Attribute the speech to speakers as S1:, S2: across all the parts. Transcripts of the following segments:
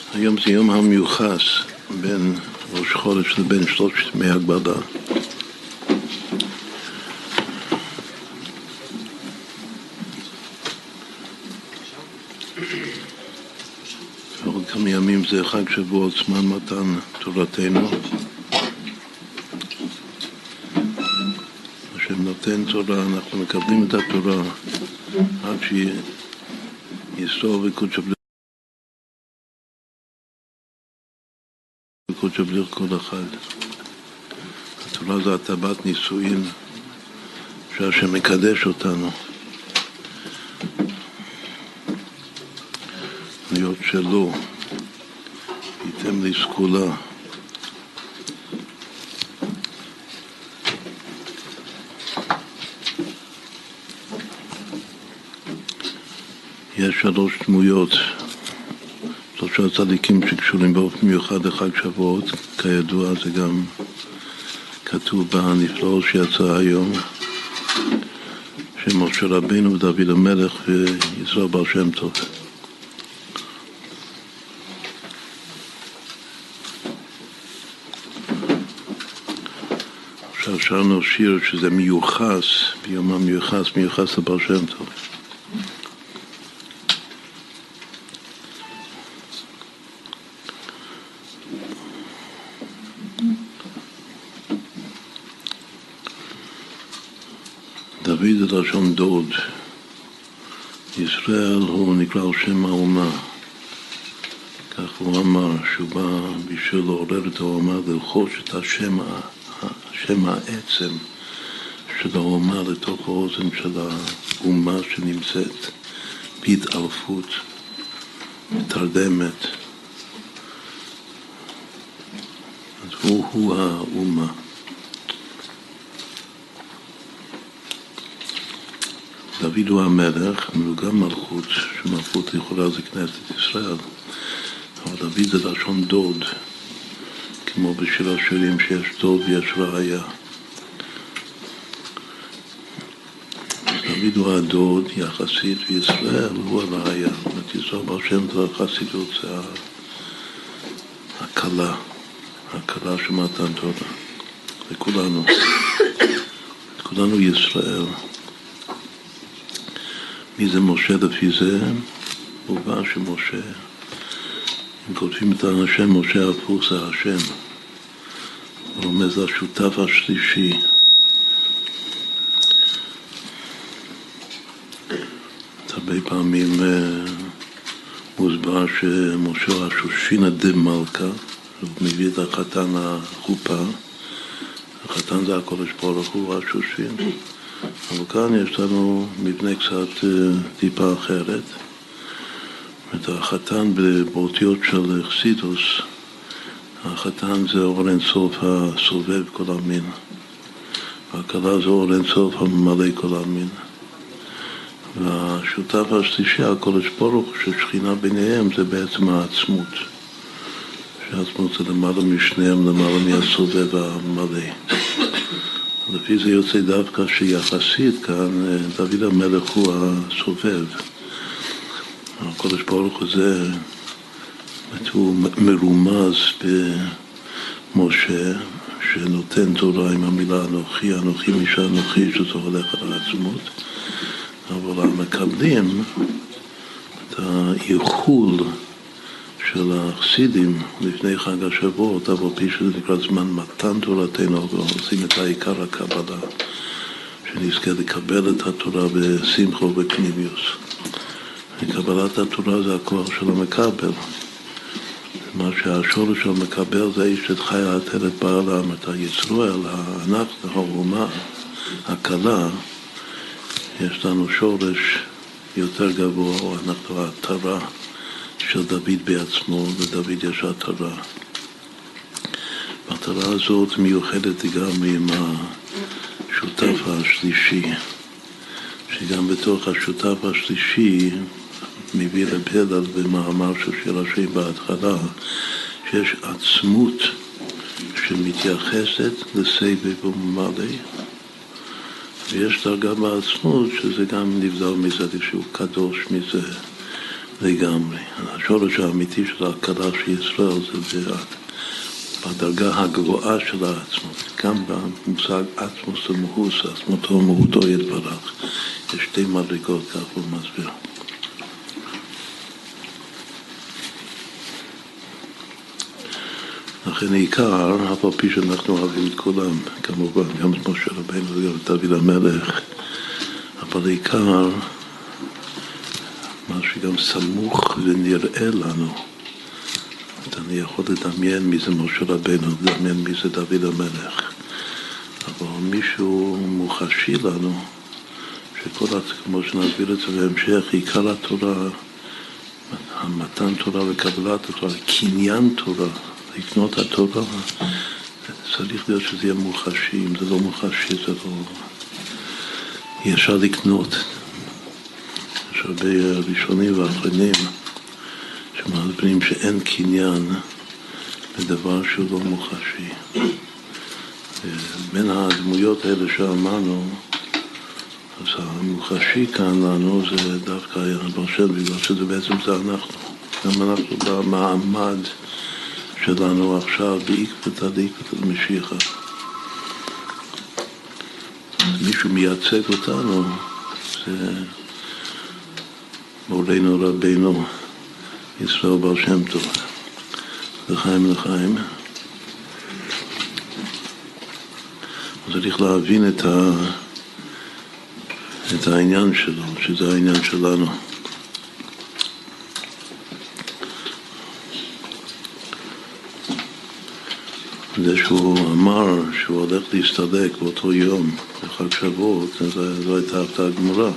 S1: היום זה יום המיוחס בין ראש חודש לבין 3 ימי הגבלה. עוד כמה ימים זה חג שבועות, זמן מתן תורתנו. השם נותן תורה, אנחנו מקבלים את התורה עד שיסתור וקודשא בליך כל אחד. התורה זה הטבת נישואין שהשם מקדש אותנו להיות שלו, ייתם לי סגולה. יש 3 דמויות, 3 צדיקים שקשורים באופן מיוחד לחג שבועות, כידוע זה גם כתוב בנפלאות שיצא היום, שמשה רבינו ודוד המלך וישראל בעל שם טוב. עכשיו שרנו שיר שזה מיוחס, ביום המיוחס, מיוחס לבעל שם טוב. דוד זה לשון דוד. ישראל הוא נקרא על שם האומה. כך הוא אמר שהוא בא בשביל לעורר את האומה ללחוש את השם העצם של האומה לתוך האוזן של האומה שנמצאת בהתעלפות, מתרדמת. אז הוא האומה. דוד הוא המלך, הוא גם מלכות, שמלכות לכאורה זה כנסת ישראל, אבל דוד זה לשון דוד, כמו בשיר השירים שיש דוד ויש ראיה. דוד הוא הדוד יחסית, וישראל הוא הראיה. ישראל בעל שם טוב החסידות זה הקלה, הקלה שמתן תורה. וכולנו, כולנו ישראל. מי זה משה לפי זה? הוא בא שמשה, אם כותבים את השם משה הפוך זה השם. הוא אומר זה השותף השלישי. הרבה פעמים מוסבר שמשה השושינא דמלכא, הוא מביא את החתן לחופה. החתן זה הקדוש ברוך הוא השושין. אבל כאן יש לנו מבנה קצת טיפה אחרת. את החתן באותיות של חסידוס, החתן זה אור אינסוף הסובב כל המין. והכלה זה אור אינסוף הממלא כל המין. והשותף השלישי, הקדוש ברוך הוא, ששכינה ביניהם, זה בעצם העצמות. שהעצמות זה למעלה משניהם, למעלה מהסובב המלא. לפי זה יוצא דווקא שיחסית כאן דוד המלך הוא הסובב. הקדוש ברוך זה הוא מרומז במשה שנותן תורה עם המילה אנוכי, אנוכי משל אנוכי שזה הולך על העצמות. אבל המקבלים את האיחול של החסידים לפני חג השבועות, אבל פי שזה נקרא זמן מתן תורתנו, ועושים את העיקר הקבלה, שנזכה לקבל את התורה בשמחה ובפנימיוס. קבלת התורה זה הכוח של המקבל. מה שהשורש של המקבל זה איש את חי להתל את בעלם, את היצרואל, אנחנו, האומה, הקלה, יש לנו שורש יותר גבוה, אנחנו התורה של דוד בעצמו, ודוד יש התורה. והתורה הזאת מיוחדת גם עם השותף השלישי, שגם בתוך השותף השלישי מביא לפדל במאמר של שיר השירים בהתחלה, שיש עצמות שמתייחסת לסבב וממלא, ויש דרגה בעצמות שזה גם נבדל מזה שהוא קדוש מזה, לגמרי. השורש האמיתי של ההכרה של ישראל זה בדרגה הגבוהה של העצמות. גם במושג עצמוס ומהוס, עצמותו ומהותו יתברך. יש שתי מדרגות, כך הוא מסביר. לכן העיקר, אף על פי שאנחנו אוהבים את כולם, כמובן, גם את משה רבינו וגם את דוד המלך, אבל העיקר, מה שגם סמוך ונראה לנו, אני יכול לדמיין מי זה משה רבינו, לדמיין מי זה דוד המלך, אבל מישהו מוחשי לנו, כמו שנסביר את זה בהמשך, עיקר התורה, המתן תורה וקבלת התורה, קניין תורה, לקנות התורה, צריך להיות שזה יהיה מוחשי, אם זה לא מוחשי, זה לא... אי אפשר לקנות. יש הרבה ראשונים ואחרונים שמסבירים שאין קניין בדבר שהוא לא מוחשי. בין הדמויות האלה שאמרנו, אז המוחשי כאן לנו זה דווקא היה ברשת, בגלל שזה בעצם זה אנחנו. גם אנחנו במעמד שלנו עכשיו בעקבתא דעקבתא דמשיחא. מישהו מייצג אותנו, זה מורנו רבינו ישראל בעל שם טוב, לחיים לחיים. אז צריך להבין את העניין שלו, שזה העניין שלנו. זה שהוא אמר שהוא הולך להסתלק באותו יום, בחג שבועות, זו הייתה הפתעה גמורה.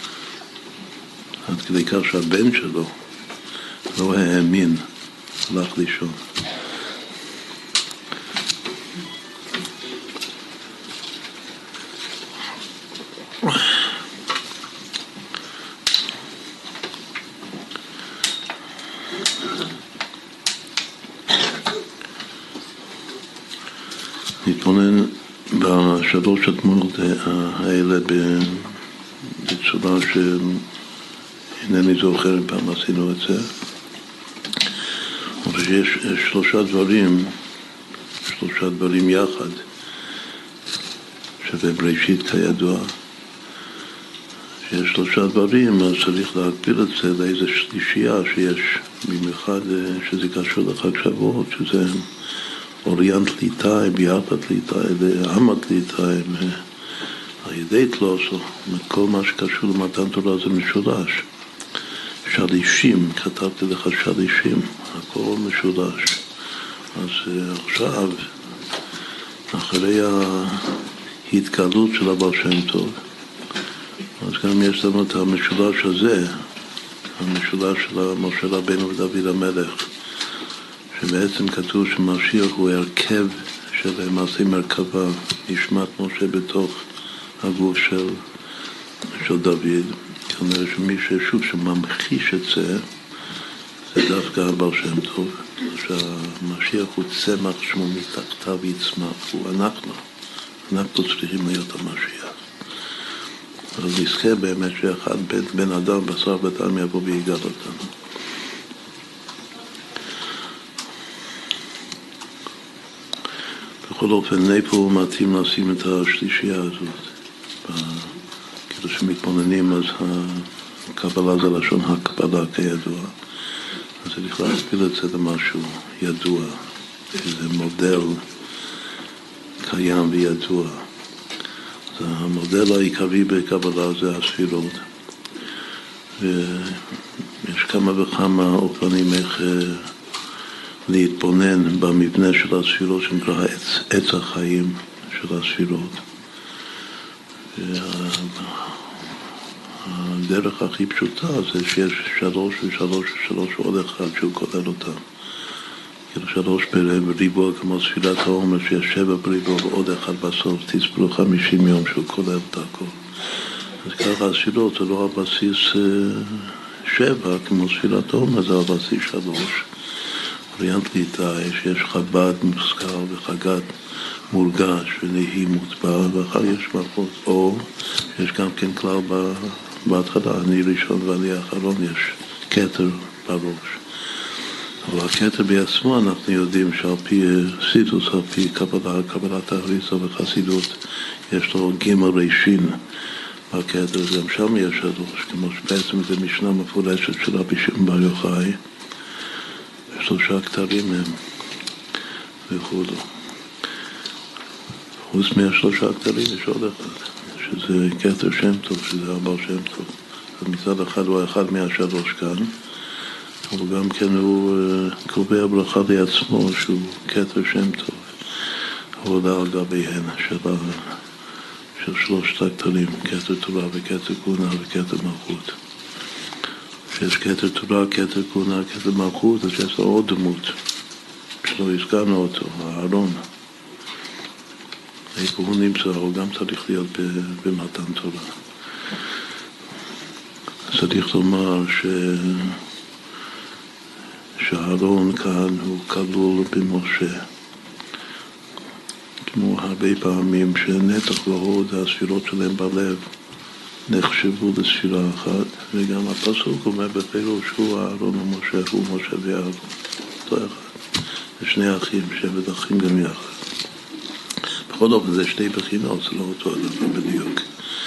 S1: עד כדי כך שהבן שלו לא האמין, הלך לישון. נתבונן בשלוש התמונות האלה בצורה שאינני זוכר פעם עשינו את זה. אבל שיש שלושה דברים יחד, שבבראשית כידוע, שיש שלושה דברים, אז צריך להגביל את זה לאיזה שלישייה שיש, במיוחד שזה קשור לחג שבועות, שזה אוריינט ליטאי, ביאטת ליטאי, ועמת ליטאי, על ידי תלוסו, כל מה שקשור למתן תורה זה משולש. שלישים, כתבתי לך שלישים, הכל משולש. אז עכשיו, אחרי ההתגלות של הבעל שם טוב, אז גם יש לנו את המשולש הזה, המשולש של משה רבינו ודוד המלך, שבעצם כתוב שמשיח הוא הרכב של מעשי מרכבה, נשמת משה בתוך הגוף של דוד. כנראה שמי ששוב שממחיש את זה, זה דווקא הבעל שם טוב, שהמשיח הוא צמח שמו מתחתיו יצמח, הוא אנחנו צריכים להיות המשיח. אז נזכה באמת שאחד בן אדם בשר ודם יבוא ויגאל אותנו. בכל אופן, איפה מתאים לשים את השלישייה הזאת? כאילו שמתבוננים, אז הקבלה זה לשון הקבלה כידוע. אז צריך להסביר את זה למשהו ידוע, שזה מודל קיים וידוע. אז המודל העיקרי בקבלה זה הספירות. ויש כמה וכמה אופנים איך להתבונן במבנה של הספירות שנקרא עץ החיים של הספירות. הדרך הכי פשוטה זה שיש שלוש ושלוש ושלוש ועוד אחד שהוא כולל אותם. כאילו שלוש בריבוע כמו ספירת העומר, שיש 7 בריבוע ועוד אחד בסוף, תספרו 50 יום שהוא כולל את הכל. אז ככה הספירות זה לא הבסיס 7 כמו ספירת העומר, זה הבסיס 3. אוריינט ליטאי, שיש חב"ד מוזכר וחג"ד מורגש ונהי מוטבע, ואחר יש מלכות, או יש גם כן כלל בהתחלה, אני ראשון ואני האחרון, יש הכתר בראש. אבל הכתר בעצמו אנחנו יודעים שעל פי סיטוס, על פי קבלת האריז"ל וחסידות, יש לו ג' רישין בכתר, גם שם יש שלוש, כמו שבעצם זה משנה מפורשת של רבי שמעון בר יוחאי, 3 כתרים הם וכו'. חוץ מה3 כתרים יש עוד אחד, שזה כתר שם טוב, שזה הבעל שם טוב. אז מצד אחד הוא אחד מה3 כאן, אבל גם כן הוא קובע ברכה לעצמו שהוא כתר שם טוב, עבודה על גביהן של 3 הכתרים, כתר תורה וכתר כהונה וכתר מלכות. כשיש כתר תורה, כתר כהונה, כתר מלכות, אז יש לו עוד דמות שלא הזכרנו אותו, הארון. איפה הוא נמצא, הוא גם צריך להיות במתן תורה. צריך לומר שהארון כאן הוא כלול במשה. כמו הרבה פעמים שנתח והוד, הספירות שלהם בלב, נחשבו לספירה אחת, וגם הפסוק אומר בפירוש הוא הארון ומשה, הוא משה ואהרון. אותו אחד. זה 2 אחים, 7 אחים גם יחד. בכל אופן זה 2 בחינות, זה לא אותו הדבר בדיוק.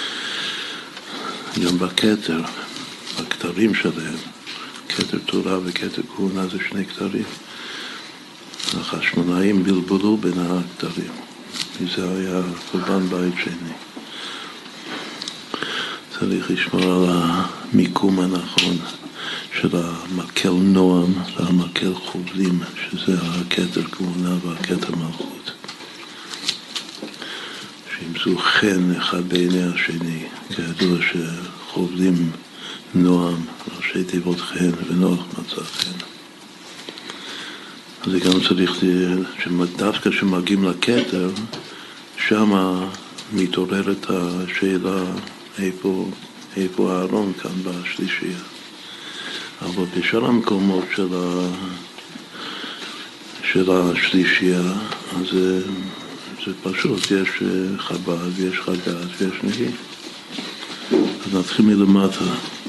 S1: גם בכתר, בכתרים שלהם, כתר תורה וכתר כהונה זה 2 כתרים. החשמונאים בלבלו בין הכתרים. וזה היה קורבן בית שני. צריך לשמור על המיקום הנכון של המקל נועם והמקל חובלים, שזה הכתר כהונה והכתר מלכות. שימצאו חן אחד בעיני השני, כידוע שחובלים נועם, ראשי תיבות חן ונוח מצא חן. אז זה גם צריך, דווקא כשמגיעים לכתר, שמה מתעוררת השאלה איפה הארון כאן בשלישייה. אבל בשאר המקומות של השלישייה, אז זה פשוט, יש חב"ד ויש חג"ד ויש נהי. אז נתחיל מלמטה.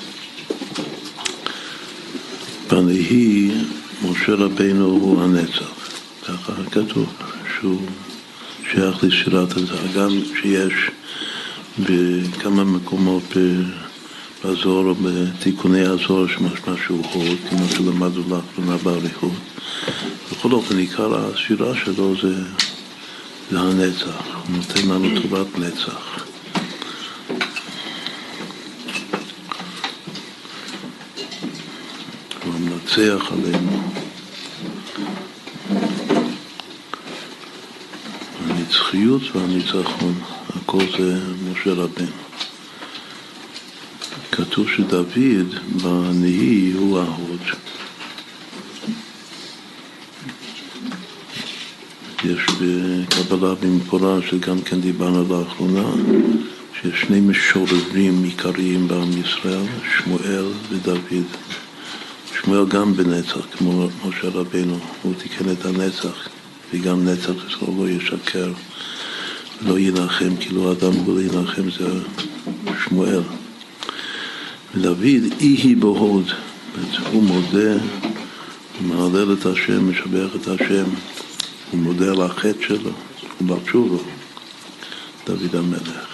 S1: בנהי משה רבינו הוא הנצח, ככה כתוב, שהוא שייך לשירת הזה, גם שיש בכמה מקומות בזוהר או בתיקוני הזוהר שמשמע שהוא הוד, כמו שלמדנו לאחרונה באריכות. בכל אופן, עיקר השירה שלו זה הנצח, הוא נותן לנו תורת נצח. הוא מנצח עלינו. הנצחיות והניצחון, הכל זה משה רבינו. כתוב שדוד בנהי הוא ההוד. יש בקבלה במפורש שגם כן דיברנו לאחרונה, שיש 2 משוררים עיקריים בעם ישראל, שמואל ודוד. שמואל גם בנצח, כמו משה רבינו, הוא תיקן את הנצח, וגם נצח ישראל לא ישקר, לא ינחם, כאילו אדם הוא לא ינחם, זה שמואל. ודוד איהי בהוד, הוא מודה, הוא מעלל את השם, משבח את השם, הוא מודה על החטא שלו, הוא בר תשובה, דוד המלך.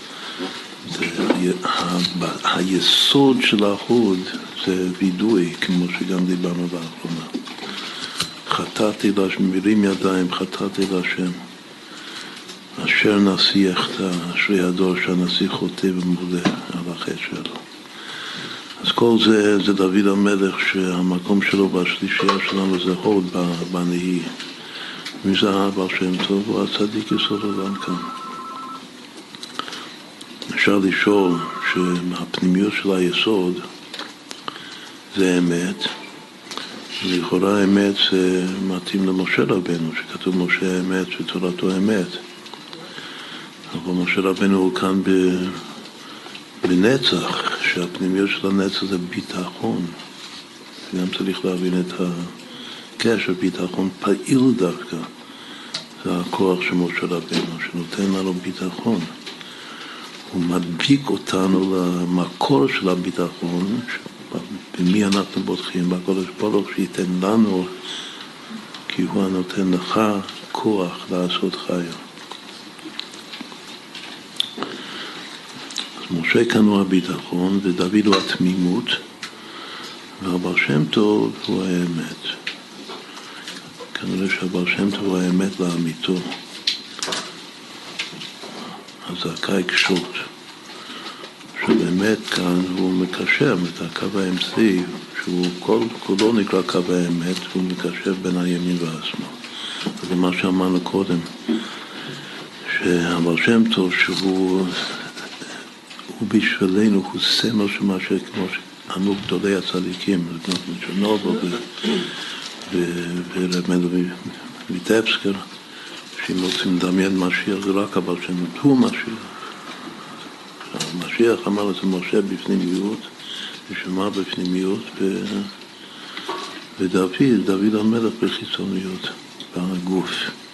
S1: היסוד של ההוד זה וידוי, כמו שגם דיברנו לאחרונה. חטאתי להשם, מרים ידיים, חטאתי להשם. אשר נשיא יחטא, אשרי הדור שהנשיא חוטא ומודה על החטא שלו. אז כל זה דוד המלך, שהמקום שלו בשלישייה שלנו זה הוד בנהי. מי זה הבעל שם טוב? הוא הצדיק יסוד עולם כאן. אפשר לשאול שהפנימיות של היסוד זה אמת, ולכאורה האמת זה מתאים למשה רבינו, שכתוב משה אמת ותורתו אמת. אבל משה רבינו הוא כאן בנצח, שהפנימיות של הנצח זה ביטחון. גם צריך להבין את הקשר, ביטחון פעיל דווקא. זה הכוח של משה רבינו, שנותן לנו ביטחון. הוא מדביק אותנו למקור של הביטחון, במי אנחנו בוטחים? בקדוש ברוך שייתן לנו, כי הוא הנותן לך כוח לעשות חיל. אז משה כאן הוא הביטחון, ודוד הוא התמימות, והבר שם טוב הוא האמת. כנראה שהבר שם טוב הוא האמת לאמיתו. אז הקי קשות. שבאמת כאן הוא מקשר את הקו האמצעי, שהוא כולו נקרא קו האמת, והוא מקשר בין הימין והשמאל. זה מה שאמרנו קודם, שהבר שם טוב שהוא בשבילנו, הוא סמל של מה כמו שאמרו גדולי הצדיקים, צ'רנוביל ורב מנדל ויטבסקי, שאם רוצים לדמיין משיח זה רק אבל שם הוא משיח. המשיח אמר את משה בפנימיות, ושמע בפנימיות, ודוד המלך בחיצוניות, בגוף.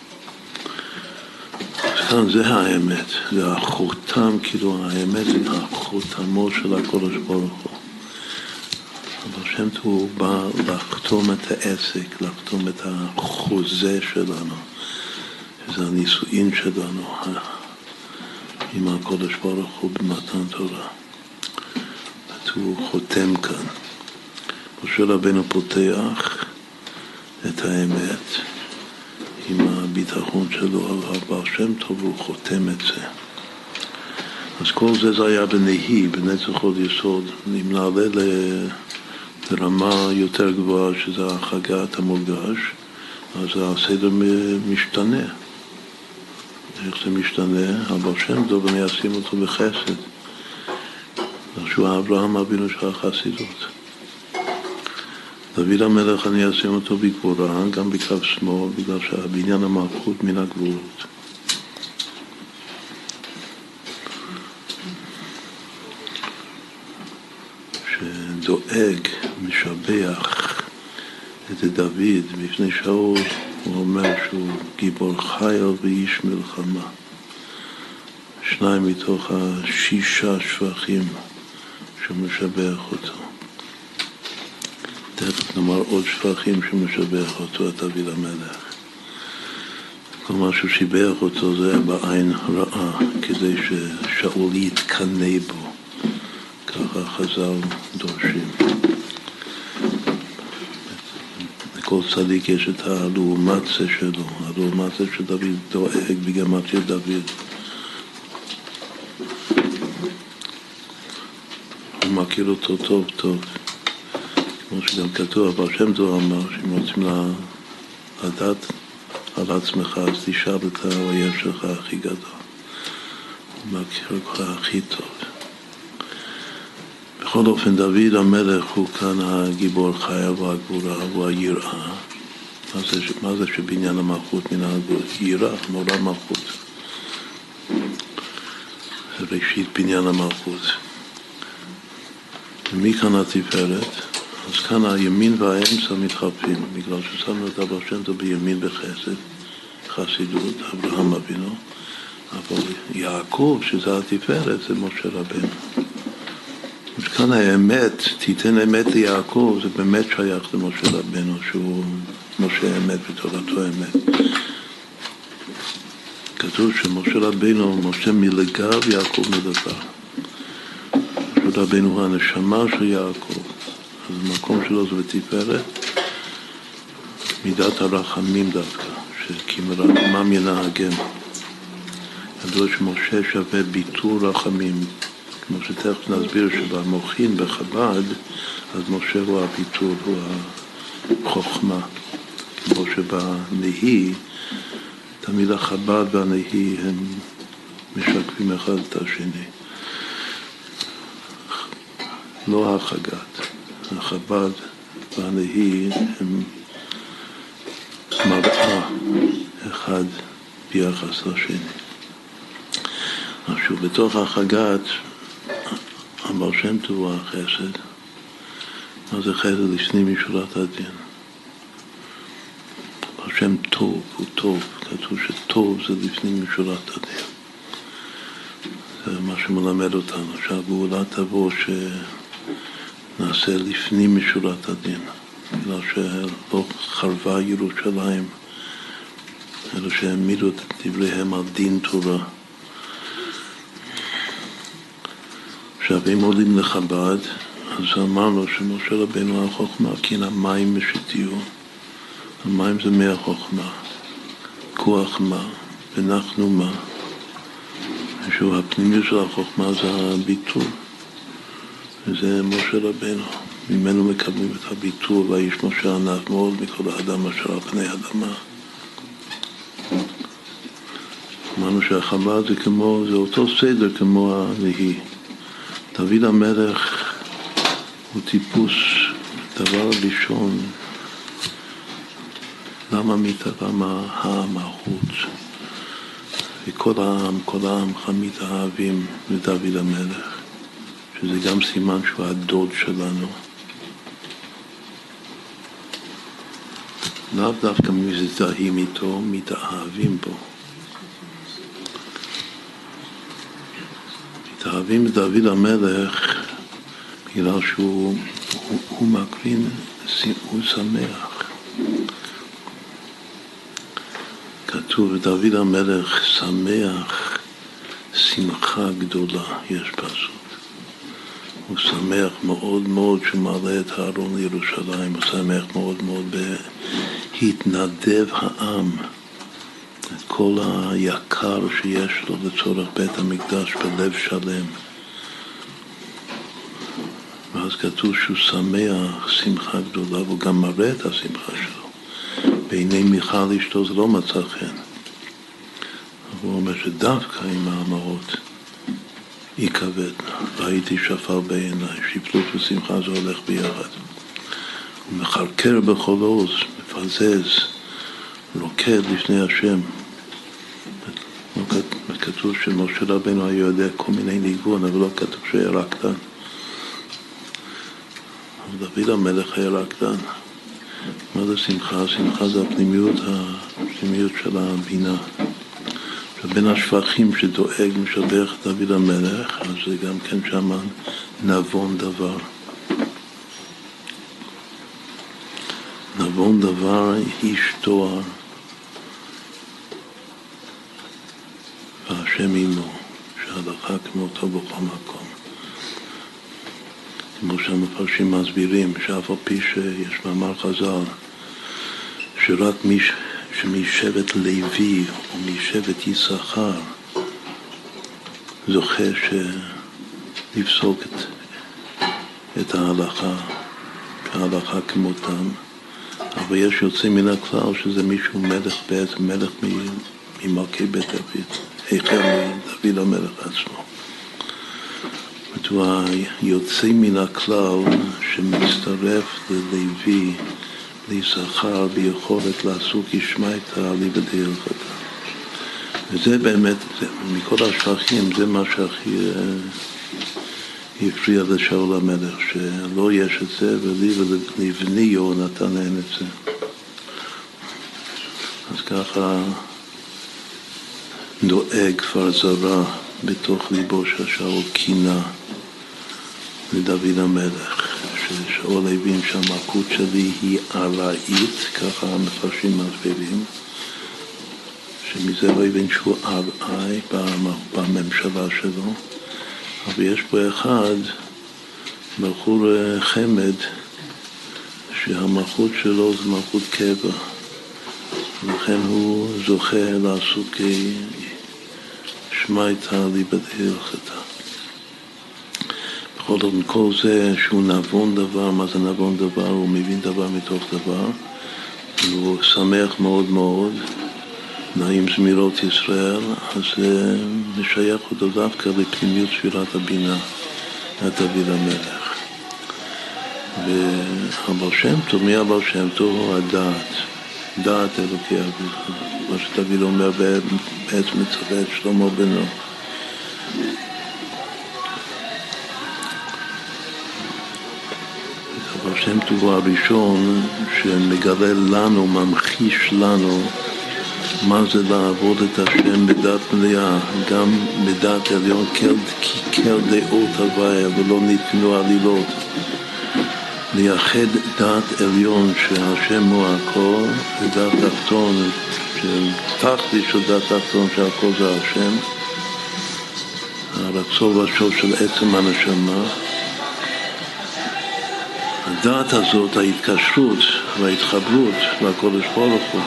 S1: אז כאן זה האמת, זה החותם, כאילו האמת זה החותמו של הקדוש ברוך הוא. אבל שם הוא בא לחתום את העסק, לחתום את החוזה שלנו, שזה הנישואין שלנו, עם הקדוש ברוך הוא במתן תורה. הוא חותם כאן. משה רבנו פותח את האמת עם הביטחון שלו, אבל שם טוב הוא חותם את זה. אז כל זה היה בנהי, בנצח עוד יסוד. אם נעלה לרמה יותר גבוהה, שזה החגת המורגש, אז הסדר משתנה. איך זה משתנה? אבל שם טוב אני אשים אותו בחסד. שהוא אברהם אבינו של החסידות. דוד המלך אני אשים אותו בגבורה, גם בקו שמאל, בגלל שהבניין המלכות מן הגבורות. שדואג, משבח את דוד בפני שאול, הוא אומר שהוא גיבור חיל ואיש מלחמה. 2 מתוך 6 שבחים שמשבח אותו. תכף נאמר עוד שבחים שמשבח אותו, את דוד המלך. כל מה שהוא שיבח אותו זה בעין רעה, כדי ששאול יתקנא בו. ככה חז"ל דורשים. לכל צדיק יש את הלעומציה שלו. הלעומציה של דוד דואג בגימטריה דוד. הוא מכיר אותו טוב טוב. כמו שגם כתוב, אבל שם טוב אמר, שאם רוצים לדעת על עצמך, אז תשאל את האויב שלך הכי גדול. הוא מכיר אותך הכי טוב. בכל אופן, דוד המלך הוא כאן הגיבור חייל והגבורה, הוא היראה. מה זה שבניין המלכות מן הגבורה? יראה, מורה מלכות. זה ראשית בניין המלכות. ומי כאן התפארת? אז כאן הימין והאמצע מתחלפים, בגלל ששמנו את אבא שם טוב בימין בחסד, חסידות, אברהם אבינו, אבל יעקב, שזה התפארת, זה משה רבנו. אז כאן האמת, תיתן אמת ליעקב, זה באמת שייך למשה רבנו, שהוא משה אמת ותורתו אמת. כתוב שמשה רבנו, משה מלגב, יעקב מלגב. משה רבנו הוא הנשמה של יעקב. אז המקום שלו זה בתפארת, מידת הרחמים דווקא, כי מרחמם ינהגם. ידוע שמשה שווה ביטול רחמים, כמו שתכף נסביר שבמוחין, בחב"ד, אז משה הוא הביטול, הוא החוכמה. כמו שבנהי, תמיד החב"ד והנהי הם משקפים אחד את השני. לא החגת. החב"ד והנהי הם מראה אחד ביחס לשני. עכשיו, בתוך החגת, הבר שם טוב הוא החסד. מה זה חסד? לפנים משורת הדין. בר שם טוב הוא טוב. כתוב שטוב זה לפנים משורת הדין. זה מה שמלמד אותנו, שהגאולה תבוא נעשה לפנים משורת הדין, בגלל שלא חרבה ירושלים, אלא שהעמידו את דבריהם על דין תורה. עכשיו, אם עולים לחב"ד, אז אמרנו שמשה רבינו החוכמה, כי המים משתיו. המים זה מהחוכמה, כוח מה, ונחנו מה. שהוא הפנימיות של החוכמה זה הביטול. וזה משה רבינו. ממנו מקבלים את הביטול, והאיש משה ענק מאוד מכל האדם אשר על פני האדמה. אמרנו שהחב"ד זה אותו סדר כמו הלהי. דוד המלך הוא טיפוס, דבר ראשון, למה מתאבמה המלכות? וכל העמך מתאהבים לדוד המלך, שזה גם סימן שהוא הדוד שלנו. לאו דווקא מזדהים איתו, מתאהבים בו. מתאהבים לדוד המלך בגלל שהוא מקרין, הוא שמח. כתוב, דוד המלך שמח שמחה גדולה, יש פסוק. הוא שמח מאוד מאוד שמעלה את הארון לירושלים, הוא שמח מאוד מאוד בהתנדב העם, את כל היקר שיש לו לצורך בית המקדש בלב שלם. ואז כתוב שהוא שמח שמחה גדולה, והוא גם מראה את השמחה שלו. בעיני מיכל אשתו זה לא מצא חן. הוא אומר שדווקא עם האמהות יכבד, והייתי שפר בעיניי, שפלות ושמחה זה הולך ביחד. הוא מחרקר בכל עוז, מפזז, רוקד לפני השם. כתוב שמשה רבינו היה יודע כל מיני ניגון, אבל לא כתוב שהיה רקדן. אבל דוד המלך היה רקדן. מה זה שמחה? שמחה זה הפנימיות של הבינה. בין השפכים שדואג משבח דוד המלך, אז זה גם כן שם נבון דבר. נבון דבר איש תואר, והשם עמו, שהלכה כמותו בכל מקום. כמו שהמפרשים מסבירים, שאף על פי שיש מאמר חז"ל, שרק שמשבט לוי או משבט יששכר זוכה לפסוק את ההלכה, שההלכה כמותם, אבל יש יוצא מן הכלל שזה מישהו מלך בעצם, מלך ממלכי בית דוד, החל מדוד המלך עצמו. הוא יוצא מן הכלל שמצטרף ללוי, ליששכר ביכולת לעסוק ישמעאתה ליבדי הלכתה. וזה באמת, מכל השפכים, זה מה שהכי הפריע לשאול המלך, שלא יש את זה, ולי ולבניו נתן להם את זה. אז ככה דואג כבר זרה בתוך ליבו של שאול קינה לדוד המלך. ששאול הבין שהמלכות שלי היא ארעית, ככה המפרשים מסבירים, שמזה לא הבין שהוא ארעי בממשלה שלו, אבל יש פה אחד, בחור חמד, שהמלכות שלו זה מלכות קבע, ולכן הוא זוכה לעסוק ישמעאתה ליבדי הלכתה. בכל זאת, כל זה שהוא נבון דבר, מה זה נבון דבר? הוא מבין דבר מתוך דבר, הוא שמח מאוד מאוד, נעים זמירות ישראל, אז זה משייך אותו דווקא לפנימיות ספירת הבינה, דוד המלך. והבר שם טוב, מי הבר שם טוב? הוא הדעת, דעת אלוקי אביך, מה שדוד אומר בעצם מצווה את שלמה בנו. הבר שם טוב הוא הראשון שמגלה לנו, ממחיש לנו מה זה לעבוד את השם בדעת מלאה, גם בדעת עליון, כי כל דעות הוויה ולא ניתנו עלילות. לייחד דעת עליון שהשם הוא הכל, ודעת תחתון, תחתית של דעת תחתון שהכל זה השם, הרצון והשוב של עצם הנשמה. הדעת הזאת, ההתקשרות וההתחברות לקודש ברוך הוא,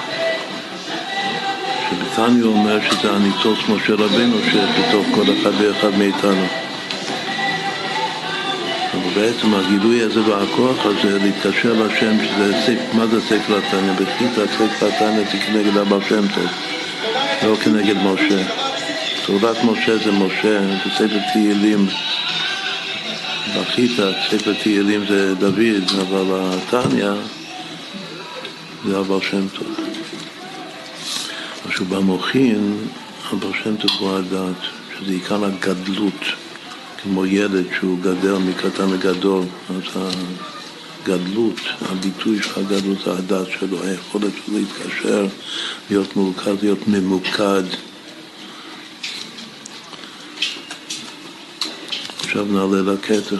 S1: שבתניא אומר שזה הניצוץ משה רבנו שבתוך כל אחד ואחד מאיתנו. אבל בעצם הגילוי הזה והכוח הזה להתקשר לשם, שזה מה זה ספר התניא? בחיתא ספר התניא זה כנגד הבעל שם טוב, לא כנגד משה. תורת משה זה משה, זה ספר תהילים. בחיתא ספר תהילים זה דוד, אבל התניא זה הבעל שם טוב. משהו במוחין, הבעל שם טוב הוא הדעת, שזה עיקר הגדלות. כמו ילד שהוא גדל מקטן לגדול, אז הגדלות, הביטוי של הגדלות זה הדעת שלו, היכולת שלו להתקשר, להיות מורכז, להיות ממוקד. עכשיו נעלה לכתר.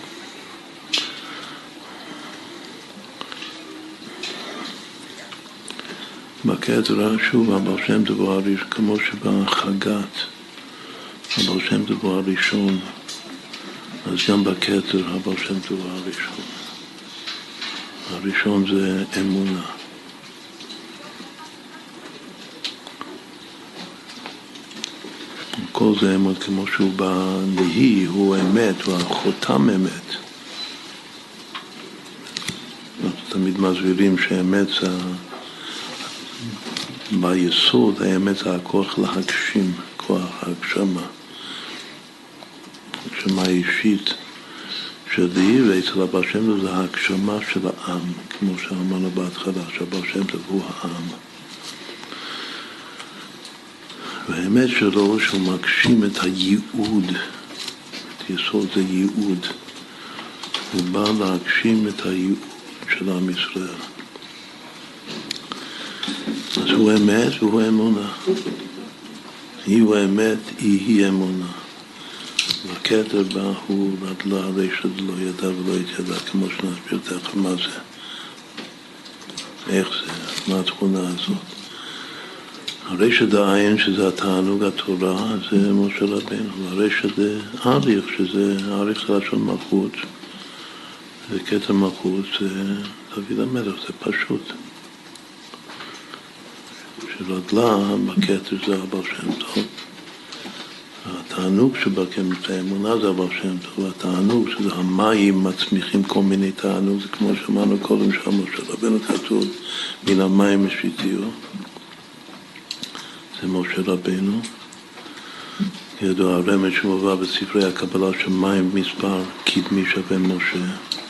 S1: בכתר שוב הבעל שם טוב הוא הראשון, כמו שבחגת הבעל שם טוב הוא הראשון, אז גם בכתר הבעל שם טוב הוא הראשון. הראשון זה אמונה. כל זה אמונה כמו שהוא בנהי, הוא אמת, הוא החותם אמת. אנחנו תמיד מסבירים שאמת זה, ביסוד האמת זה הכוח להגשים, כוח ההגשמה. הגשמה אישית שלי, ואצל הבעל שם טוב זה ההגשמה של העם, כמו שאמרנו בהתחלה, שהבעל שם טוב הוא העם. והאמת שלו שהוא מגשים את הייעוד, את יסוד זה ייעוד. הוא בא להגשים את הייעוד של עם ישראל. אז הוא אמת והוא אמונה. היא הוא אמת, היא אמונה. בכתר בה הוא רדלה הרי שלא ידע ולא יתידע, כמו שנסביר תכף מה זה. איך זה, מה התכונה הזאת. הרי שדעין, שזה התענוג התורה, זה משה רבנו. הרי שזה אריך, שזה אריך זה לשון מלכות, וכתר מלכות זה דוד המלך, זה פשוט. שרדלה בכתר זה הבעל שם טוב. התענוג שבקמת האמונה זה הבעל שם טוב, והתענוג שזה המים מצמיחים כל מיני תענוג, זה כמו שאמרנו קודם שמשה רבנו כתוב, מן המים השביתיו. זה משה רבנו. ידוע הרמז שמובא בספרי הקבלה שמים מספר קדמי שווה משה.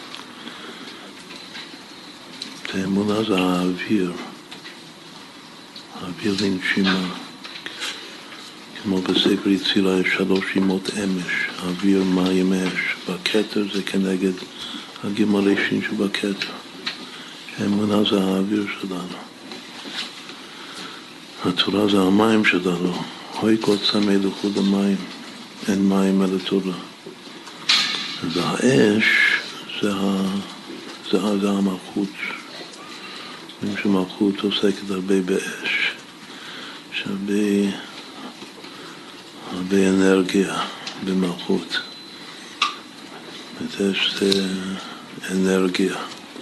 S1: האמונה זה האוויר, האוויר לנשימה. כמו בספר יצירה יש 3 ימות אמש, אוויר, מים, אש. בכתר זה כנגד הגימלישין שבכתר. האמונה זה האוויר שלנו. התורה זה המים שלנו. הוי כל צמא לחוד המים, אין מים אלא תורה. והאש זה המלכות. אומרים שמלכות עוסקת הרבה באש. יש הרבה אנרגיה במלכות. אש זה אנרגיה.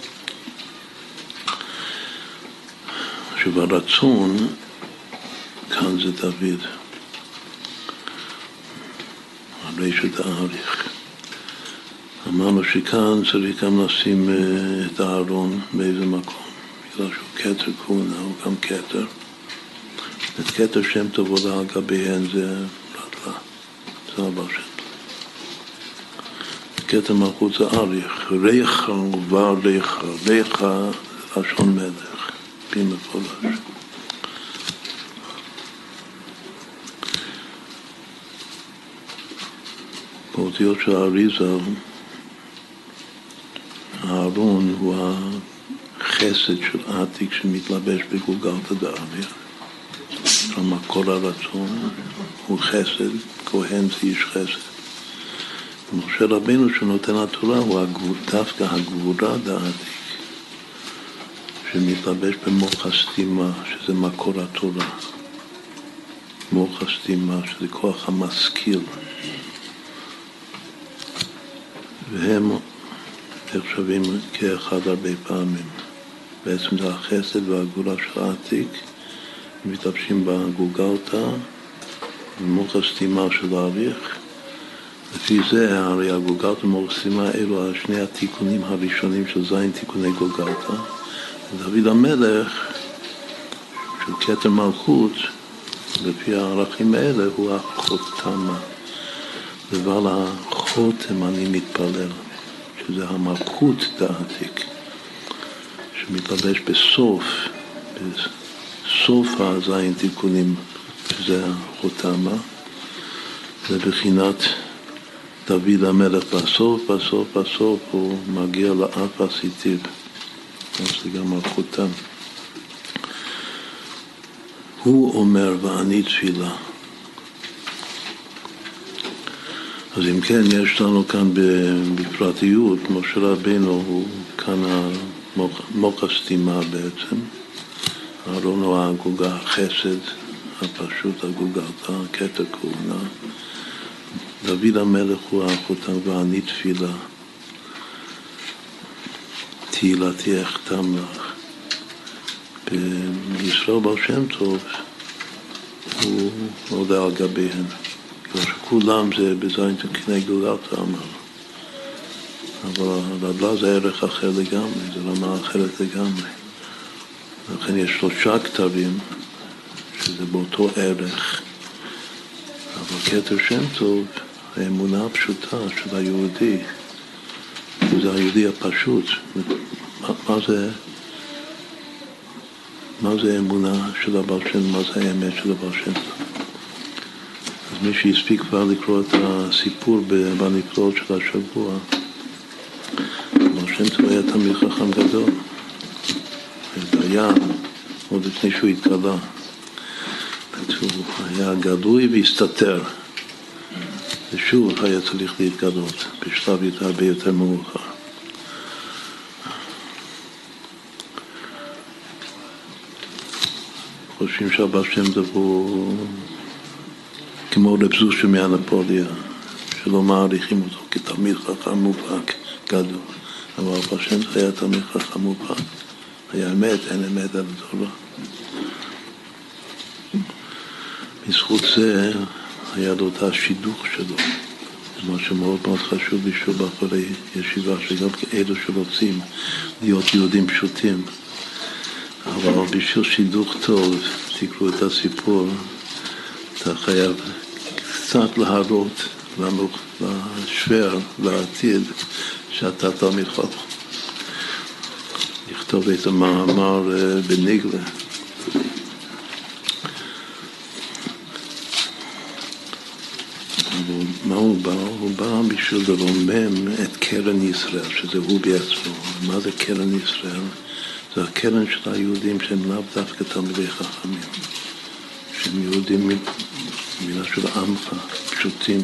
S1: שברצון כאן זה דוד, הרי שדאריך. אמרנו שכאן צריך גם לשים את הארון באיזה מקום, בגלל שהוא כתר כהונה, הוא גם כתר. את כתר שם טוב עולה על גביהן זה רדלה, זה הבעל שם טוב. כתר מלכות זה אריך, ריחה ובר ריחה, ריחה זה לשון מלך, פי מפורש. באותיות של האריזה, הארון הוא החסד של עתיק שמתלבש בגולגלתא דאריה. המקור הרצון הוא חסד, כהן זה איש חסד. משה רבינו שנותן התורה הוא דווקא הגבורה דעתיק, שמתלבש במוח הסתימה, שזה מקור התורה. מוח הסתימה, שזה כוח המשכיל. והם נחשבים כאחד הרבה פעמים. בעצם זה החסד והגבורה של העתיק, מתלבשים בגולגלתא, במוח הסתימה של האריך. לפי זה, הרי הגולגלתא ומוח הסתימה אלו שני התיקונים הראשונים של זין תיקוני גולגלתא. דוד המלך, של כתר מלכות, לפי הערכים האלה, הוא החותם. ובעל החותם אני מתפלל, שזה המלכות דעתיק, שמתלבש בסוף הזין תיקונים, שזה החותמה. זה בחינת דוד המלך בסוף הוא מגיע לאף הסיטיב. אז זה גם החותם. הוא אומר ואני תפילה. אז אם כן, יש לנו כאן בפרטיות, משה רבינו הוא כאן מוח הסתימה בעצם. אהרון הוא הגוגה, החסד, הפשוט הגוגלתא, כתר כהונה. דוד המלך הוא החותם ואני תפילה. תהילתי אחתם לך. בישראל בעל שם טוב הוא עולה על גביהן. כולם זה בזין תקני גולגלתא אמר. אבל הרדלה זה ערך אחר לגמרי, זה רמה אחרת לגמרי. לכן יש 3 כתבים שזה באותו ערך. אבל כתר שם טוב, האמונה הפשוטה של היהודי, זה היהודי הפשוט. מה זה אמונה של הבעל שם, מה זה האמת של הבעל שם טוב? אז מי שהספיק כבר לקרוא את הסיפור בנפלאות של השבוע, הבעל שם טוב היה תלמיד חכם גדול, דיין, עוד לפני שהוא התגלה. הוא היה גלוי והסתתר, ושוב היה צריך להתגלות בשלב הרבה יותר מאוחר. חושבים שהבעל שם טוב הוא כמו רב זושה מאנפוליה, שלא מעריכים אותו כתלמיד חכם מובהק גדול. אבל הבעל שם טוב היה תלמיד חכם מובהק. היה אמת, אין אמת על התורה. בזכות זה היה לו את השידוך שלו. זה מה שמאוד מאוד חשוב בשביל בחורי ישיבה, שגם כאלו שרוצים להיות יהודים פשוטים. אבל בשביל שידוך טוב, תקראו את הסיפור, אתה חייב קצת להראות לשוור, לעתיד, שאתה תלמיד חכם. לכתוב את המאמר בניגלה. מה הוא בא? הוא בא בשביל לרומם את קרן ישראל, שזה הוא בעצמו. מה זה קרן ישראל? זה הקרן של היהודים שהם לאו דווקא תלמידי חכמים. שהם יהודים מילה של עמך, פשוטים.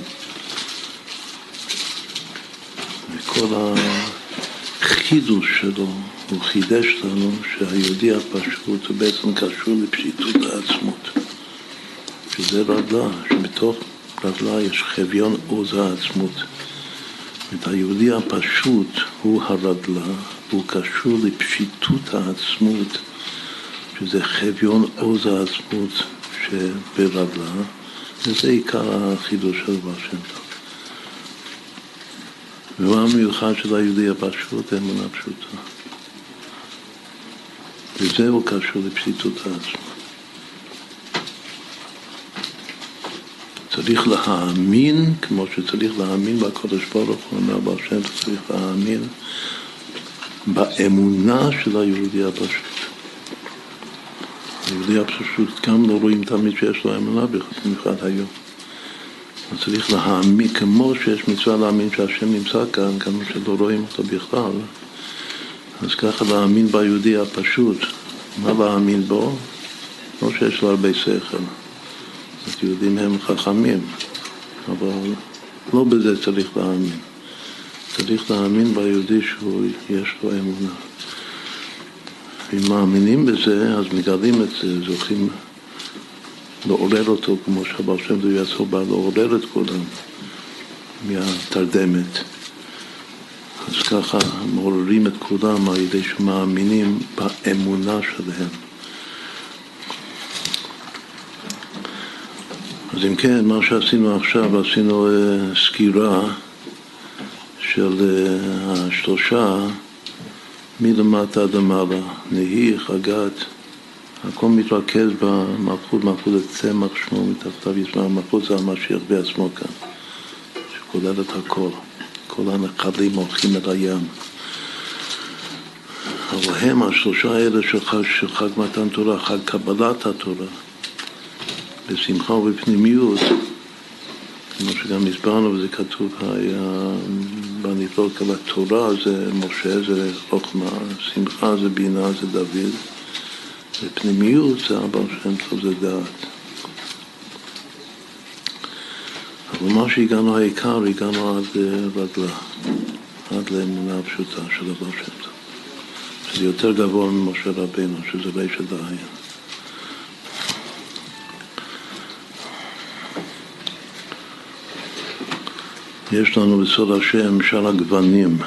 S1: וכל החידוש שלו, הוא חידש לנו שהיהודי הפשוט הוא בעצם קשור לפשיטות העצמות. שזה רדלה, שבתוך רדלה יש חביון עוז העצמות. את היהודי הפשוט הוא הרדלה, הוא קשור לפשיטות העצמות, שזה חביון עוז העצמות שברדלה, וזה עיקר החידוש של הבעל שם טוב. ומה המיוחד של היהודי הפשוט? אמונה פשוטה. וזהו קשור לפשיטות העצמות. צריך להאמין, כמו שצריך להאמין בקדוש ברוך הוא, אומר הבעל שם טוב, צריך להאמין באמונה של היהודי הפשוט. היהודי הפשוט גם לא רואים תמיד שיש לו אמונה במיוחד היום. אז צריך להאמין, כמו שיש מצווה להאמין שהשם נמצא כאן, גם שלא רואים אותו בכלל, אז ככה להאמין ביהודי הפשוט. מה להאמין בו? לא שיש לו הרבה שכל. אז יהודים הם חכמים, אבל לא בזה צריך להאמין. צריך להאמין ביהודי שיש לו אמונה. אם מאמינים בזה, אז מגלים את זה, זוכים לעורר אותו, כמו שהבעל שם טוב יעצור בא לעורר את כולם מהתרדמת. אז ככה מעוררים את כולם על ידי שמאמינים באמונה שלהם. אז אם כן, מה שעשינו עכשיו, עשינו סקירה של השלושה מלמטה עד למעלה, נהי, חגת, הכל מתרכז במלכות, מלכות הצמח שמו מתחתיו ישמע, מלכות זה המשיח בעצמו כאן, שכולל את הכל, כל הנחלים הולכים אל הים. אבל הם השלושה האלה של חג מתן תורה, חג קבלת התורה, בשמחה ובפנימיות, כמו שגם הסברנו, וזה כתוב בנפלאות, התורה זה משה, זה חוכמה, שמחה זה בינה, זה דוד, ופנימיות זה הבעל שם טוב, זה דעת. אבל מה שהגענו העיקר, הגענו עד רגלה, עד לאמונה הפשוטה של הבעל שם טוב. שזה יותר גבוה ממשה רבינו, שזה ריש דהיין. יש לנו בסוד השם שאר הגוונים.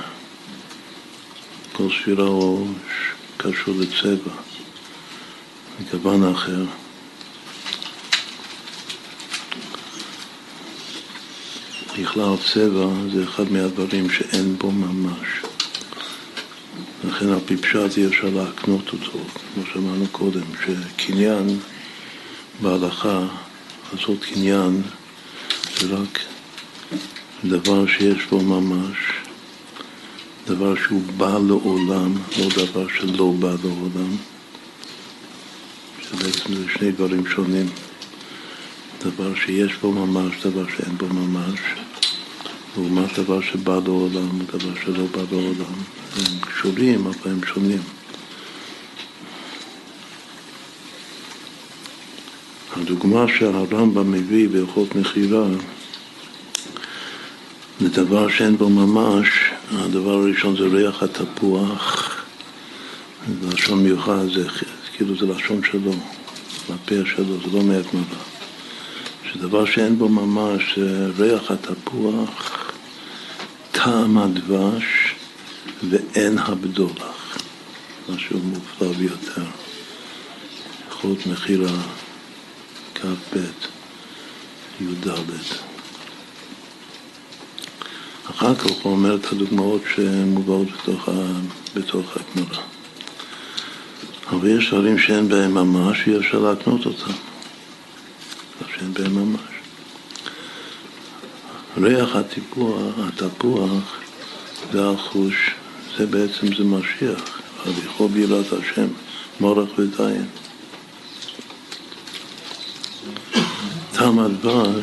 S1: כל ספירה הוא קשור לצבע, לגוון אחר. בכלל צבע זה אחד מהדברים שאין בו ממש. לכן על פי פשט אי אפשר להקנות אותו, כמו שאמרנו קודם, שקניין בהלכה, לעשות קניין, זה רק דבר שיש בו ממש, דבר שהוא בא לעולם, לא דבר שלא בא לעולם, שבעצם זה שני דברים שונים, דבר שיש בו ממש, דבר שאין בו ממש, לעומת דבר שבא לעולם, דבר שלא בא לעולם. הם קשורים, אבל הם שונים. הדוגמה שהרמב"ם מביא בהלכות מחירה, לדבר שאין בו ממש, הדבר הראשון זה ריח התפוח, זה לשון מיוחד, זה כאילו זה לשון שלו, לפה שלו, זה לא מהגמרא. שדבר שאין בו ממש זה ריח התפוח, טעם הדבש ואין הבדולח, משהו מופלא ביותר. הלכות מחירה, כ"ב, י"ד. אחר כך הוא אומר את הדוגמאות שמובאות בתוך הגמרא. אבל יש דברים שאין בהם ממש, אי אפשר להקנות אותם. שאין בהם ממש. ריח התפוח והחוש, זה בעצם זה משיח. הליכו ביראת השם, מורך ודיין. טעם הדבש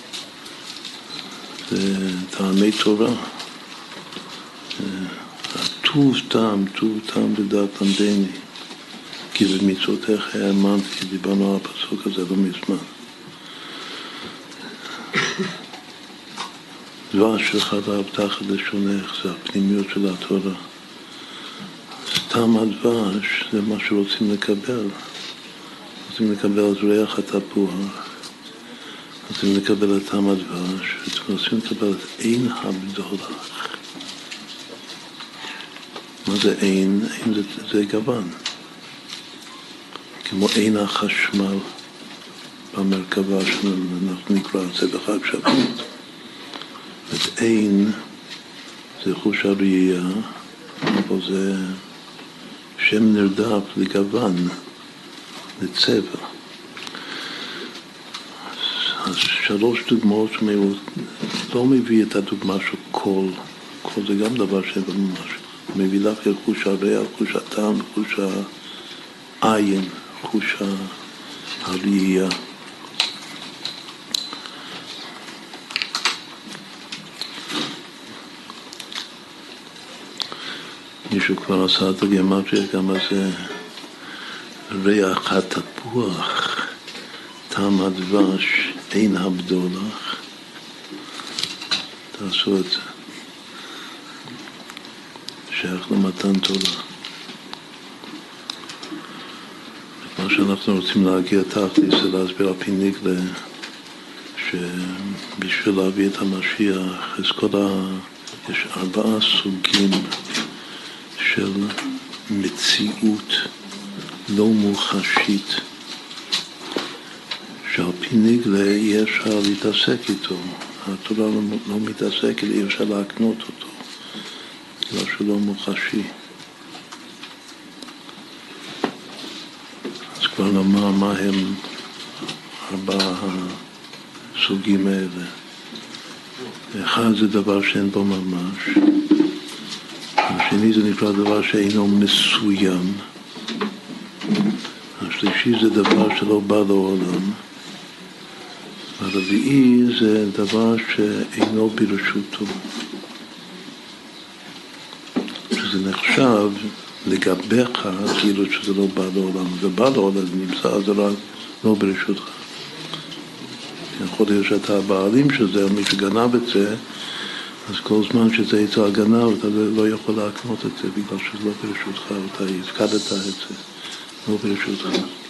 S1: זה טעמי תורה. טוב טעם לדעת למדני. כי במצוותיך האמנתי, דיברנו על הפסוק הזה לא מזמן. דבש וחלב תחת לשונך, זה הפנימיות של התורה. טעם הדבש זה מה שרוצים לקבל. רוצים לקבל את ריח התפוח, רוצים לקבל את טעם הדבש, רוצים לקבל את אין הבדולח. מה זה אין? אין זה גוון. כמו אין החשמל במרכבה שאנחנו נקרא את זה בחג שבועות. את אין זה חוש הראייה, אבל זה שם נרדף לגוון, לצבע. אז שלוש דוגמאות שמיות, לא מביא את הדוגמה של קול זה גם דבר שבא ממש. הוא מביא לך חוש הריח, חוש הטעם, חוש העין, חוש הראייה. מישהו כבר עשה את הגימטריה, כמה זה ריח התפוח, טעם הדבש, אין הבדולח. תעשו את זה. שייך למתן תורה. מה שאנחנו רוצים להגיע תכלית זה להסביר על פי ניגלה, שבשביל להביא את המשיח, יש 4 סוגים של מציאות לא מוחשית, שעל פי ניגלה אי אפשר להתעסק איתו. התורה לא מתעסקת, אי אפשר להקנות אותו, לא שלא מוחשי. אז כבר נאמר מה הם 4 הסוגים האלה. אחד זה דבר שאין בו ממש, השני זה נקרא דבר שאינו מסוים, השלישי זה דבר שלא בא לעולם, הרביעי זה דבר שאינו ברשותו, שזה נחשב לגביך כאילו שזה לא בא לעולם. זה בא לעולם, זה נמצא, זה לא ברשותך. יכול להיות שאתה הבעלים של זה, או מי שגנב את זה, אז כל זמן שזה יצא הגנב, אתה לא יכול להקנות את זה, בגלל שזה לא ברשותך, אתה הפקדת את זה, לא ברשותך.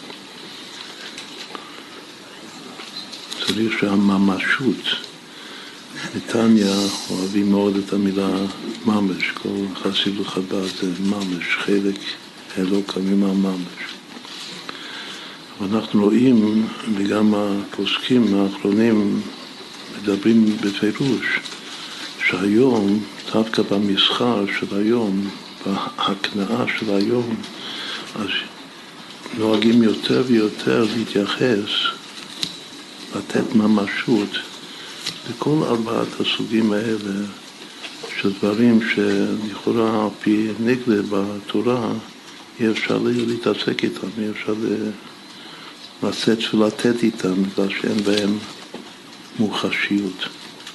S1: צריך שהממשות, נתניה אוהבים מאוד את המילה ממש, כל חסידות חב"ד זה ממש, חלק אלוקא ממש. אבל אנחנו רואים, וגם הפוסקים האחרונים מדברים בפירוש, שהיום, דווקא במסחר של היום, בהקנאה של היום, אז נוהגים יותר ויותר להתייחס, לתת ממשות בכל 4 הסוגים האלה של דברים שלכאורה על פי ניגלה בתורה אי אפשר להתעסק איתם, אי אפשר לצאת ולתת איתם בגלל שאין בהם מוחשיות.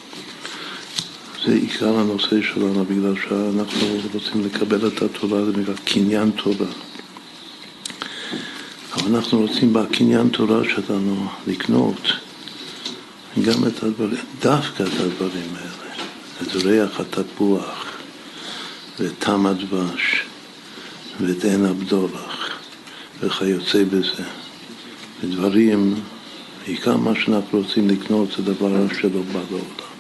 S1: זה עיקר הנושא שלנו, בגלל שאנחנו רוצים לקבל את התורה, זה נקרא קניין תורה. אבל אנחנו רוצים בקניין תורה שלנו לקנות גם את הדברים, דווקא את הדברים האלה, את ריח התפוח ואת טעם הדבש ואת עין הבדולח וכיוצא בזה. ודברים, עיקר מה שאנחנו רוצים לקנות זה דבר שלא בא לעולם.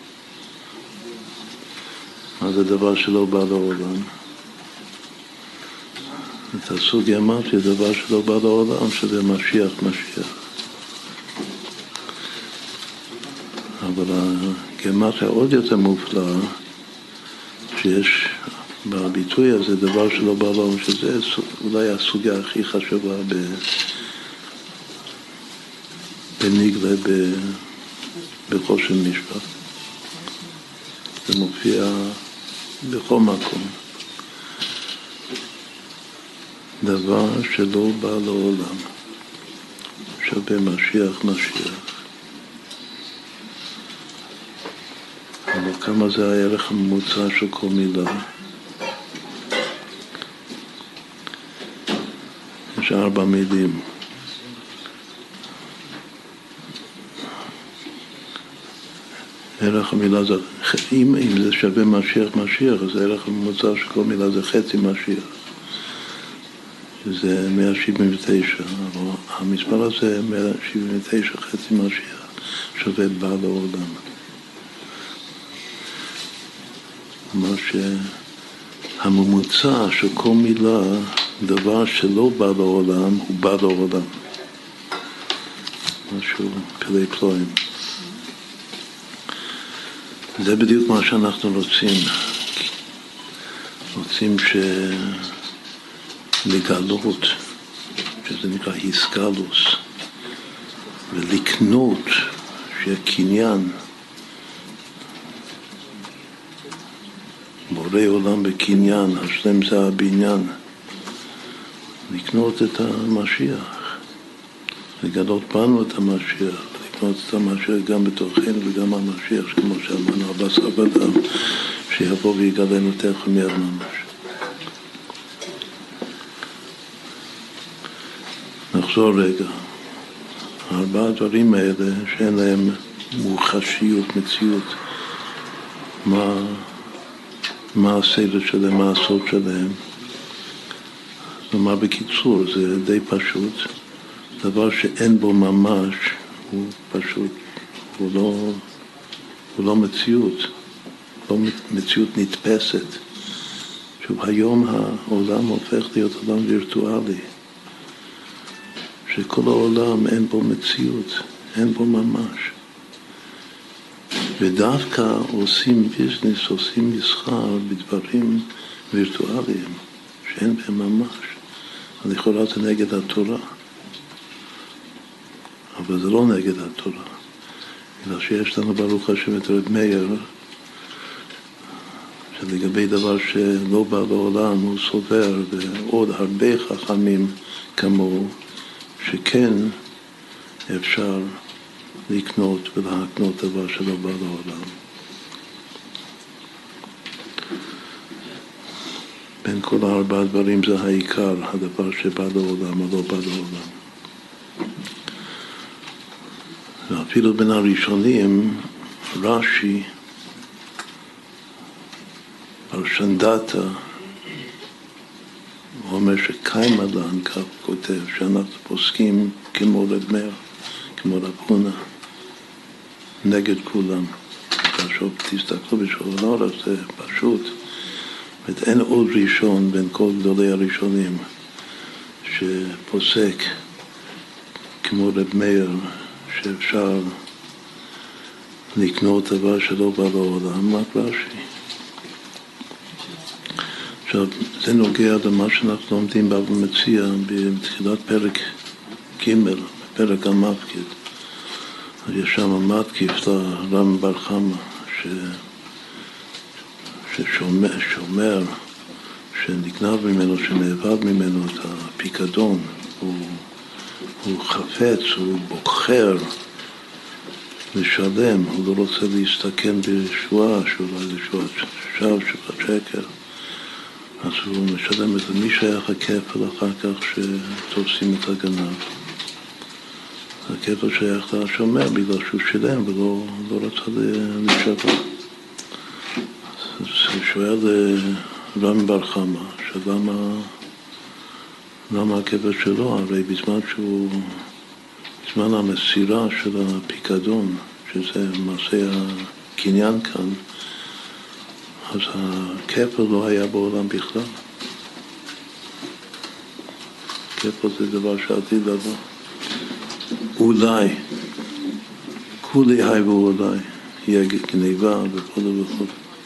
S1: מה זה דבר שלא בא לעולם? את הסוג אמרתי, דבר שלא בא לעולם, שזה משיח. אבל הגמטריה עוד יותר מופלאה, שיש בביטוי הזה דבר שלא בא לעולם, שזה אולי הסוגיה הכי חשובה בניגלה, בחושן משפט. זה מופיע בכל מקום. דבר שלא בא לעולם, שווה משיח. אבל כמה זה הערך הממוצע של כל מילה? יש 4 מילים. ערך המילה זה, אם זה שווה משיח, אז הערך הממוצע של כל מילה זה חצי משיח. שזה 179, אבל המספר הזה 179 חצי משיח שווה בא לעולם. כלומר שהממוצע של כל מילה, דבר שלא בא לעולם, הוא בא לעולם. משהו פלאי פלואים. זה בדיוק מה שאנחנו רוצים. רוצים לגלות, שזה נקרא היסקלוס, ולקנות, שיהיה קניין, בורא עולם בקניין, השלם זה הבניין, לקנות את המשיח, לגלות בנו את המשיח, לקנות את המשיח גם בתוכנו וגם המשיח, כמו שאמרנו, הבשר ודם, שיבוא ויגלנו תכף מיד ממש. נחזור רגע. 4 הדברים האלה שאין להם מוחשיות, מציאות, מה הסדר שלהם, מה הסוד שלהם. כלומר, בקיצור, זה די פשוט. דבר שאין בו ממש, הוא פשוט, הוא לא מציאות, לא מציאות נתפסת. שוב, היום העולם הופך להיות עולם וירטואלי, שכל העולם אין בו מציאות, אין בו ממש. ודווקא עושים ביזנס, עושים מסחר בדברים וירטואליים, שאין בהם ממש. לכאורה זה נגד התורה, אבל זה לא נגד התורה. אלא שיש לנו ברוך השם את רב מאיר, שלגבי דבר שלא בא לעולם הוא סובר, ועוד הרבה חכמים כמוהו, שכן אפשר לקנות ולהקנות דבר שלא בא לעולם. בין כל ארבעה דברים זה העיקר, הדבר שבא לעולם או לא בא לעולם. ואפילו בין הראשונים, רש"י, פרשנדתא, הוא אומר שקיימא לן, כך כותב, שאנחנו פוסקים כמו רב מאיר, כמו רב הונא, נגד כולם. עכשיו תסתכלו בשולחן אורח, זה פשוט. אין עוד ראשון בין כל גדולי הראשונים שפוסק כמו רב מאיר, שאפשר לקנות דבר שלא בא לעולם, רק רש"י. עכשיו, זה נוגע למה שאנחנו לומדים בבא מציעא בתחילת פרק ג', פרק המפקיד. יש שם מתקיף לרמב"ם בר חמא, ששומר, שנגנב ממנו, שנאבד ממנו את הפיקדון, הוא חפץ, הוא בוחר לשלם, הוא לא רוצה להסתכן בישועה, שאולי זה שועת שווא, שועת שקר. אז הוא משלם את מי שייך הכפל אחר כך שתופסים את הגנב. הכפל שייך לשומר בגלל שהוא שילם ולא רצה לשלם. אז שואל רמב"ם בר חמא, למה הכפל שלו? הרי בזמן המסירה של הפיקדון, שזה מעשה הקניין כאן, אז הכפל לא היה בעולם בכלל. כפל זה דבר שעתיד לבוא. אולי, כולי היי ואולי, יהיה גניבה וכל וכל.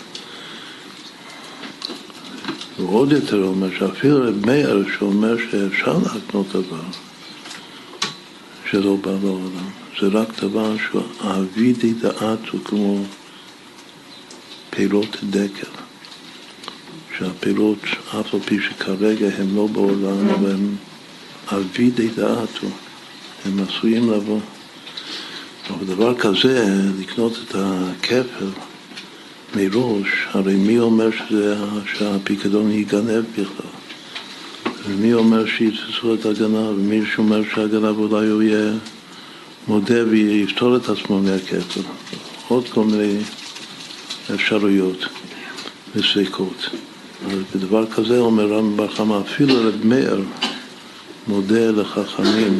S1: ועוד יותר אומר שאפילו רב מאיר שאומר שאפשר להקנות דבר שלא בא לעולם. זה רק דבר שהוא אבידי דעתו כמו פירות דקל. שהפירות, אף על פי שכרגע הם לא בעולם, אבל הם אבידי דעתו. הם עשויים לבוא. אבל דבר כזה, לקנות את הכפל מראש, הרי מי אומר שהפיקדון ייגנב בכלל? ומי אומר שיתפסו את הגנב? ומי שאומר שהגנב אולי הוא יהיה מודה ויפתור את עצמו מהכפל? עוד כל מיני אפשרויות וספקות. אבל בדבר כזה אומר רמב"ם בר חמא, אפילו רב מאיר מודה לחכמים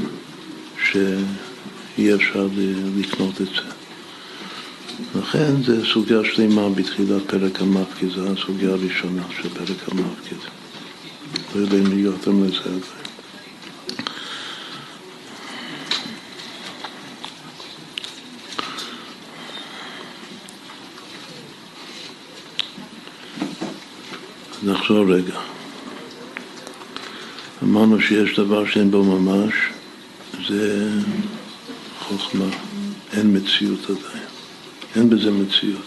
S1: שאי אפשר לקנות את זה. לכן זה סוגיה שלמה בתחילת פרק המפקיד, זו הסוגיה הראשונה של פרק המפקיד. לא יודע אם הגעתם לזה. נחזור רגע. אמרנו שיש דבר שאין בו ממש, זה חוכמה, אין מציאות עדיין, אין בזה מציאות.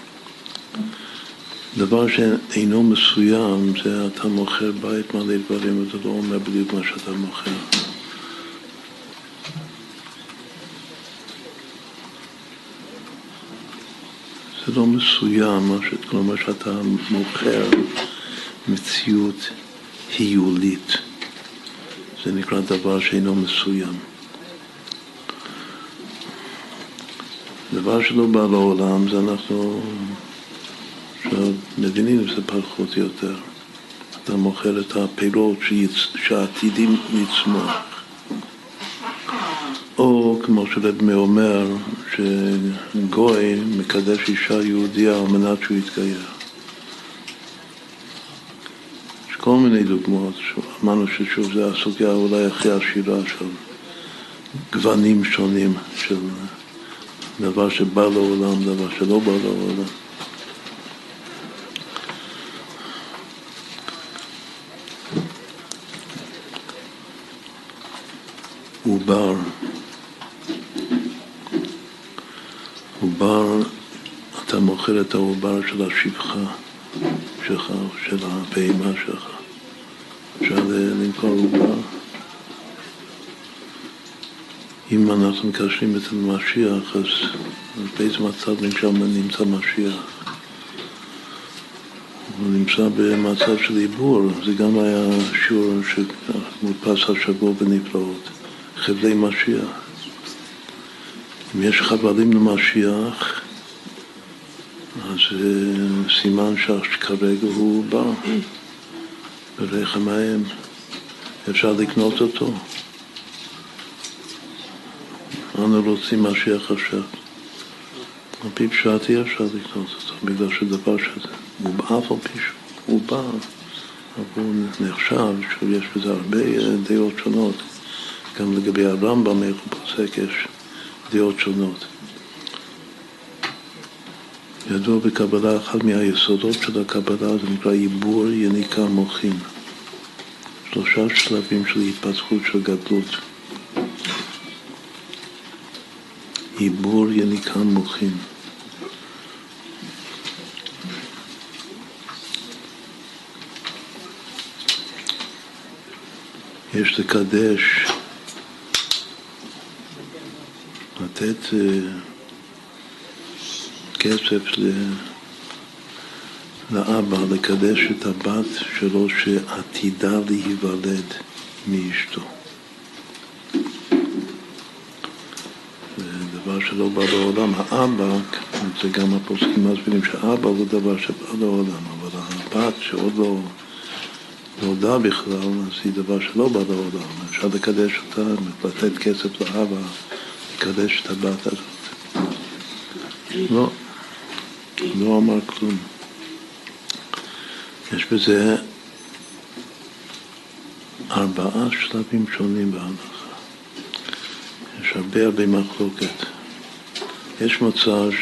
S1: דבר שאינו מסוים, זה אתה מוכר בית מלא דברים, ואתה לא אומר בדיוק מה שאתה מוכר. זה לא מסוים, כלומר שאתה מוכר מציאות היולית. זה נקרא דבר שאינו מסוים. דבר שלא בא לעולם, זה אנחנו עכשיו, מבינים זה פחות או יותר. אתה מוכר את הפירות שעתידים לצמוח. או כמו שרבי אומר, שגוי מקדש אישה יהודיה על מנת שהוא יתגייר. יש כל מיני דוגמאות, אמרנו ששוב זה הסוגיה אולי הכי עשירה של גוונים שונים, של דבר שבא לעולם, דבר שלא בא לעולם. עובר, אתה מוכר את העובר של השפחה שלך, של הבהמה שלך. אפשר למכור עובר. אם אנחנו מקשרים את המשיח, אז באיזה מצב נמצא משיח? הוא נמצא במצב של עיבור. זה גם היה שיעור שמודפס השבוע בנפלאות. חבלי משיח. אם יש חבלים למשיח, אז סימן שכרגע הוא בא ברחם האם. אפשר לקנות אותו. אנו רוצים משיח עכשיו. על פי פשט אי אפשר לקנות אותו, בגלל שדבר שזה. הוא באף על פי שהוא בא, אבל הוא נחשב שיש בזה הרבה דעות שונות. גם לגבי הרמב"ם, איך הוא פוסק, יש דעות שונות. ידוע בקבלה, אחד מהיסודות של הקבלה זה נקרא עיבור יניקה מוחין. 3 שלבים של התפתחות של גדלות. עיבור יניקה מוחין. יש לקדש, לתת כסף לאבא, לקדש את הבת שלו שעתידה להיוולד מאשתו. זה דבר שלא בא לעולם. האבא, זה גם הפוסקים מסבירים שהאבא הוא דבר שבא לעולם, אבל הבת שעוד לא נולדה בכלל, אז היא דבר שלא בא לעולם. אפשר לקדש אותה, לתת כסף לאבא, לקדש את הבת הזאת. לא אמר כלום. יש בזה 4 שלבים שונים בהלכה. יש הרבה מחלוקת. יש מצב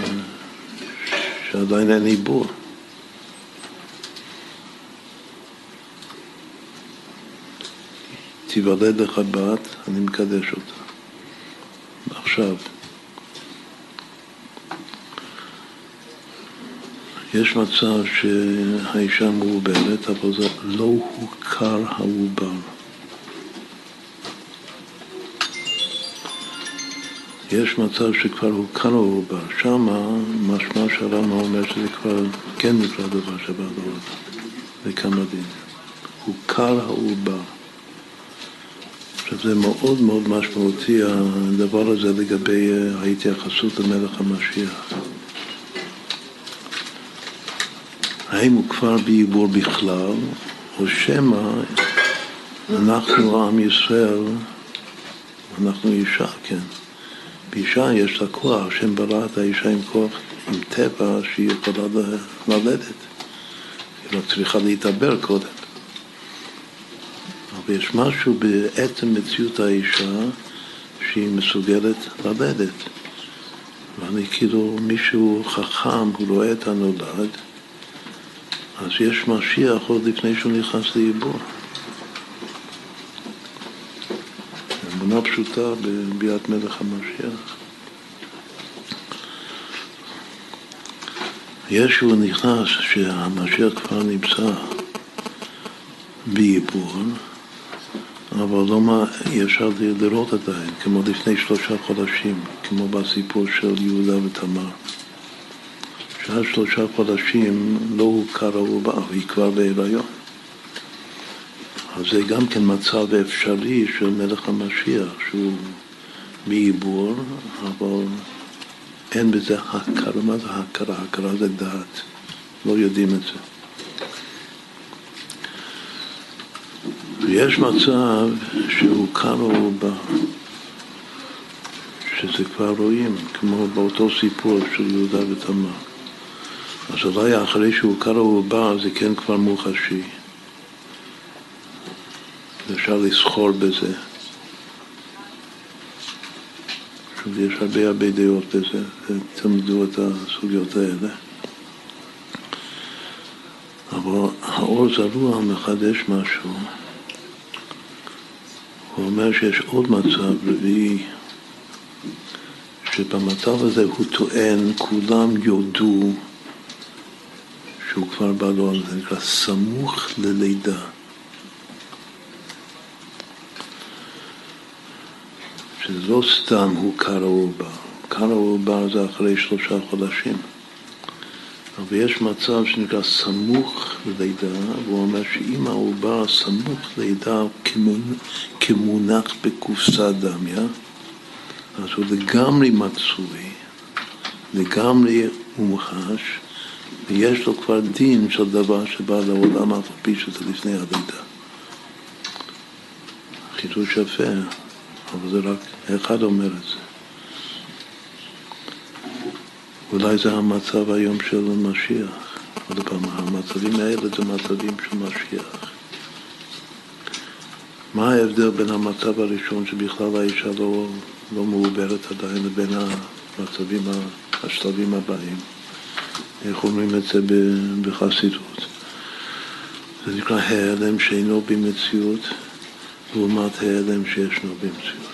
S1: שעדיין אין עיבור. תיוולד לך בת, אני מקדש אותה. עכשיו. יש מצב שהאישה מעוברת, אבל זה לא הוכר העובר. יש מצב שכבר הוכר העובר. שמה משמע שהרמב"ם אומר שזה כבר כן נקרא דבר שבא לעולם. בכמה דין. הוכר העובר. עכשיו זה מאוד מאוד משמעותי הדבר הזה לגבי ההתייחסות למלך המשיח. האם הוא כבר בעיבור בכלל, או שמא אנחנו עם ישראל, אנחנו אישה, כן. באישה יש לה כוח, השם ברא את האישה עם כוח, עם טבע שהיא יכולה ללדת. היא לא צריכה להתעבר קודם. אבל יש משהו בעצם מציאות האישה שהיא מסוגלת ללדת. ואני כאילו, מישהו חכם, הוא רואה את הנולד, אז יש משיח עוד לפני שהוא נכנס לעיבור. אמונה פשוטה בביאת מלך המשיח. ישו נכנס שהמשיח כבר נמצא בעיבור, אבל לא אי אפשר לראות עדיין, כמו לפני 3 חודשים, כמו בסיפור של יהודה ותמר. שעד 3 חודשים לא הוכר העובר, היא כבר בהיריון. אז זה גם כן מצב אפשרי של מלך המשיח, שהוא בעיבור, אבל אין בזה הכרה. מה זה הכרה? הכרה זה דעת. לא יודעים את זה. ויש מצב שהוא קרוב בה, שזה כבר רואים, כמו באותו סיפור של יהודה ותמר. אז אולי אחרי שהוא קרוב בה, זה כן כבר מוחשי. אפשר לסחור בזה. יש הרבה דעות בזה, תלמדו את הסוגיות האלה. אבל האור זרוע מחדש משהו. הוא אומר שיש עוד מצב רביעי, שבמצב הזה הוא טוען, כולם יודו שהוא כבר בא לו, זה נקרא סמוך ללידה. שזה לא סתם הוא קרא ובר. קרא ובר זה אחרי 3 חודשים. אבל יש מצב שנקרא סמוך ללידה, והוא אומר שאם העובר סמוך ללידה כמונח בקופסת דמיה, אז הוא לגמרי מצוי, לגמרי מומחש, ויש לו כבר דין של דבר שבא לעולם אף על פי שזה לפני הלידה. חידוש יפה, אבל זה רק אחד אומר את זה. אולי זה המצב היום של משיח. עוד פעם, המצבים האלה זה מצבים של משיח. מה ההבדל בין המצב הראשון שבכלל האישה לא מעוברת עדיין לבין המצבים, השלבים הבאים? איך אומרים את זה בחסידות? זה נקרא העלם שאינו במציאות, לעומת העלם שישנו במציאות.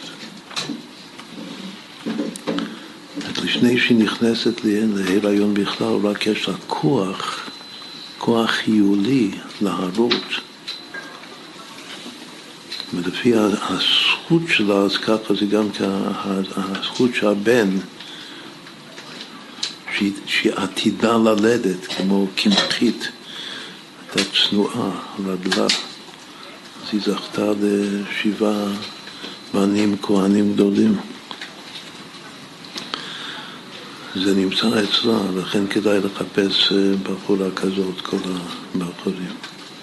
S1: לפני שהיא נכנסת להיריון בכלל, רק יש לה כוח חיולי להרות. ולפי הזכות שלה, אז ככה זה גם הזכות שהבן, שהיא עתידה ללדת, כמו קמחית, הייתה צנועה, רגלה. אז היא זכתה ל7 בנים כהנים גדולים. זה נמצא אצלה, לכן כדאי לחפש בחורה כזאת, כל הבחורים.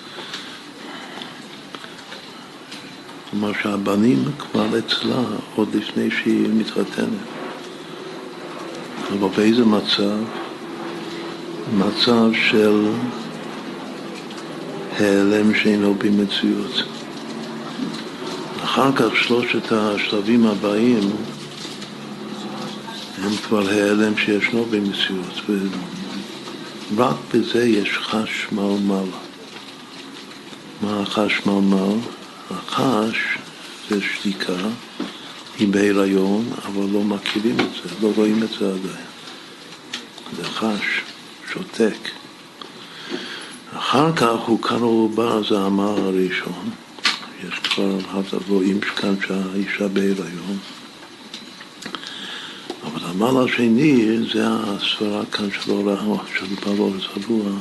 S1: כלומר שהבנים כבר אצלה, עוד לפני שהיא מתחתנת. אבל באיזה מצב? מצב של העלם שאינו במציאות. אחר כך 3 השלבים הבאים, הם כבר העלם שישנו במציאות, ורק בזה יש חשמל. מה החשמל? החש זה שתיקה, היא בהיריון, אבל לא מכירים את זה, לא רואים את זה עדיין. זה חש, שותק. אחר כך הוא קרוב בר, זה המאמר הראשון. יש כבר רואים כאן שהאישה בהיריון. אבל המעלה השני זה הסברה כאן של אור זרוע,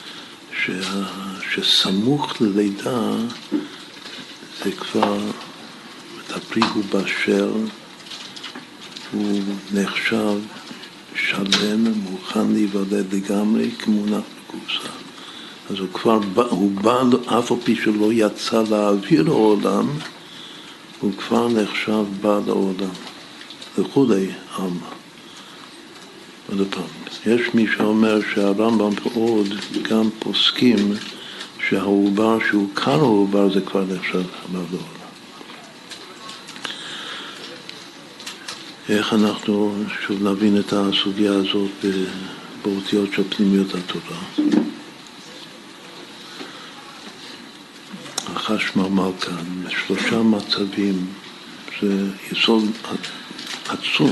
S1: שסמוך ללידה זה כבר, הפרי הוא בשל, הוא נחשב שלם, מוכן להיוולד לגמרי כמונח בקופסה. אז הוא בא, אף על פי שלא יצא לאוויר העולם, הוא כבר נחשב בא לעולם. לכולי עלמא. עוד פעם, יש מי שאומר שהרמב"ם עוד גם פוסקים שהעובר שהוא כאן העובר זה כבר נחשב בא לעולם. איך אנחנו שוב נבין את הסוגיה הזאת באותיות של פנימיות התורה? החשמל כאן, 3 מצבים, זה יסוד עצום,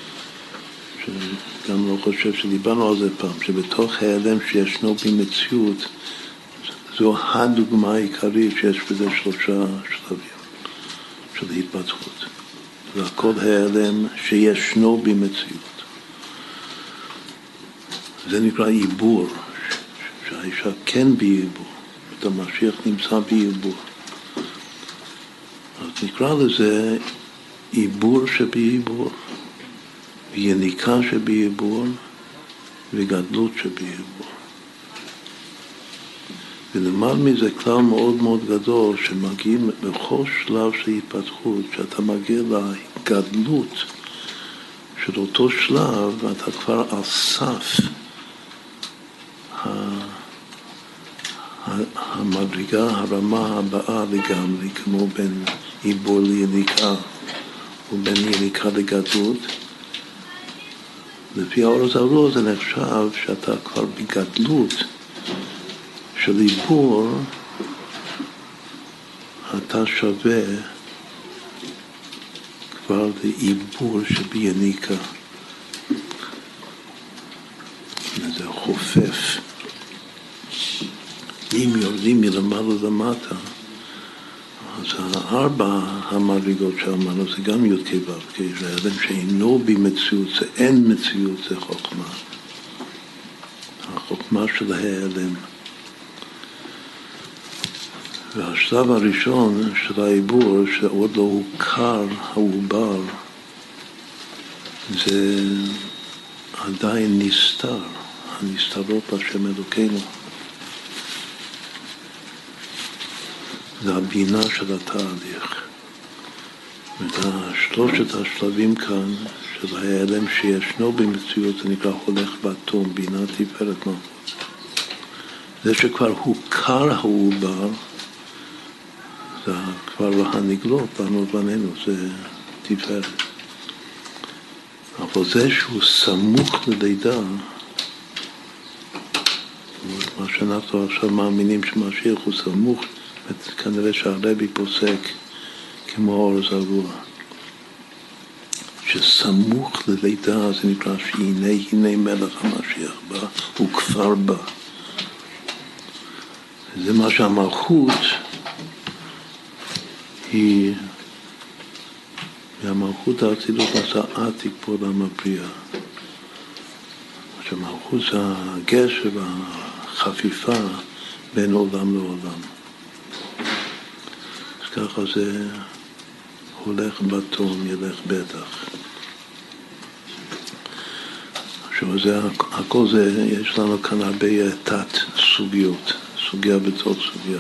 S1: שגם לא חושב שדיברנו על זה פעם, שבתוך העלם שישנו במציאות, זו הדוגמה העיקרית שיש בזה 3 שלבים של התפתחות. זה הכל העלם שישנו במציאות. זה נקרא עיבור, שהאישה כן בעיבור, את המשיח נמצא בעיבור. אז נקרא לזה עיבור שבעיבור, יניקה שבעיבור וגדלות שבעיבור. ולמעלה מזה כלל מאוד מאוד גדול, שמגיעים בכל שלב של התפתחות, שאתה מגיע לגדלות של אותו שלב, ואתה כבר על סף המדרגה, הרמה הבאה לגמרי, כמו בין עיבור ליניקה ובין יניקה לגדלות. לפי האור הזרוע זה נחשב שאתה כבר בגדלות של עיבור, אתה שווה כבר לעיבור שביניקה. זה חופף. אם יורדים מלמעלה למטה, אז הארבע המדרגות שאמרנו זה גם י' כ' ו' כ', זה האדם שאינו במציאות, זה אין מציאות, זה חוכמה. החוכמה של ההיעלם. והשלב הראשון של העיבור, שעוד לא הוכר העובר, זה עדיין נסתר, הנסתרות לשם אלוקינו. זה הבינה של התהליך. שלושת השלבים כאן של ההיעלם שישנו במציאות, זה נקרא הולך בתום, בינה תפארת מלכות. זה שכבר הוכר העובר, זה כבר לא הנגלות, לנו בנינו, זה תפארת. אבל זה שהוא סמוך ללידה, מה שאנחנו עכשיו מאמינים שמשיח הוא סמוך, כנראה שהרבי פוסק כמו האור הזרוע, שסמוך ללידה זה נקרא שהנה מלך המשיח בא, הוא כבר בא. זה מה שהמלכות היא, והמלכות האצילות עשה עתיק פה לעולם הבריאה. שהמלכות זה הגשר והחפיפה בין עולם לעולם. אז ככה זה הולך בתום, ילך בטח. עכשיו זה, הכל זה, יש לנו כאן הרבה תת סוגיות, סוגיה בתוך סוגיה.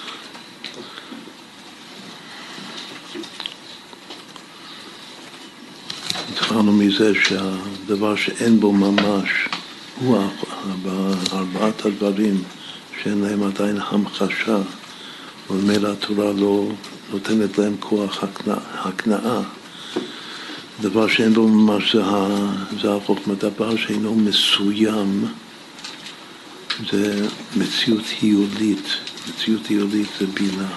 S1: התחלנו מזה שהדבר שאין בו ממש הוא ארבעת הדברים שאין להם עדיין המחשה, וממילא התורה לא נותנת להם כוח הקנאה. דבר שאין בו ממש זה החוכמה, דבר שאינו מסוים, זה מציאות היולית. מציאות היולית זה בינה.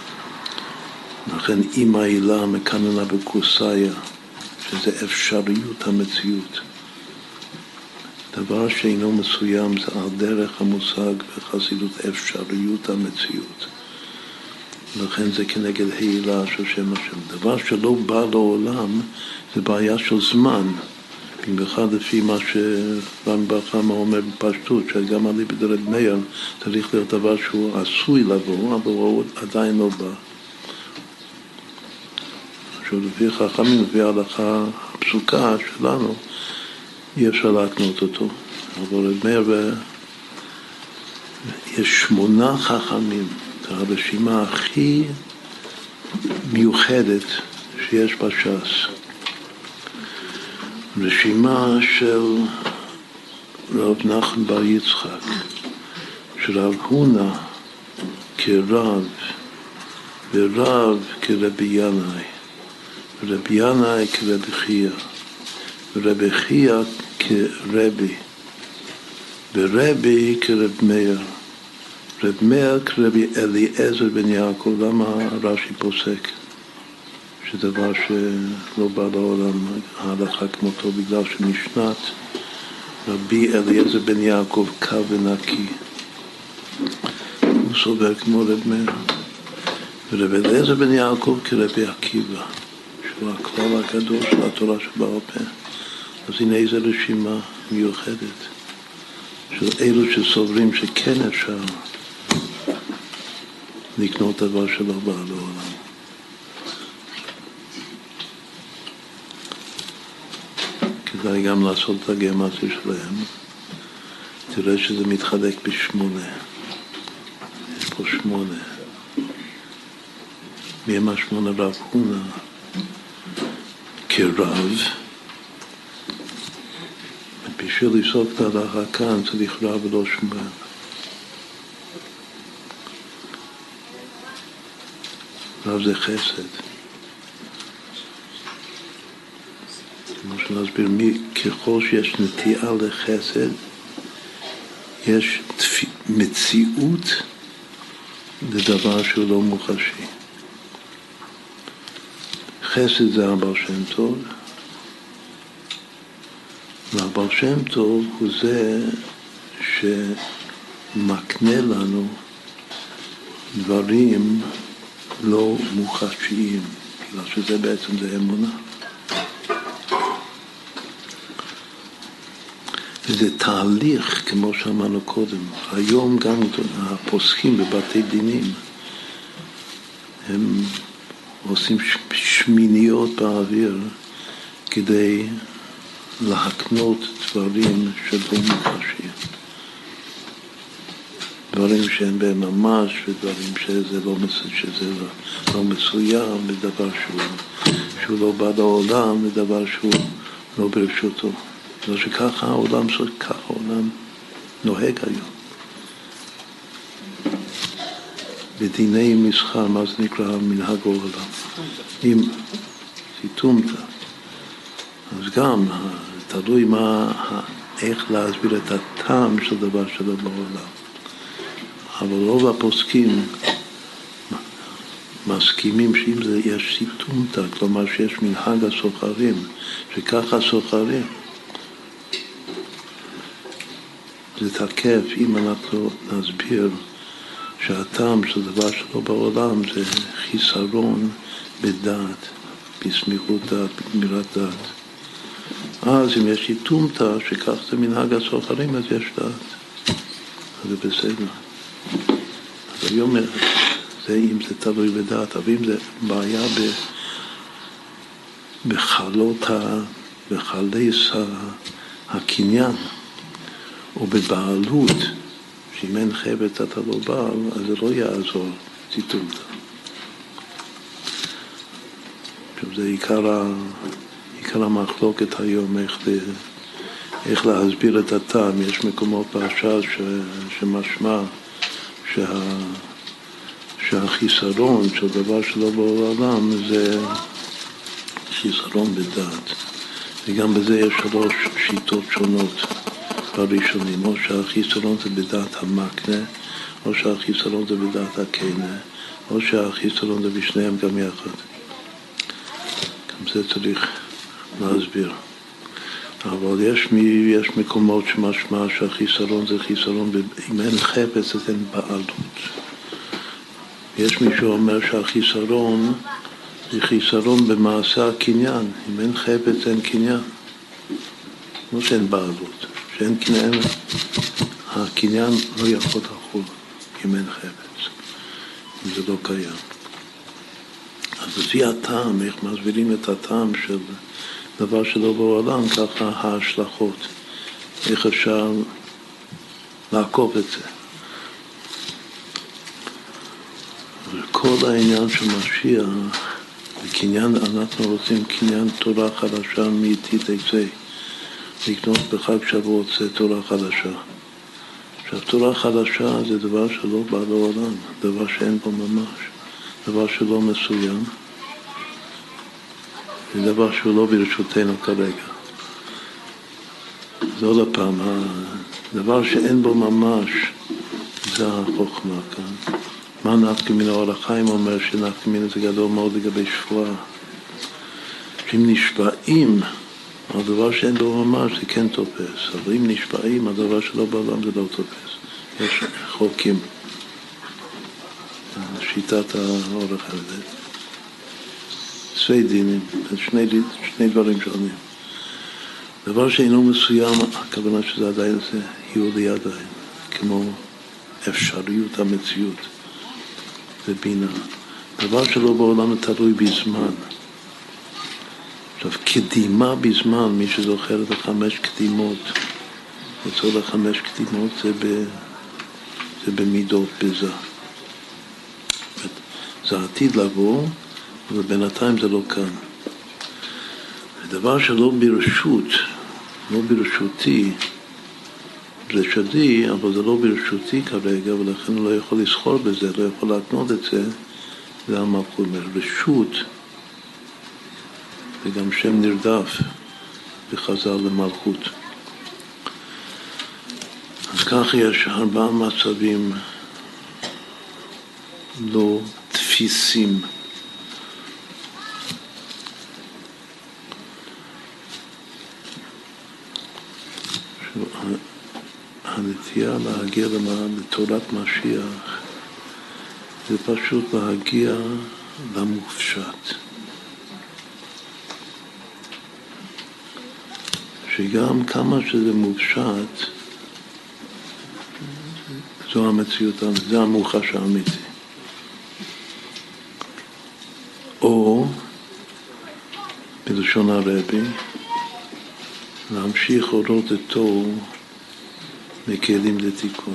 S1: לכן אימא הילה מקננה בקוסאיה, שזה אפשריות המציאות. דבר שאינו מסוים זה על דרך המושג בחסידות אפשריות המציאות. לכן זה כנגד הילה של שם השם. דבר שלא בא לעולם זה בעיה של זמן. במיוחד לפי מה שרמב"ם חמה אומר בפשטות, שגם עלי בדרב מאיר צריך להיות דבר שהוא עשוי לבוא, אבל הוא עדיין לא בא. עכשיו לפי חכמים, לפי ההלכה הפסוקה שלנו, אי אפשר להקנות אותו. אבל רב מאיר, יש 8 חכמים, זה הרשימה הכי מיוחדת שיש בש"ס. רשימה של רב נחמן בר יצחק, של רב הונא כרב, ורב כרבי ינאי, ורבי ינאי כרבי חייא, ורבי חייא כרבי, ורבי כרב מאיר, רב מאיר כרבי אליעזר בן יעקב. למה רש"י פוסק שדבר שלא בא לעולם ההלכה כמותו? בגלל שמשנת רבי אליעזר בן יעקב קו ונקי, הוא סובר כמו רב מאיר. ורב אליעזר בן יעקב כרבי עקיבא, שהוא הכלל הגדול של התורה שבעל פה. אז הנה איזו רשימה מיוחדת של אלו שסוברים שכן אפשר לקנות דבר שלא בא לעולם. כדאי גם לעשות את הגימטריה שלהם. תראה שזה מתחלק ב8. 8. מי הם 8? רב הונא כרב. בשביל לפסוק את ההלכה כאן צריך רב ולא שמואל. רב זה חסד. כמו שנסביר, ככל שיש נטייה לחסד, יש מציאות לדבר שהוא לא מוחשי. חסד זה הבעל שם טוב, והבעל שם טוב הוא זה שמקנה לנו דברים לא מוחשיים, בגלל שזה בעצם זה אמונה. וזה תהליך, כמו שאמרנו קודם. היום גם הפוסקים בבתי דינים, הם עושים שמיניות באוויר כדי להקנות דברים שלא מוחשיים. דברים שאין בהם ממש, ודברים שזה לא מסוים, ודבר שהוא לא בא לעולם, ודבר שהוא לא ברשותו. לא שככה העולם נוהג היום. בדיני מסחר, מה זה נקרא מנהג העולם? אם סיתומתא, אז גם תלוי איך להסביר את הטעם של דבר שלו בעולם. אבל רוב הפוסקים מסכימים שאם יש סיתומתא, כלומר שיש מנהג הסוחרים, שככה סוחרים, זה תקף אם אנחנו נסביר שהטעם של דבר שלו בעולם זה חיסרון בדעת, בסמיכות דעת, בגמירת דעת. אז אם יש סיתומתא שכך זה מנהג הסוחרים, אז יש דעת. אז זה בסדר. אז היום זה אם זה תלוי בדעת, אבל אם זה בעיה בחלי הקניין, או בבעלות, שאם אין חפץ אתה לא בעל, אז זה לא יעזור סיתומתא. זה עיקר המחלוקת היום, איך להסביר את הטעם. יש מקומות בהרש"ל שמשמע שהחיסרון של דבר שלא בעולם זה חיסרון בדעת. וגם בזה יש 3 שיטות שונות בראשונים, או שהחיסרון זה בדעת המקנה, או שהחיסרון זה בדעת הקנה, או שהחיסרון זה בשניהם גם יחד. גם זה צריך להסביר. אבל יש מקומות שמשמע שהחיסרון זה חיסרון, אם אין חפץ אז אין בעלות. יש מישהו אומר שהחיסרון זה חיסרון במעשה הקניין, אם אין חפץ אין קניין. לא שאין בעלות, שאין קניין, הקניין לא יכול לחול אם אין חפץ, אם זה לא קיים. אז לפי הטעם, איך מסבירים את הטעם של דבר שלא בעולם, ככה ההשלכות, איך אפשר לעקוב את זה. כל העניין של משיח, בקניין, אנחנו רוצים קניין תורה חדשה מאיתי תצא, לקנות בחג שבועות זה תורה חדשה. עכשיו, תורה חדשה זה דבר שלא בא לעולם, דבר שאין בו ממש, דבר שלא מסוים, זה דבר שהוא לא ברשותנו כרגע. זה עוד הפעם, הדבר שאין בו ממש זה החוכמה כאן. מה נפקא מינה? אור החיים אומר שנפקא מינה זה גדול מאוד לגבי שבועה. שאם נשבעים על דבר שאין בו ממש זה כן תופס, אבל אם נשבעים על דבר שלא בעולם זה לא תופס. יש חוקים. שיטת האור החיים. שני דינים, שני דברים שונים. דבר שאינו מסוים, הכוונה שזה עדיין זה יהיו לידיים, כמו אפשריות המציאות ובינה. דבר שלא בעולם תלוי בזמן. עכשיו, קדימה בזמן, מי שזוכר את 5 קדימות, אצל 5 קדימות זה במידות בזה. זה עתיד לבוא, אבל בינתיים זה לא כאן. הדבר שלא ברשות, לא ברשותי, זה שלי, אבל זה לא ברשותי כרגע, ולכן הוא לא יכול לסחור בזה, לא יכול להתנות את זה, זה המלכות. רשות, זה גם שם נרדף בחז"ל למלכות. אז כך יש 4 מצבים לא תפיסים. הנטייה להגיע לתורת משיח זה פשוט להגיע למופשט. שגם כמה שזה מופשט, זו המציאות, זה המוחש האמיתי. או, בלשון הרבי, להמשיך אורות אותו מכלים לתיקון.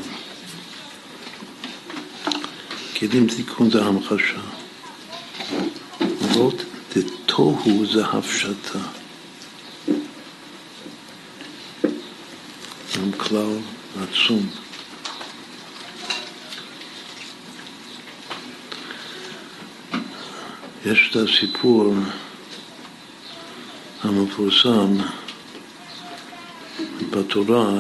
S1: כלים לתיקון זה המחשה. אורות לתוהו זה הפשטה. גם כלל עצום. יש את הסיפור המפורסם בתורה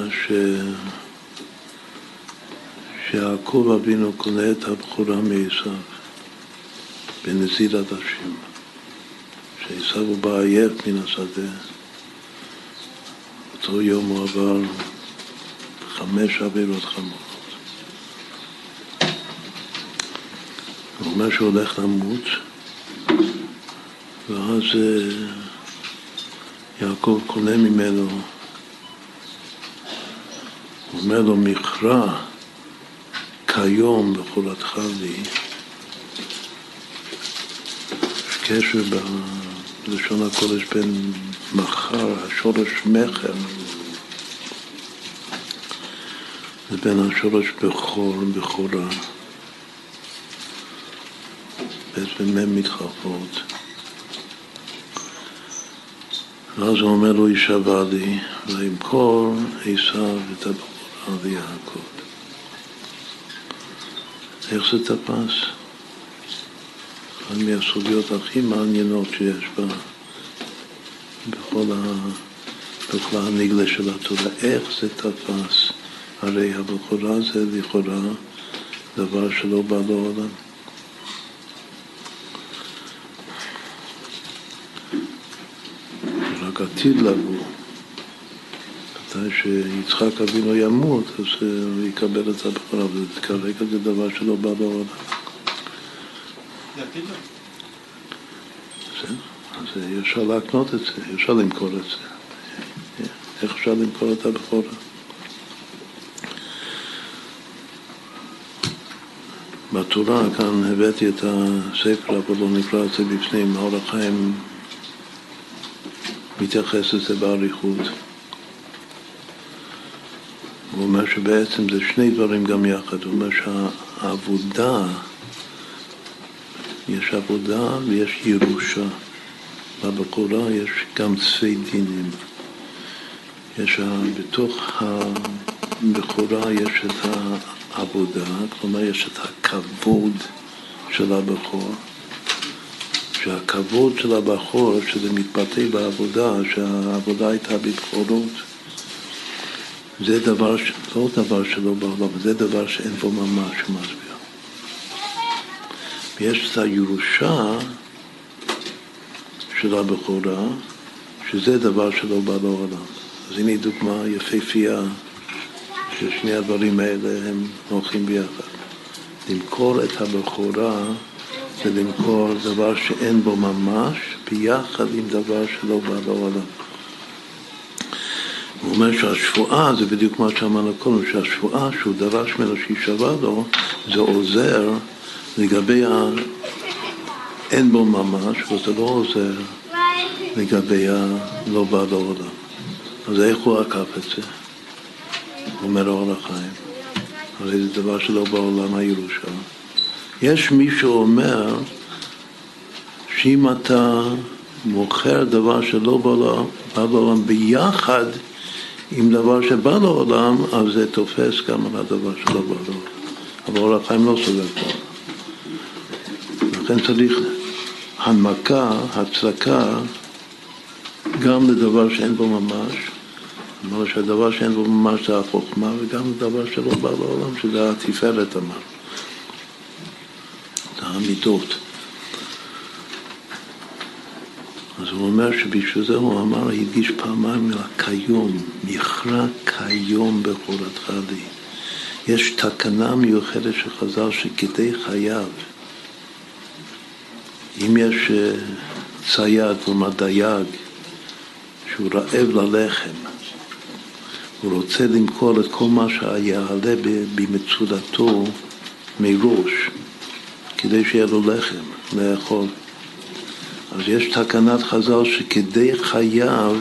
S1: שיעקב אבינו קונה את הבכורה מעשיו בנזיר עדשים. שעשיו הוא בא עייף מן השדה. אותו יום הוא עבר 5 עבירות חמורות. הוא אומר שהוא הולך למות, ואז יעקב קונה ממנו, הוא אומר לו, מכרע כיום בכורתך לי. יש קשר בלשון הקודש בין מחר, השורש מחר, לבין השורש בכור, בכורה. בעצם הם מתחלפות. ואז הוא אומר לו, יישבע לי, וימכור עשיו את הבכורה ליעקב. איך זה תפס? אחת מהסוגיות הכי מעניינות שיש בכל הנגלה של התורה. איך זה תפס? הרי הבכורה זה לכאורה דבר שלא בא לעולם. רק עתיד לבוא. מתי שיצחק אבינו ימות, אז הוא יקבל את הבכורה, וכרגע זה דבר שלא בא לעולם.
S2: זה עתיד לבוא.
S1: אז אפשר להקנות את זה, אפשר למכור את זה. איך אפשר למכור את הבכורה? בתורה, כאן הבאתי את הספר, אבל לא נקרא את זה בפנים, האור החיים מתייחס לזה באריכות. הוא אומר שבעצם זה 2 דברים גם יחד. הוא אומר שהעבודה, יש עבודה ויש ירושה. בבכורה יש גם צפי דינים. בתוך הבכורה יש את העבודה, כלומר יש את הכבוד של הבכור. שהכבוד של הבכור, שזה מתבטא בעבודה, שהעבודה הייתה בבכורות, זה דבר, לא דבר שלא בעולם, זה דבר שאין בו ממש מסביר. ויש את הירושה של הבכורה, שזה דבר שלא בא לעולם. אז הנה דוגמה יפהפייה, ששני הדברים האלה הם הולכים ביחד. למכור את הבכורה זה למכור דבר שאין בו ממש, ביחד עם דבר שלא בא לעולם. הוא אומר שהשבועה, זה בדיוק מה שאמרנו קודם, שהשבועה שהוא דרש ממנו שישבע לו, זה עוזר לגבי אין בו ממש, וזה לא עוזר לגבי לא בא לעולם. אז איך הוא עקף את זה? הוא אומר אור החיים. הרי זה דבר שלא בעולם הירושה. יש מי שאומר שאם אתה מוכר דבר שלא בא לעולם ביחד עם דבר שבא לעולם, אז זה תופס גם על הדבר שלא בא לעולם. אבל אור החיים לא סובר פה. לכן צריך הנמקה, הצדקה, גם לדבר שאין בו ממש. אמר שהדבר שאין בו ממש זה החוכמה, וגם לדבר שלא בא לעולם, שזה התפארת אמר. זה המידות. אז הוא אומר שבשביל זה הוא אמר, הדגיש פעמיים כיום, מכרע כיום בחורתך לי. יש תקנה מיוחדת של חז"ל שכדי חייו, אם יש צייד או דייג שהוא רעב ללחם, הוא רוצה למכור את כל מה שיעלה במצודתו מראש, כדי שיהיה לו לחם לאכול. אז יש תקנת חז"ל שכדי חייו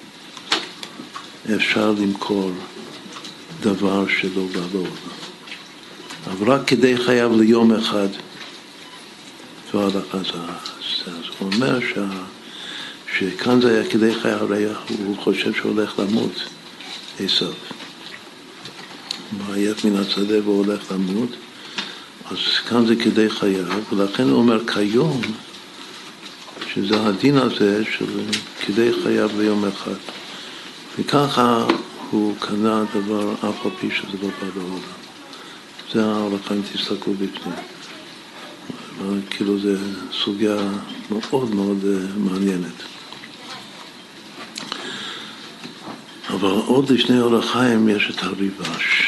S1: אפשר למכור דבר שלא בא לו. אבל רק כדי חייו ליום אחד. זו ההלכה. אז הוא אומר שכאן זה היה כדי חייו, הרי הוא חושב שהוא הולך למות, עשיו. מעייף מן השדה והוא הולך למות, אז כאן זה כדי חייו, ולכן הוא אומר כיום, שזה הדין הזה של כדי חייו ביום אחד. וככה הוא קנה דבר אף על פי שזה לא בא לעולם. זה ההלכה אם תסתכלו בפנים. כאילו זה סוגיה מאוד מאוד מעניינת. אבל עוד לפני אור החיים יש את הריב"ש.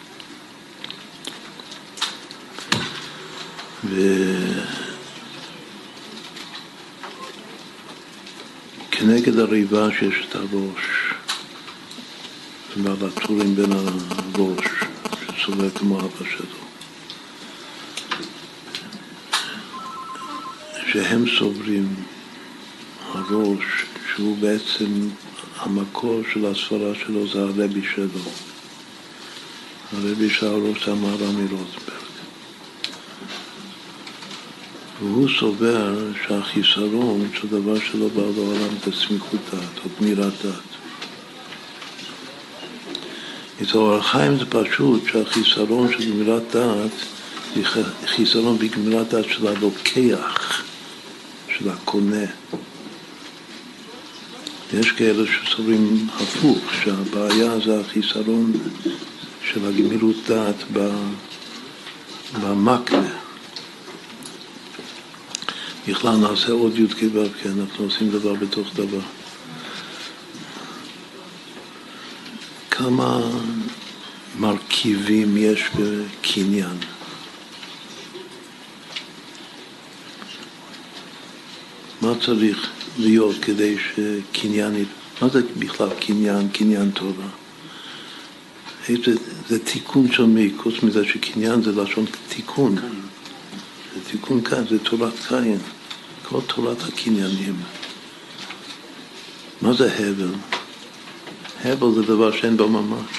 S1: כנגד הריב"ש יש את הראש. זאת אומרת, הטורים בין הראש, שסובר כמו אבא שלו. שהם סוברים הראש, שהוא בעצם המקור של הספרה שלו, זה הרבי שלו. הרבי של הראש אמר מרוטנברג. והוא סובר שהחיסרון של דבר שלא בא לעולם זה סמיכות דעת, או גמירת דעת. אצל אור החיים זה פשוט שהחיסרון של גמירת דעת זה חיסרון בגמירת דעת של הלוקח, של הקונה. יש כאלה שסוברים הפוך, שהבעיה זה החיסרון של הגמירות דעת במקנה. בכלל נעשה עוד י' כבב, כי אנחנו עושים דבר בתוך דבר. כמה מרכיבים יש בקניין? מה צריך להיות כדי שקניין... מה זה בכלל קניין, קניין תורה? זה תיקון של מי? חוץ מזה שקניין זה לשון תיקון. זה תיקון כאן, זה תורת קין. כל תורת הקניינים. מה זה הבל? הבל זה דבר שאין בו ממש.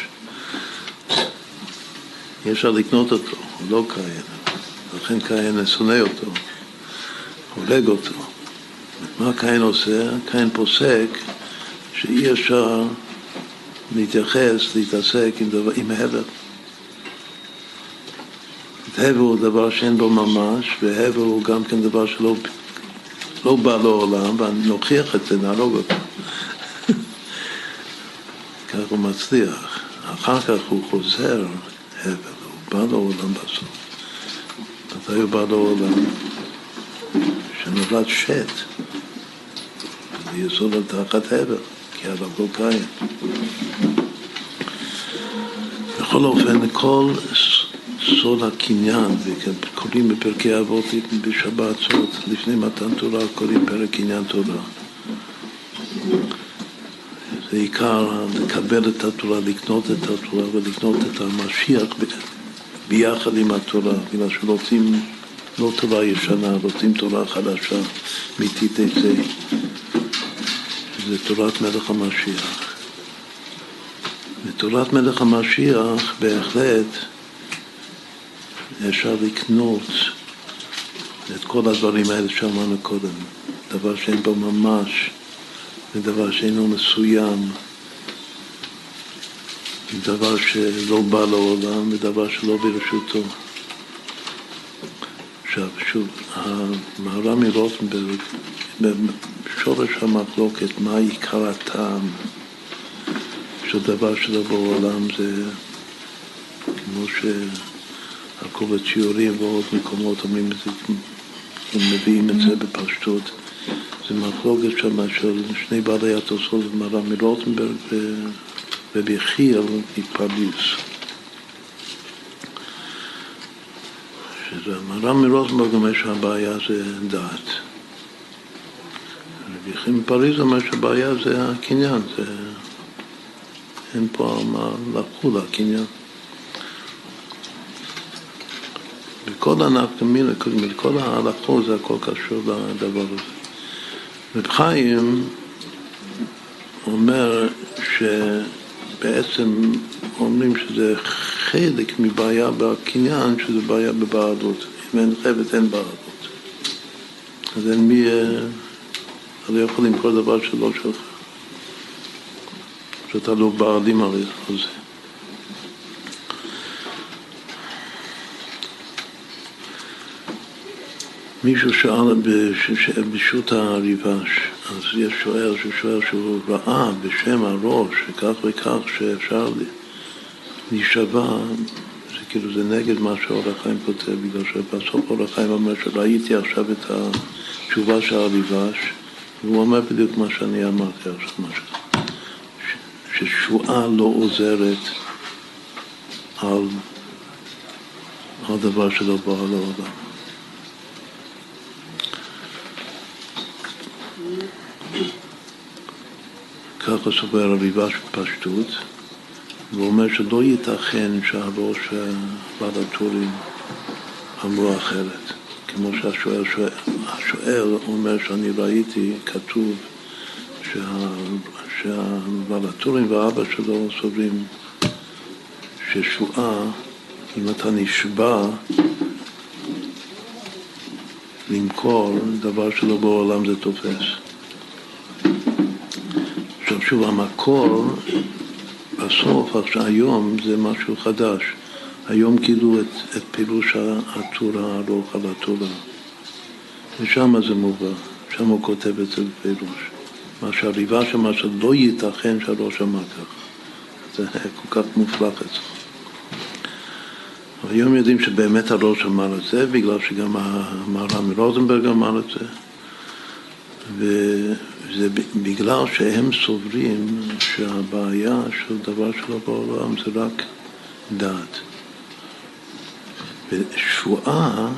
S1: יש לה לקנות אותו, הוא לא קין. לכן קין שונא אותו, הולג אותו. מה קין עושה? קין פוסק שאי אפשר להתעסק עם הבל. הבל הוא דבר שאין בו ממש, והבל הוא גם כן דבר שלא בא לעולם, ונוכיח את זה, נהרוג אותו. כך הוא מצליח. אחר כך הוא חוזר הבל, הוא בא לעולם בסוף. מתי הוא בא לעולם? שנולד שת, ויסוד על תחת הבל, כי עליו לא קיים. בכל אופן, כל סוד הקניין, וקוראים בפרקי אבות בשבת סוד, לפני מתן תורה, קוראים פרק קניין תורה. זה עיקר לקבל את התורה, לקנות את התורה ולקנות את המשיח ביחד עם התורה, בגלל שרוצים לא תורה ישנה, רוצים תורה חדשה, מתיתצא. זה תורת מלך המשיח. ותורת מלך המשיח בהחלט אפשר לקנות כל הדברים האלה שאמרנו קודם, דבר שאין בו ממש, ודבר שאינו מסוים, דבר שלא בא לעולם, ודבר שלא ברשותו. עכשיו, שוב, המהר"ם מרוטנברג, בשורש המחלוקת, מה עיקר הטעם של דבר שלא בעולם, זה כמו שהכל הציורים ועוד מקומות אומרים את זה, מביאים את זה בפשטות. זה מחלוקת שם של שני בעלי התוספות, המהר"ם מרוטנברג ורבי יחיאל מפרדיס. המהר"ם מרוטנברג אומר שהבעיה זה דעת. רבי יחיאל מפרדיס אומר שהבעיה זה הקניין, אין פה מה לקחו לקניין. וכל הנקדמים, כל ההלכות זה הכל קשור לדבר הזה. רב חיים אומר שבעצם אומרים שזה חלק מבעיה בקניין, שזה בעיה בבעלות. אם אין חפץ אין בעלות. אז אין מי, לא יכול למכור דבר שלא שלך. שאתה לא בעלים על זה. מישהו שאל בשו"ת הריב"ש, אז יש שואל ששואל שהוא ראה בשם הראש, שכך וכך שאפשר להישבע, זה כאילו זה נגד מה שאור החיים כותב, בגלל שבסוף אור החיים אומר שראיתי עכשיו את התשובה של הריב"ש, והוא אומר בדיוק מה שאני אמרתי עכשיו, ששועה לא עוזרת על דבר שלא בא לעולם. ככה סובר הריב"ש בפשטות, והוא אומר שלא ייתכן שהראש בעל הטורים אמרו אחרת. כמו שהשואל אומר שאני ראיתי, כתוב שהבעל הטורים ואבא שלו סוברים ששועה, אם אתה נשבע למכור דבר שלא בעולם זה תופס. עכשיו שוב, המקור בסוף, היום זה משהו חדש. היום כאילו את פירוש הטור הארוך על התורה. ושם זה מובא, שם הוא כותב את זה בפירוש. מה שהריב"ש אמר שלא ייתכן שהראש אמר כך. זה כל כך מופלח את זה. אבל היום יודעים שבאמת הראש אמר את זה, בגלל שגם המהר"ם מרוטנברג אמר את זה. וזה בגלל שהם סוברים שהבעיה של דבר שלו בעולם זה רק דעת. ושבועה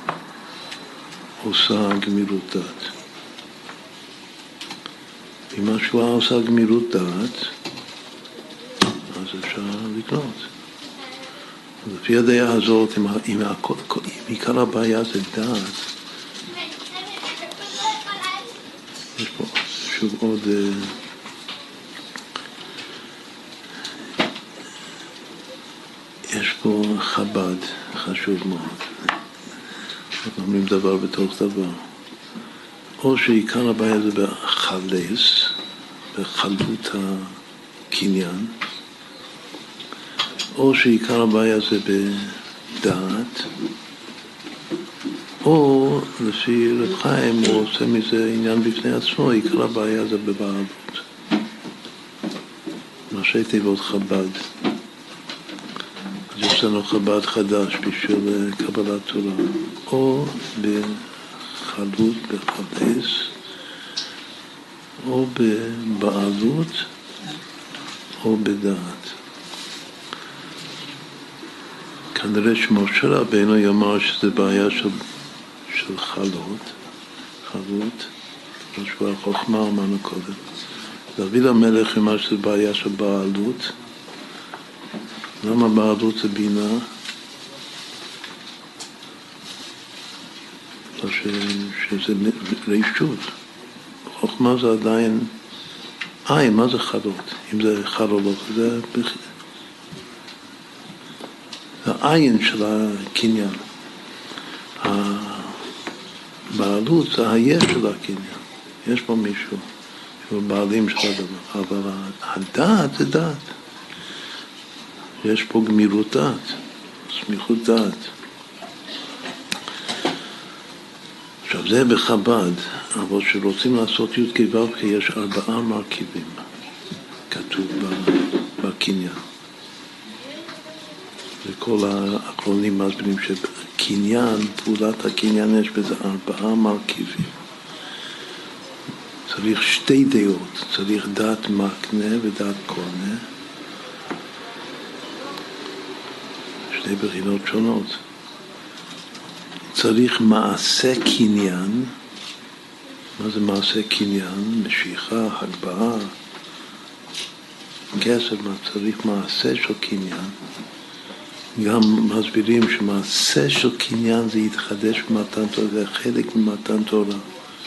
S1: עושה גמירות דעת. אם השבועה עושה גמירות דעת, אז אפשר לקנות. לפי הדעה הזאת, אם עיקר הבעיה זה דעת, יש פה שוב עוד יש פה חב"ד חשוב מאוד. אנחנו אומרים דבר בתוך דבר. או שעיקר הבעיה זה בחלס, בחלות הקניין, או שעיקר הבעיה זה בדעת, או לפי רב חיים הוא עושה מזה עניין בפני עצמו, עיקר הבעיה זה בבעלות. ראשי תיבות חב"ד. אז יש לנו חב"ד חדש בשביל קבלת תורה. או בחלות, בחלס, או בבעלות, או בדעת. כנראה שמשה רבנו יאמר שזה בעיה של חלות, משהו החוכמה אמרנו קודם. דוד המלך אמר שזה בעיה של בעלות. למה בעלות זה בינה? שזה רשות. חוכמה זה עדיין מה זה חלות? אם זה חלולות, זה העין של הקניין. בעלות זה היש של הקניין. יש פה מישהו שהוא בעלים של הדבר, אבל הדעת זה דעת. יש פה גמירות דעת, סמיכות דעת. עכשיו זה בחב"ד, אבל שרוצים לעשות י' כו' כי יש 4 מרכיבים, כתוב בקניין. וכל האחרונים מסבירים שקניין, פעולת הקניין יש בזה 4 מרכיבים. צריך 2 דעות, צריך דעת מקנה ודעת קונה. 2 בחינות שונות. צריך מעשה קניין. מה זה מעשה קניין? משיכה, הגבהה, כסף, צריך מעשה של קניין. גם מסבירים שמעשה של קניין זה יתחדש במתן תורה, זה חלק ממתן תורה.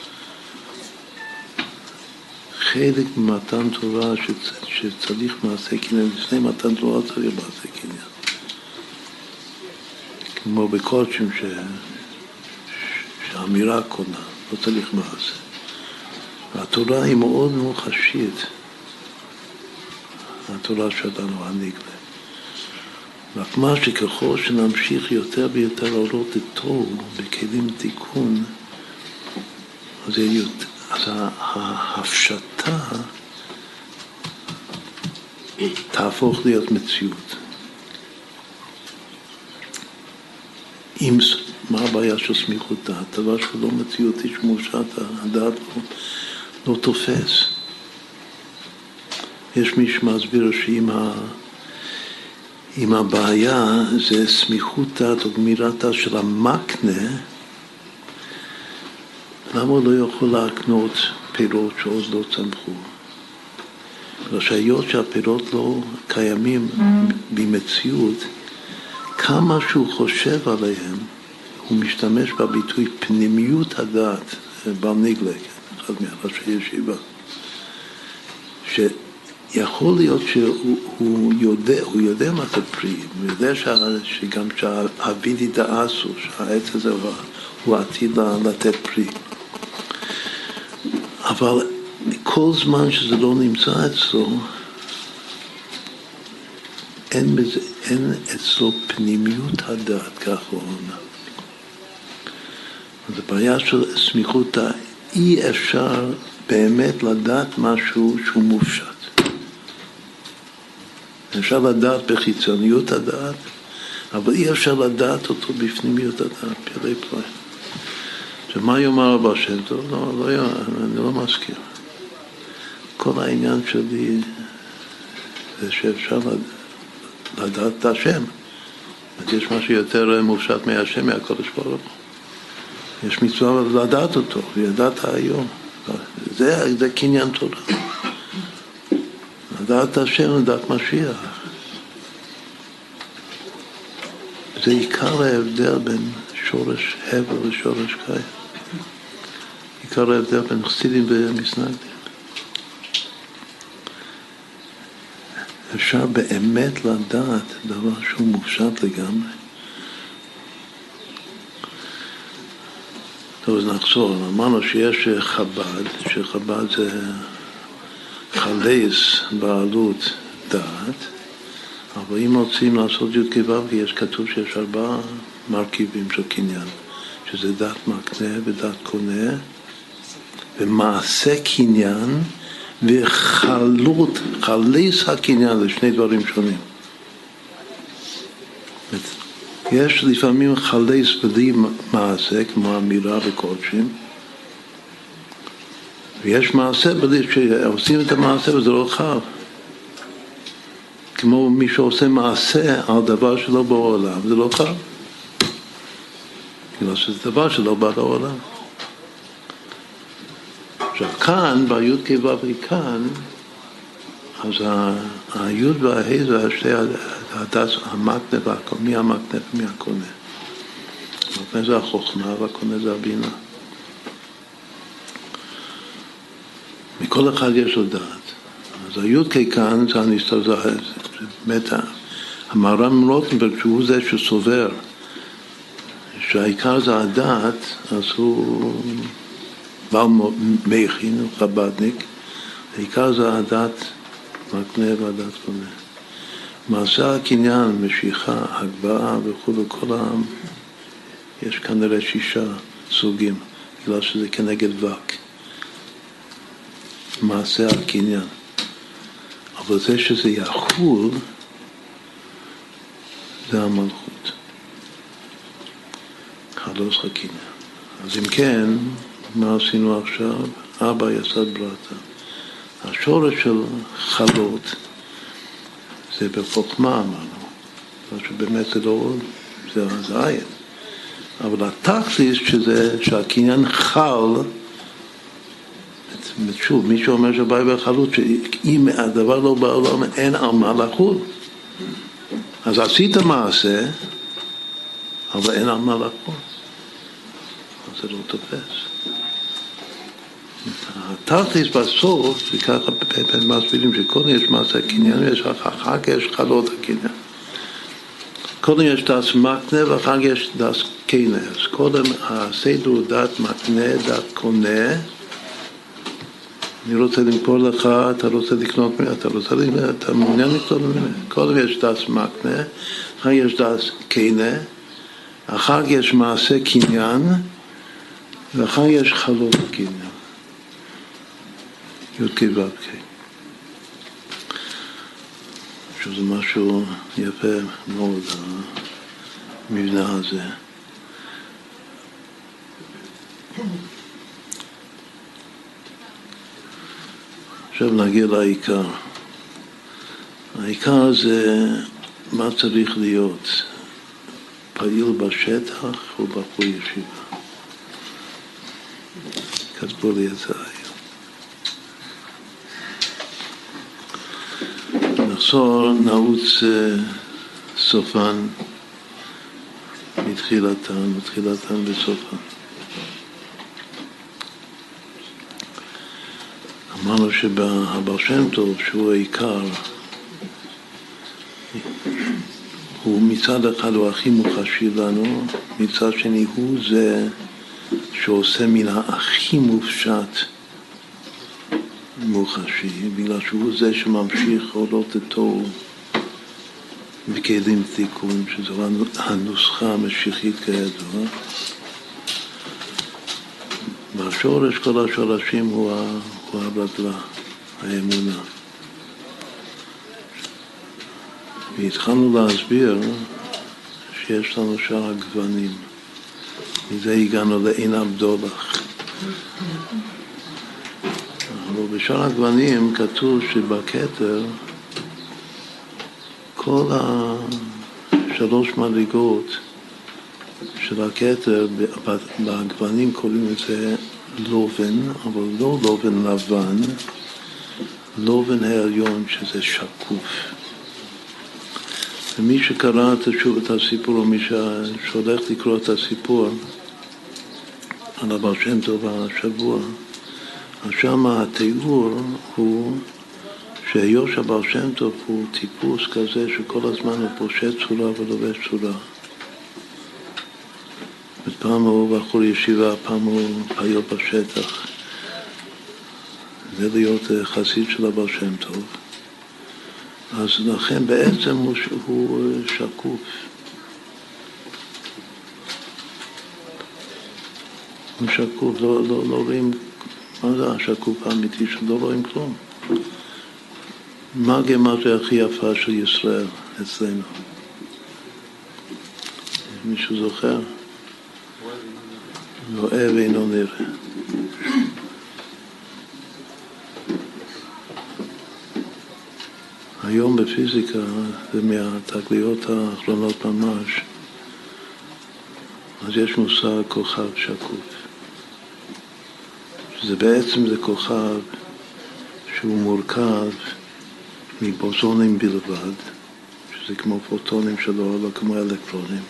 S1: חלק ממתן תורה שצריך מעשה קניין, לפני מתן תורה צריך מעשה קניין. כמו בקודשים שהאמירה קונה, לא צריך מעשה. התורה היא מאוד מוחשית, התורה שלנו הנגלה. רק מה שככל שנמשיך יותר ויותר לעלות את טוב בכלים תיקון, אז ההפשטה תהפוך להיות מציאות. מה הבעיה של סמיכות דעת? דבר שלא מציאותי שמושת, הדעת לא תופס. יש מי שמסביר שאם הבעיה זה סמיכות דעת או גמירת דעת של המקנה, למה הוא לא יכול להקנות פירות שעוד לא צמחו? והיות שהפירות לא קיימים במציאות, כמה שהוא חושב עליהם, הוא משתמש בביטוי פנימיות הדעת, בנגלה, אחד מהראשי ישיבה, שיכול להיות שהוא יודע מה זה פרי, הוא יודע שגם שהאבידי דאסו, שהעץ הזה הוא עתיד לתת פרי. אבל כל זמן שזה לא נמצא אצלו, אין אצלו פנימיות הדעת, כך הוא אומר. זו בעיה של סמיכות דעת. אי אפשר באמת לדעת משהו שהוא מופשט. אפשר לדעת בחיצוניות הדעת, אבל אי אפשר לדעת אותו בפנימיות הדעת, פלאי פלאי. עכשיו, מה יאמר הבעל שם טוב? אני לא מסכים. כל העניין שלי זה שאפשר לדעת את השם. יש משהו יותר מופשט מהשם, מהקודש ברוך הוא. יש מצווה לדעת אותו, וידעת היום. זה קניין תורה. לדעת השם, לדעת משיח. זה עיקר ההבדל בין שורש הבל ושורש קין. עיקר ההבדל בין חסידים ומסנגדים. אפשר באמת לדעת דבר שהוא מופשט לגמרי. טוב, אז נחזור. אמרנו שיש חב"ד, שחב"ד זה חלס בעלות דעת, אבל אם רוצים לעשות י' כו' יש כתוב שיש 4 מרכיבים של קניין, שזה דעת מקנה ודעת קונה, ומעשה קניין, וחלות, חלס הקניין, זה 2 דברים שונים. יש לפעמים חלס בלי מעשה, כמו אמירה וקודשים, ויש מעשה בלי שעושים את המעשה וזה לא חל. כמו מי שעושה מעשה על דבר שלא בעולם, זה לא חל. כאילו שזה דבר שלא בא לעולם. עכשיו כאן, ביוד כו' כאן, אז היוד והה' זה השתי הדס, המקנה והקונה, מי המקנה ומי הקונה. המקנה זה החוכמה והקונה זה הבינה. מכל אחד יש לו דעת. אז היוד כאן זה הנסתר, זה באמת, המהר"ם רוטנברג שהוא זה שסובר, שהעיקר זה הדת, אז הוא בעל מכין, הוא חב"דניק, העיקר זה הדת מקנה והדת קונה. מעשה הקניין, משיכה, הגבהה וכו', כל העם, יש כנראה 6 סוגים, בגלל שזה כנגד וק. מעשה הקניין. אבל זה שזה יחול, זה המלכות. חלוס הקניין. אז אם כן, מה עשינו עכשיו? אבא יסד ברטה. השורש של חלות זה בחוכמה, אמרנו. שבאמת זה לא, זה עין. אבל התכלית שהקניין חל, שוב, מי שאומר שבאי בחלות, שאם הדבר לא בעולם, אין על מה לחול. אז עשית מעשה, אבל אין על מה לחול. אז זה לא תופס. התכלית בסוף, וככה מסבירים שקודם יש מעשה קניין, ויש אחר כך יש חלות הקניין. קודם יש דס מקנה ואחר כך יש דס קנה. אז קודם הסדר הוא דת מקנה, דת קונה. אני רוצה למכור לך, אתה רוצה לקנות ממני, אתה מעוניין לקנות ממני. קודם יש דס מקנה, אחר יש דס קנה, אחר כך יש מעשה קניין, ואחר יש חלות קניין. י"ק ו"ק. שזה משהו יפה מאוד, המבנה הזה. עכשיו נגיע לעיקר. העיקר זה מה צריך להיות פעיל בשטח ובחור ישיבה. כתבו לי את זה היום. נחזור, נעוץ סופן מתחילתן בסופן. אמרנו שהבעל שם טוב, שהוא העיקר, הוא מצד אחד הוא הכי מוחשי לנו, מצד שני הוא זה שעושה מן הכי מופשט מוחשי, בגלל שהוא זה שממשיך עולות איתו בכלים תיקון, שזו הנוסחה המשיחית כידוע. והשורש, כל השורשים הוא הבטלה, האמונה. והתחלנו להסביר שיש לנו שאר הגוונים. מזה הגענו לעין הבדולח. אבל בשאר הגוונים כתוב שבכתר כל 3 מדרגות של הכתר, בגוונים קוראים את זה לובן, אבל לא לובן לבן, לובן העליון שזה שקוף. ומי שקרא את הסיפור, או מי שהולך לקרוא את הסיפור על הבעל שם טוב השבוע, אז שם התיאור הוא שהיות שהבעל שם טוב הוא טיפוס כזה שכל הזמן הוא פושט צורה ולובש צורה. פעם הוא בחור ישיבה, פעם הוא פעיל בשטח. זה להיות חסיד של הבעל שם טוב. אז לכן בעצם הוא שקוף. הוא שקוף, לא רואים, מה זה השקוף האמיתי שלא רואים כלום. מה הגמטריה הכי יפה של ישראל אצלנו? מישהו זוכר? רואה ואינו נראה. היום בפיזיקה, ומהתגליות האחרונות ממש, אז יש מושג כוכב שקוף. שזה בעצם זה כוכב שהוא מורכב מבוזונים בלבד, שזה כמו פוטונים שלו, לא כמו אלקטרונים.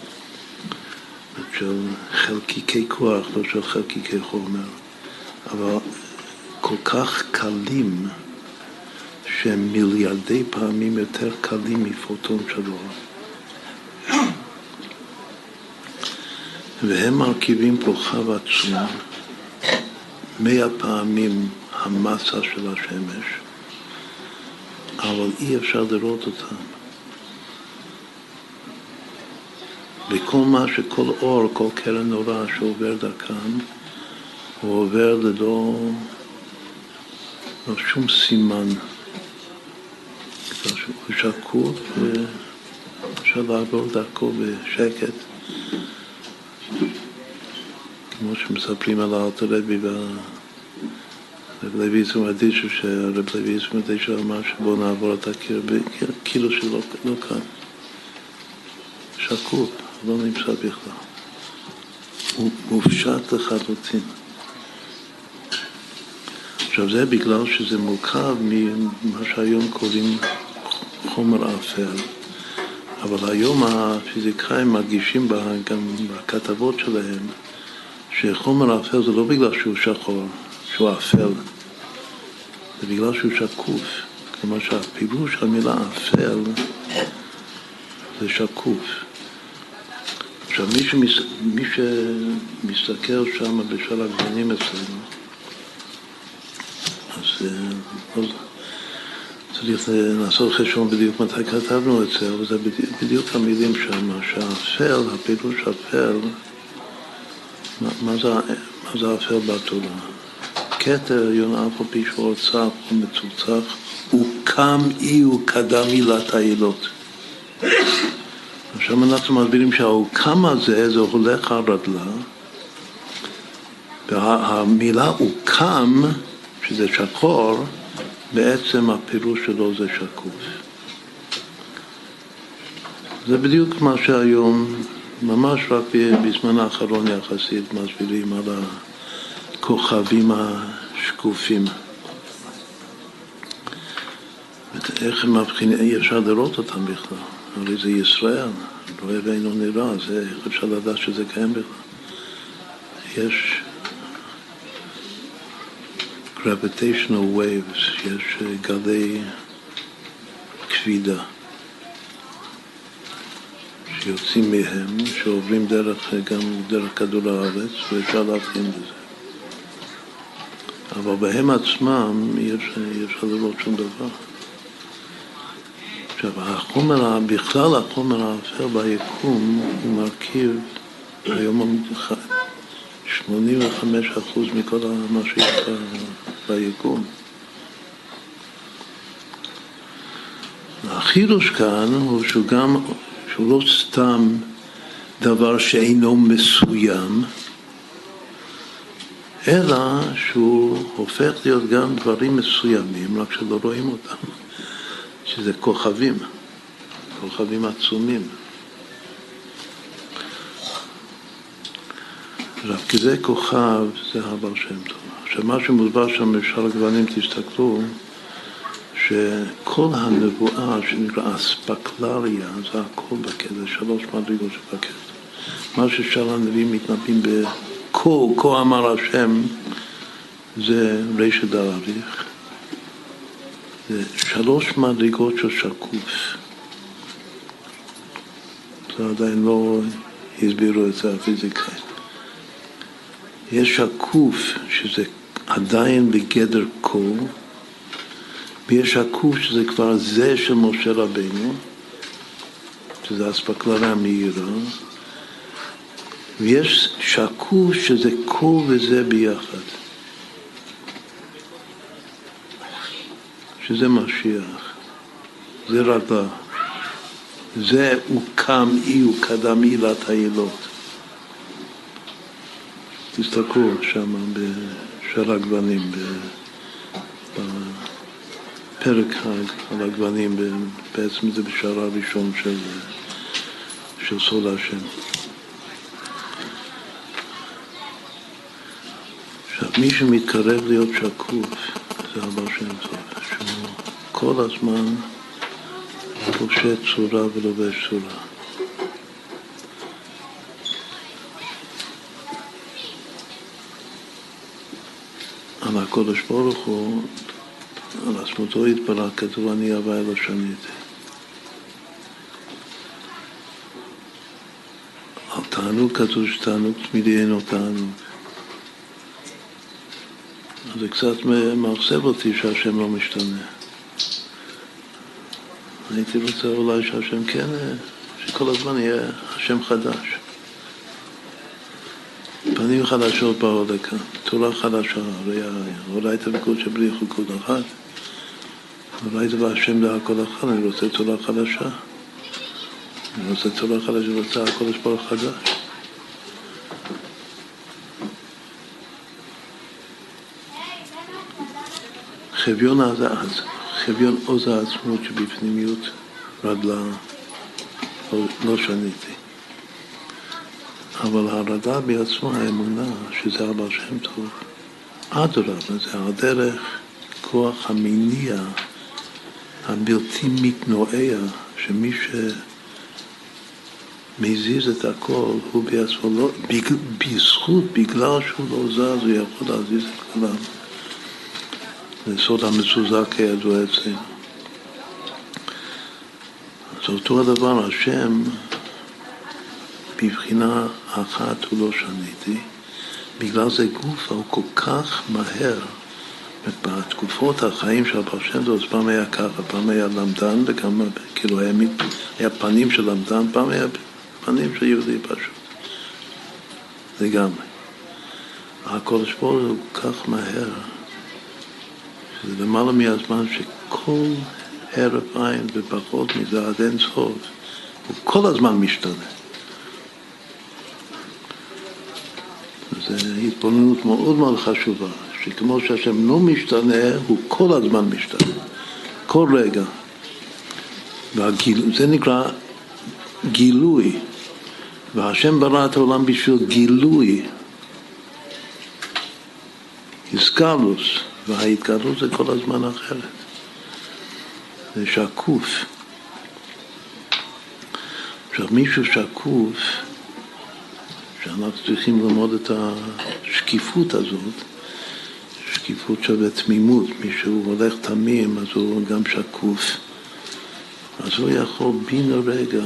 S1: של חלקיקי כוח, לא של חלקיקי חומר, אבל כל כך קלים שהם מיליארדי פעמים יותר קלים מפוטון של אור. והם מרכיבים כוכב עצום 100 פעמים המסה של השמש, אבל אי אפשר לראות אותם. וכל מה שכל אור, כל קרן נורא שעובר דרכם, הוא עובר ללא שום סימן. הוא שקוף ואפשר לעבור דרכו בשקט. כמו שמספרים על אלתר רבי והרב לוי יצחק מדישו, שהרב לוי יצחק מדישו אמר שבוא נעבור את הקיר, כאילו שלא כאן. שקוף, לא נמצא בכלל. הוא מופשט לחלוטין. עכשיו זה בגלל שזה מורכב ממה שהיום קוראים חומר אפל. אבל היום הפיזיקאים מרגישים גם בכתבות שלהם שחומר אפל זה לא בגלל שהוא שחור, שהוא אפל, זה בגלל שהוא שקוף. כלומר שהפירוש המילה אפל זה שקוף. עכשיו מי שמסתכל שם בשאר הגוונים אצלנו, אז צריך לעשות חשבון בדיוק מתי כתבנו את זה, אבל זה בדיוק המילים שם, שהאפל, הפירוש אפל, מה זה האפל בתורה? כתר עליון אף על פי שהוא צח ומצוצח, וקם אי וקדם עילת העילות. עכשיו אנחנו מסבירים שהוקם הזה זה הולך על רגלה, והמילה הוקם, שזה שחור, בעצם הפירוש שלו זה שקוף. זה בדיוק מה שהיום, ממש רק בזמן האחרון יחסית, מסבירים על הכוכבים השקופים. איך הם מבחינים, אי אפשר לראות אותם בכלל. הרי זה ישראל, רואה ואינו נראה, זה איך אפשר לדעת שזה קיים בכלל. יש gravitational waves, יש גלי כבידה שיוצאים מהם, שעוברים גם דרך כדור הארץ, ואפשר להבחין בזה. אבל בהם עצמם אי אפשר לראות שום דבר. עכשיו, בכלל החומר האפל ביקום הוא מרכיב, היום 85% מכל מה שיש ביקום. החידוש כאן הוא שהוא לא סתם דבר שאינו מסוים, אלא שהוא הופך להיות גם דברים מסוימים, רק שלא רואים אותם, שזה כוכבים עצומים. עכשיו, כזה כוכב זה הבעל שם טוב. עכשיו, מה שמוסבר שם בשאר הגוונים, תסתכלו, שכל הנבואה שנקרא אספקלריה, זה הכל בכתר, 3 מדרגות של בכתר. מה ששאר הנביאים מתנבאים כה אמר השם, זה רשת דאריך. זה 3 מדרגות של שקוף. זה עדיין לא הסבירו את זה הפיזיקאים. יש שקוף שזה עדיין בגדר קול, ויש שקוף שזה כבר זה של משה רבינו, שזה אספקלריה המהירה, ויש שקוף שזה קול וזה ביחד, שזה משיח, זה רגלה, זה הוקם אי וקדם עילת העילות. תסתכלו שם בשאר הגוונים, בפרק על הגוונים, בעצם זה בשאר הראשון של סוד השם. עכשיו, מי שמתקרב להיות שקוף, זה הבעל שם טוב, שהוא כל הזמן פושט צורה ולובש צורה. על הקודש ברוך הוא, על עצמותו יתברך, כתוב אני אהבה אלו שניתי. על תענוג כתוב שתענוג תמידי אינו תענוג. אז זה קצת מאכזב אותי שהשם לא משתנה. הייתי רוצה אולי שהשם כן, שכל הזמן יהיה השם חדש. פנים חדשות באו לכאן, תורה חדשה, אולי תבקוד שבלי חוקות אחת, אולי זה בהשם דה הכל אחד, אני רוצה תורה חדשה. אני רוצה תורה חדשה, אני רוצה הקודש ברוך חדש. חביון עוז העצמות שבפנימיות רדלה לא שניתי. אבל הרדה בעצמה, האמונה, שזה הבעל שם טוב, אדרבה, זה הדרך, כוח המניע, הבלתי מתנועע, שמי שמזיז את הכל, הוא בעצמו לא, בזכות, בגלל שהוא לא זז, הוא יכול להזיז את כולם. זה סוד המזוזה כידוע אצלנו. אז אותו הדבר, השם, בבחינה אחת הוא לא שניתי, בגלל זה גופה הוא כל כך מהר, בתקופות החיים של הבעל שם טוב, פעם היה ככה, פעם היה למדן, וגם כאילו היה פנים של למדן, פעם היה פנים של יהודי פשוט. לגמרי. הקודש ברוך הוא כל כך מהר, שזה למעלה מהזמן שכל הרף עין ופחות מזה עד אין סוף, הוא כל הזמן משתנה. זו התבוננות מאוד מאוד חשובה, שכמו שהשם לא משתנה, הוא כל הזמן משתנה, כל רגע. זה נקרא גילוי, והשם ברא את העולם בשביל גילוי, הסגלוס, וההתגלות זה כל הזמן אחרת. זה שקוף. עכשיו מישהו שקוף, שאנחנו צריכים ללמוד את השקיפות הזאת, שקיפות שווה תמימות, מי שהוא הולך תמים אז הוא גם שקוף, אז הוא יכול בין הרגע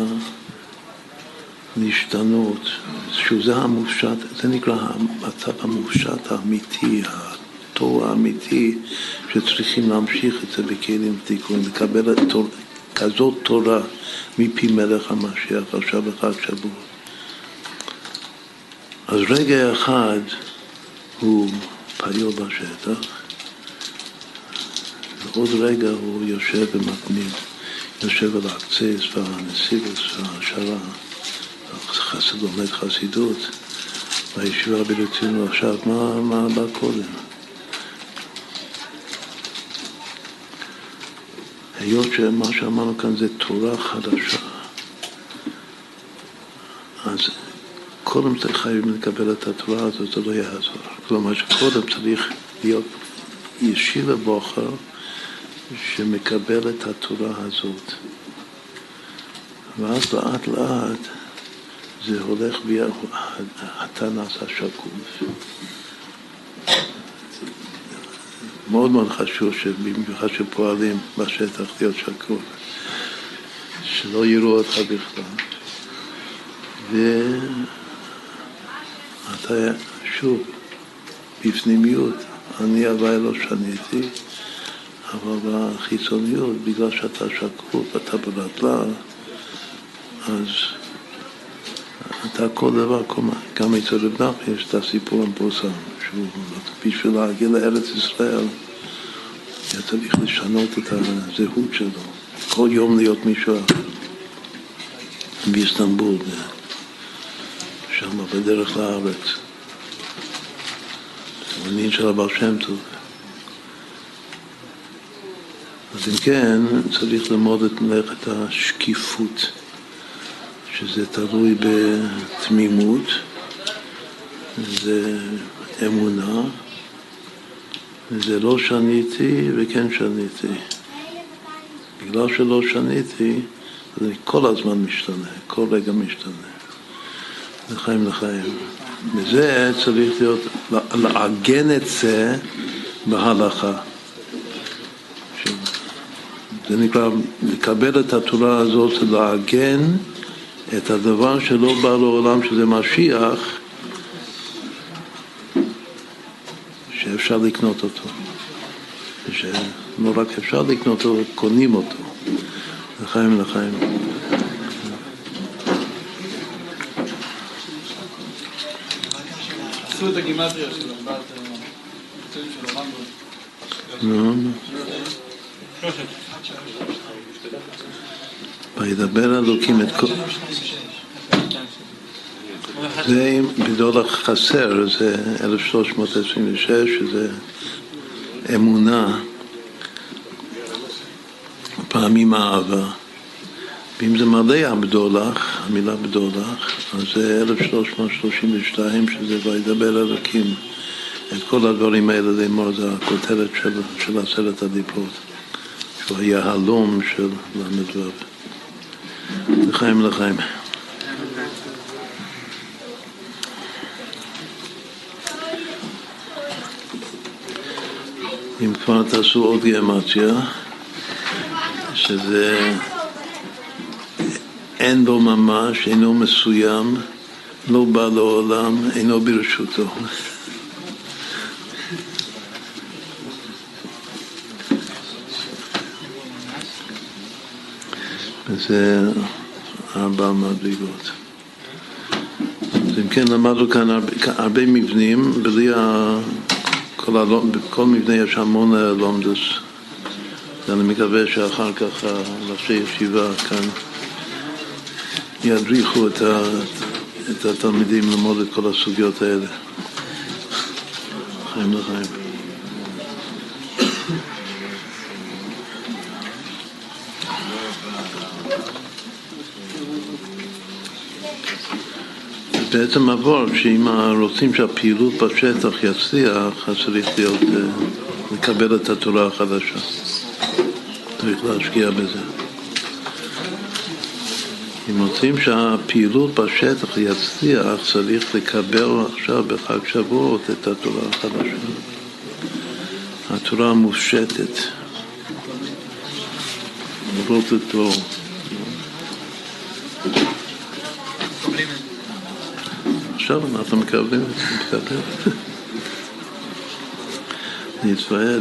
S1: להשתנות, שזה המופשט, זה נקרא המצב המופשט האמיתי, התור האמיתי, שצריכים להמשיך את זה בכלים ותיקון, לקבל כזאת תורה מפי מלך המשיח, עכשיו אחד שבוע. אז רגע אחד הוא פעיל בשטח, ועוד רגע הוא יושב ומתמיד, יושב על הקצס והנסיבוס והשערה, חסיד לומד חסידות, והישיבה בלצינו עכשיו, מה בא קודם? היות שמה שאמרנו כאן זה תורה חדשה, אז קודם צריך חייבים לקבל את התורה הזאת, זה לא יעזור. כלומר שקודם צריך להיות ישיב הבוחר שמקבל את התורה הזאת. ואז לאט לאט זה הולך אתה נעשה שקוף. מאוד מאוד חשוב שבמיוחד שפועלים בשטח להיות שקוף, שלא יראו אותך בכלל. ואתה שוב בפנימיות, אני הווי לא שניתי, אבל בחיצוניות, בגלל שאתה שקוף, אתה ברדלה, אז אתה כל דבר, גם אצל רב נחמן יש את הסיפור המפורסם, שהוא בשביל להגיע לארץ ישראל, היה צריך לשנות את הזהות שלו, כל יום להיות מישהו אחר, באיסטנבול, שם בדרך לארץ, המנין של הבעל שם טוב. אז אם כן, צריך ללמוד את מלאכת השקיפות, שזה תלוי בתמימות, זה אמונה, זה לא שניתי וכן שניתי. בגלל שלא שניתי, אז אני כל הזמן משתנה, כל רגע משתנה. לחיים לחיים. וזה צריך להיות, לעגן את זה בהלכה. זה נקרא, לקבל את התורה הזאת, לעגן את הדבר שלא בא לעולם שזה משיח, שאפשר לקנות אותו. שלא רק אפשר לקנות אותו, קונים אותו. לחיים.
S2: עשו את הגימטריה שלו, בעלת הציונים שלו, רמב"ם.
S1: וידבר אלוקים את כל... זה בדולח חסר, זה 1326, שזה אמונה, פעמים אהבה. ואם זה מלא בדולח, המילה בדולח, אז זה 1332, שזה וידבר אלוקים את כל הדברים האלה לאמור, זה הכותרת של 10 הדיברות, שהוא היהלום של למדו. לחיים. אם כבר תעשו עוד גימטריה, שזה אין בו ממש, אינו מסוים, לא בא לעולם, אינו ברשותו. וזה 4 מדרגות. אז אם כן, למדנו כאן הרבה מבנים, בלי בכל מבנה יש המון לומדוס. אני מקווה שאחר כך ראשי ישיבה כאן ידריכו את התלמידים ללמוד את כל הסוגיות האלה. לחיים. בעצם עבור שאם רוצים שהפעילות בשטח יצליח, אז צריך להיות לקבל את התורה החדשה. צריך להשקיע בזה. אם רוצים שהפעילות בשטח יצליח, צריך לקבל עכשיו בחג שבועות את התורה החדשה. התורה המופשטת. רוטטו. עכשיו אנחנו מקבלים את זה. נתוועד.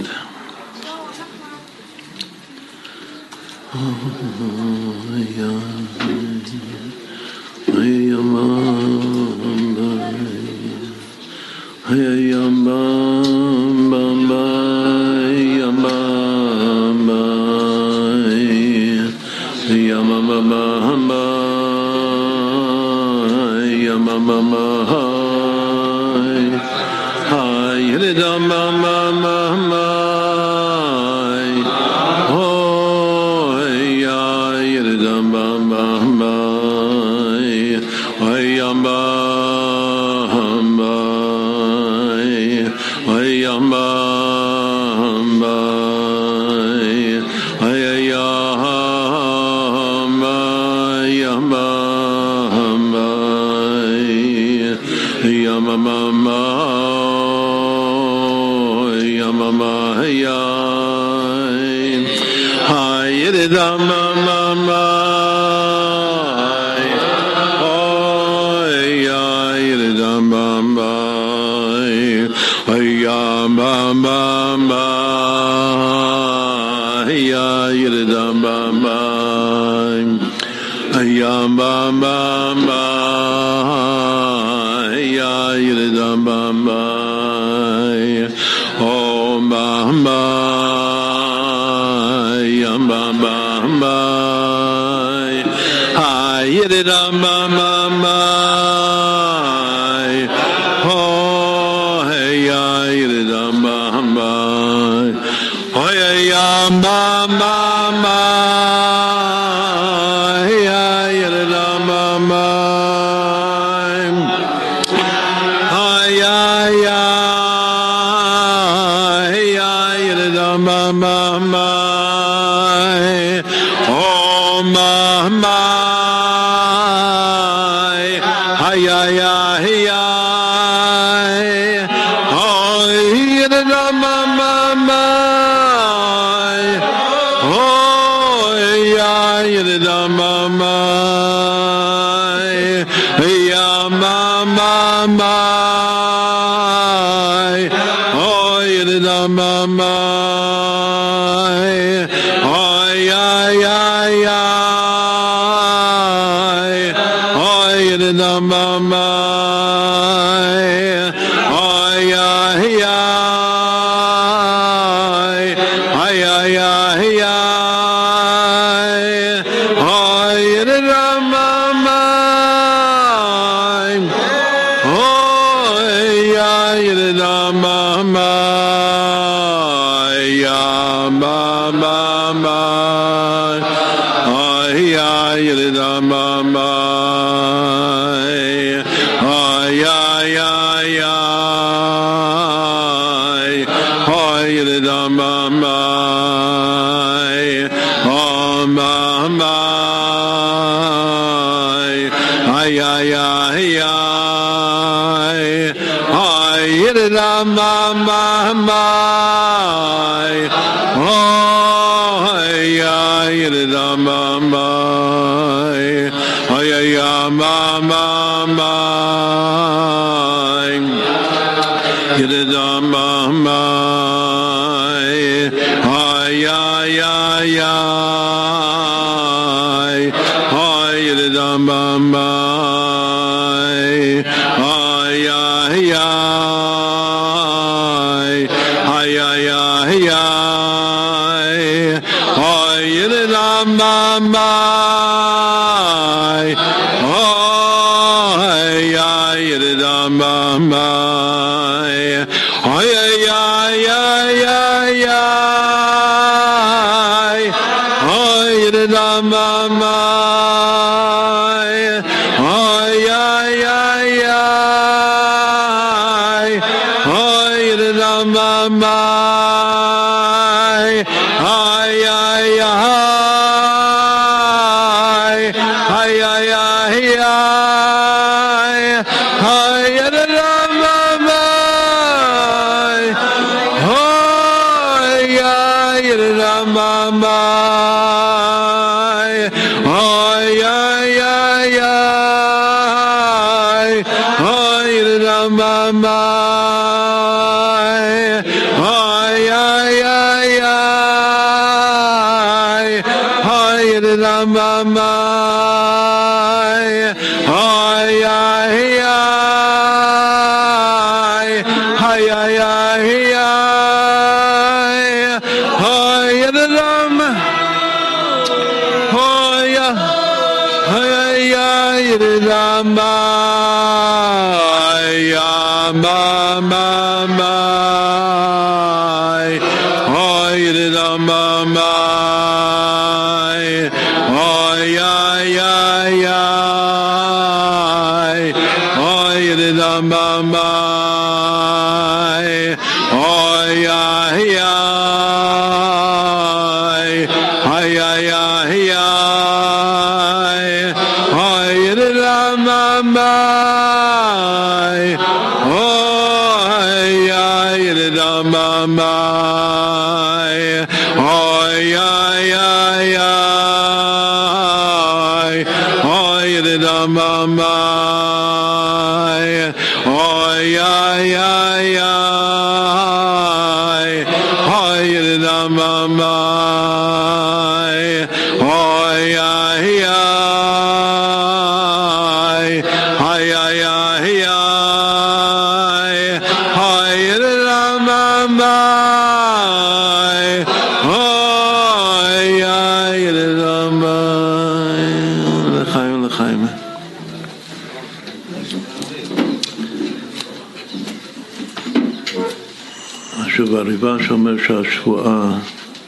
S1: הריב"ש אומר שהשבועה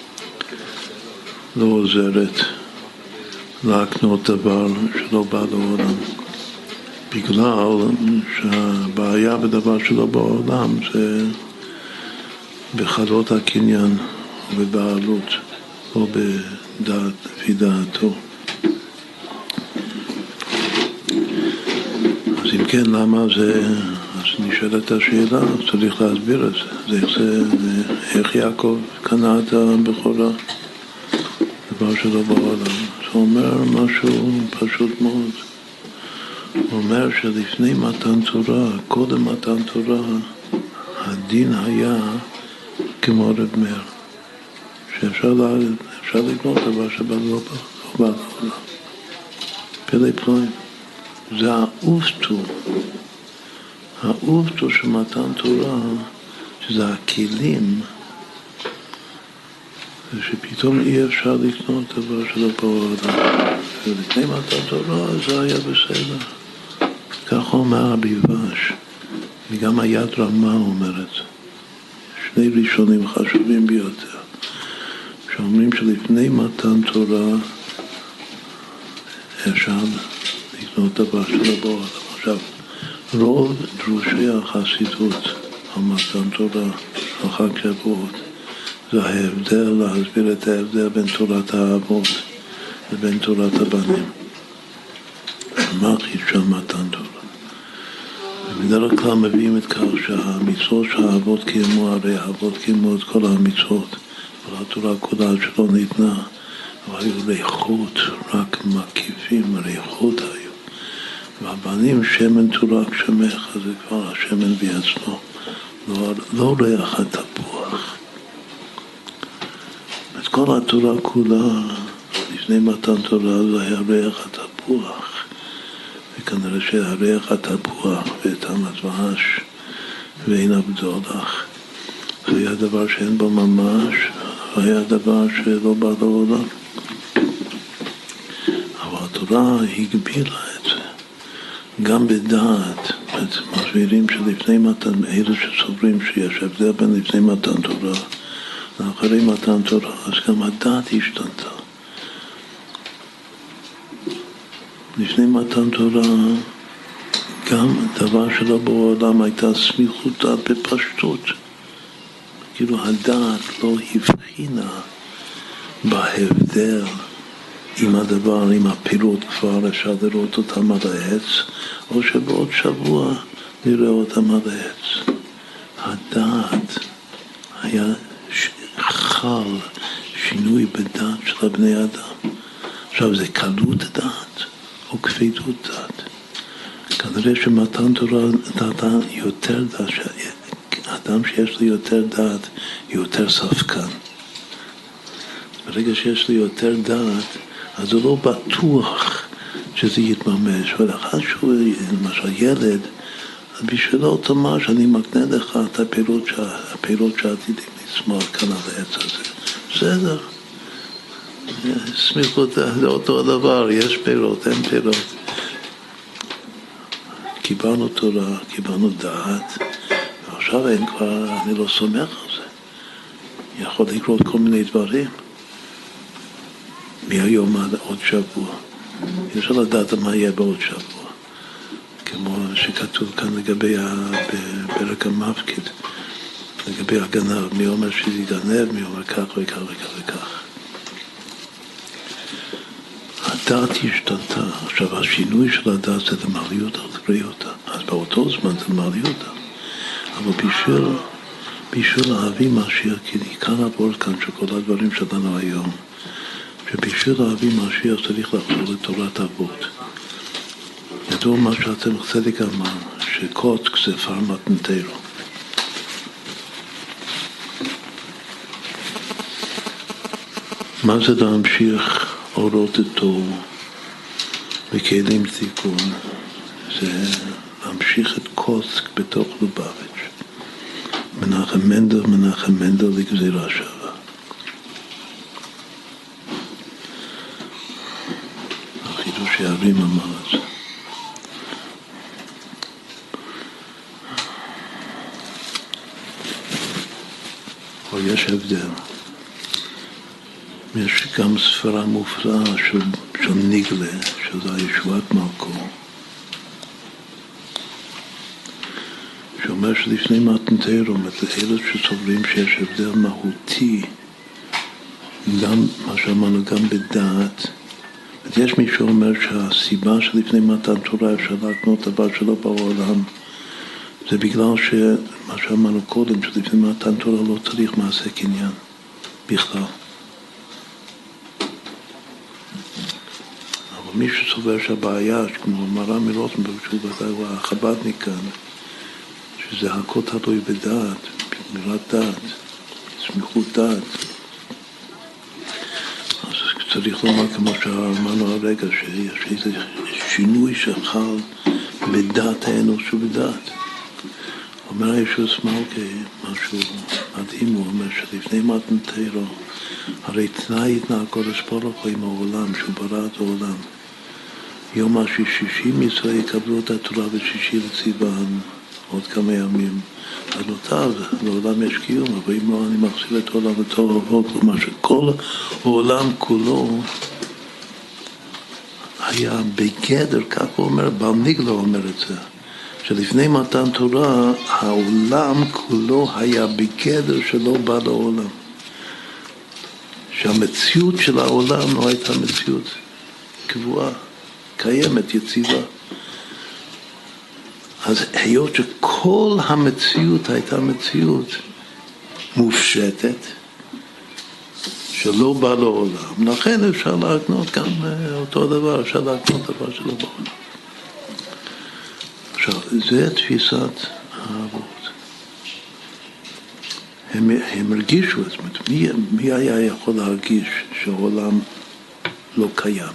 S1: לא עוזרת להקנות דבר שלא בא לעולם, בגלל שהבעיה בדבר שלא בעולם זה בחלות הקניין ובבעלות או בדעת, לפי דעתו. אז אם כן, למה זה? אז נשאלת השאלה, צריך להסביר את זה. איך יעקב קנה את הבכורה, דבר שלא בעולם. זה אומר משהו פשוט מאוד. הוא אומר שלפני מתן תורה, קודם מתן תורה, הדין היה כמו רב מאיר, שאפשר לקנות דבר שבא לא בא לעולם. פלא פלאים. זה האופטו של מתן תורה, שזה הכלים ושפתאום אי אפשר לקנות דבר שלא בעולם. ולפני מתן תורה זה היה בסדר. כך אומר הביבש, וגם היד רמה אומרת. שני ראשונים חשובים ביותר, שאומרים שלפני מתן תורה אפשר לקנות דבר שלא בעולם. עכשיו, רוב דרושי החסידות על מתן תורה, על חג שבועות, זה ההבדל, להסביר את ההבדל בין תורת האבות לבין תורת הבנים. מה חידוש של מתן תורה? בדרך כלל מביאים את כך שהמצוות של האבות קיימו, הרי האבות קיימו את כל המצוות, אבל התורה כולה שלא ניתנה, אבל היו ריחות, רק מקיפים, ריחות היו. והבנים שמן תורה כשמך, זה כבר השמן בעצמו, לא ריח התפוח. את כל התורה כולה, לפני מתן תורה, זה היה ריח התפוח. וכנראה שהריח התפוח וטעם הדבש ואין הבדולח זה היה דבר שאין בו ממש, היה דבר שלא בא לעולם. אבל התורה הגבילה את זה גם בדעת. מסבירים שלפני מתן, אלו שסוברים שיש הבדל בין לפני מתן תורה לאחרי מתן תורה, אז גם הדעת השתנתה. לפני מתן תורה גם דבר שלא בעולם הייתה סמיכות דעת בפשטות, כאילו הדעת לא הבחינה בהבדל עם הדבר, עם הפירות כבר אפשר לראות אותם על העץ, או שבעוד שבוע נראה אותם על העץ. הדעת היה חל שינוי בדעת של הבני אדם. עכשיו זה קלות דעת או כבדות דעת. כנראה שמתן תורה נתן יותר דעת, אדם שיש לו יותר דעת, יותר ספקן. ברגע שיש לו יותר דעת, אז הוא לא בטוח שזה יתממש. ולאחר שהוא, למשל ילד, אז בשבילו תאמר שאני מקנה לך את הפירות שעתידים לצמוח כאן על העץ הזה. בסדר. סמיכות זה אותו הדבר, יש פירות, אין פירות. קיבלנו תורה, קיבלנו דעת, ועכשיו אין כבר, אני לא סומך על זה. יכול לקרות כל מיני דברים. מהיום עד עוד שבוע. אי אפשר לדעת מה יהיה בעוד שבוע. כמו שכתוב כאן לגבי בפרק המפקיד, לגבי הגנב, מי אומר שזה גנב, מי אומר כך וכך וכך וכך. הדעת השתנתה. עכשיו השינוי של הדעת זה למעליותה, לבריאותה. אז באותו זמן זה למעליותה. אבל בשביל להביא משיח, כי כאן עבור כאן שכל הדברים שלנו היום, שבשביל להביא משיח צריך לחזור לתורת אבות. ידעו מה שאתם צדיק אמר, שקוט זה פרמת נטרו. מה זה להמשיך אורות אותו בכלים תיקון? זה להמשיך את קוצק בתוך לובביץ'. מנחם מנדל לגזירה שווה. החידוש יערים אמר את זה. אבל יש הבדל. יש גם ספרה מופלאה של ניגלה, שזה הישועת מלכו, שאומר שלפני מתן תורה, אלה שסוברים שיש הבדל מהותי, גם מה שאמרנו, גם בדעת. יש מי שאומר שהסיבה שלפני מתן תורה אפשר לקנות דבר שלא בעולם, זה בגלל שמה שאמרנו קודם, שלפני מתן תורה לא צריך מעשה קניין בכלל. מי שסובר שהבעיה, כמו מרן מרוטנברג, שהוא החב"דניק כאן, שזה הכל תלוי בדעת, בגמירת דעת, סמיכות דעת. אז צריך לומר כמו שאמרנו הרגע, שיש איזה שינוי שחל בדעת האנוש ובדעת. אומר הישוס מלכי, משהו מדהים, הוא אומר שלפני מתן תורה, הרי תנאי התנה הקודש ברוך הוא עם העולם, שהוא ברא את העולם. יום השישי ישראל יקבלו את התורה בשישי לציוון, עוד כמה ימים. אז נותר, לעולם יש קיום, אבל אם לא, אני מחזיר את העולם לתור רבות, כלומר שכל העולם כולו היה בגדר, כך הוא אומר, בעל ניגלה אומר את זה, שלפני מתן תורה, העולם כולו היה בגדר שלא בא לעולם. שהמציאות של העולם לא הייתה מציאות קבועה, קיימת, יציבה. אז היות שכל המציאות הייתה מציאות מופשטת, שלא בא לעולם, לכן אפשר להקנות גם אותו דבר, אפשר להקנות דבר שלא בעולם. עכשיו, זה תפיסת האבות. הם הרגישו את זה, מי היה יכול להרגיש שהעולם לא קיים?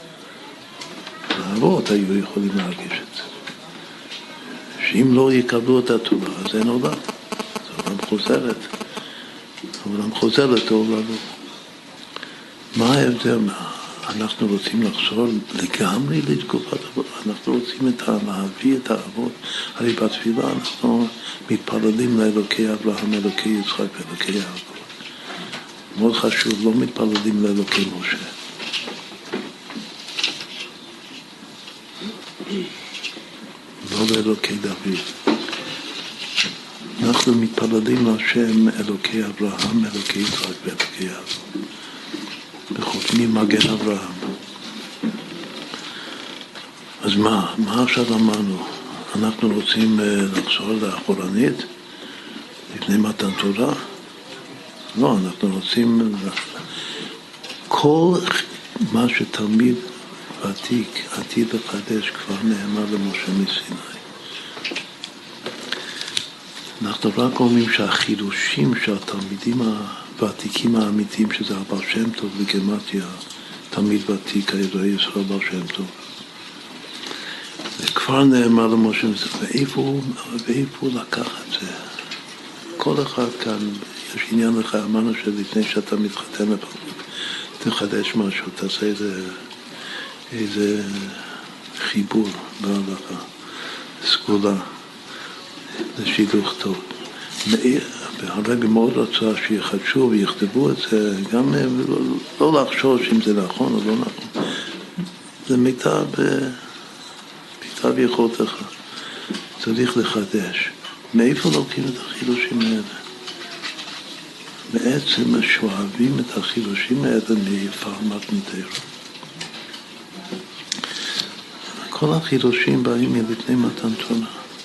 S1: האבות היו יכולים להרגיש את זה. שאם לא יקבלו את התורה, אז אין עולם. זה עולם חוזרת. העולם חוזר לתור לבוא. מה ההבדל? אנחנו רוצים לחזור לגמרי לתקופת אבות. אנחנו רוצים להביא את האבות. הרי בתפילה אנחנו מתפללים לאלוקי אברהם, אלוקי יצחק ואלוקי יעקב. מאוד חשוב, לא מתפללים לאלוקי משה. לא לאלוקי דוד. אנחנו מתפללים להשם אלוקי אברהם, אלוקי יצחק ואלוקי יעקב. וחותמים מגן אברהם. אז מה עכשיו אמרנו? אנחנו רוצים לחזור לאחורנית לפני מתן תורה? לא, אנחנו רוצים כל מה שתלמיד ותיק עתיד לחדש כבר נאמר למשה מסיני. אנחנו רק אומרים שהחידושים של התלמידים הוותיקים האמיתיים, שזה הבעל שם טוב בגימטריה, תלמיד ותיק הידוע ישראל בעל שם טוב, וכבר נאמר למשה מסיני, ואיפה הוא לקח את זה? כל אחד כאן, יש עניין לך, אמרנו שלפני שאתה מתחתן לפחות, תחדש משהו, תעשה איזה חיבור בהלכה, סגולה, לשידוך טוב. והרבי מאוד רצה שיחדשו ויכתבו את זה, גם לא לחשוש אם זה נכון או לא נכון. זה מיטב יכולתך. צריך לחדש. מאיפה לוקחים את החידושים האלה? בעצם שואבים את החידושים האלה מפרמת מתאר. כל החידושים באים מלפני מתן תורה.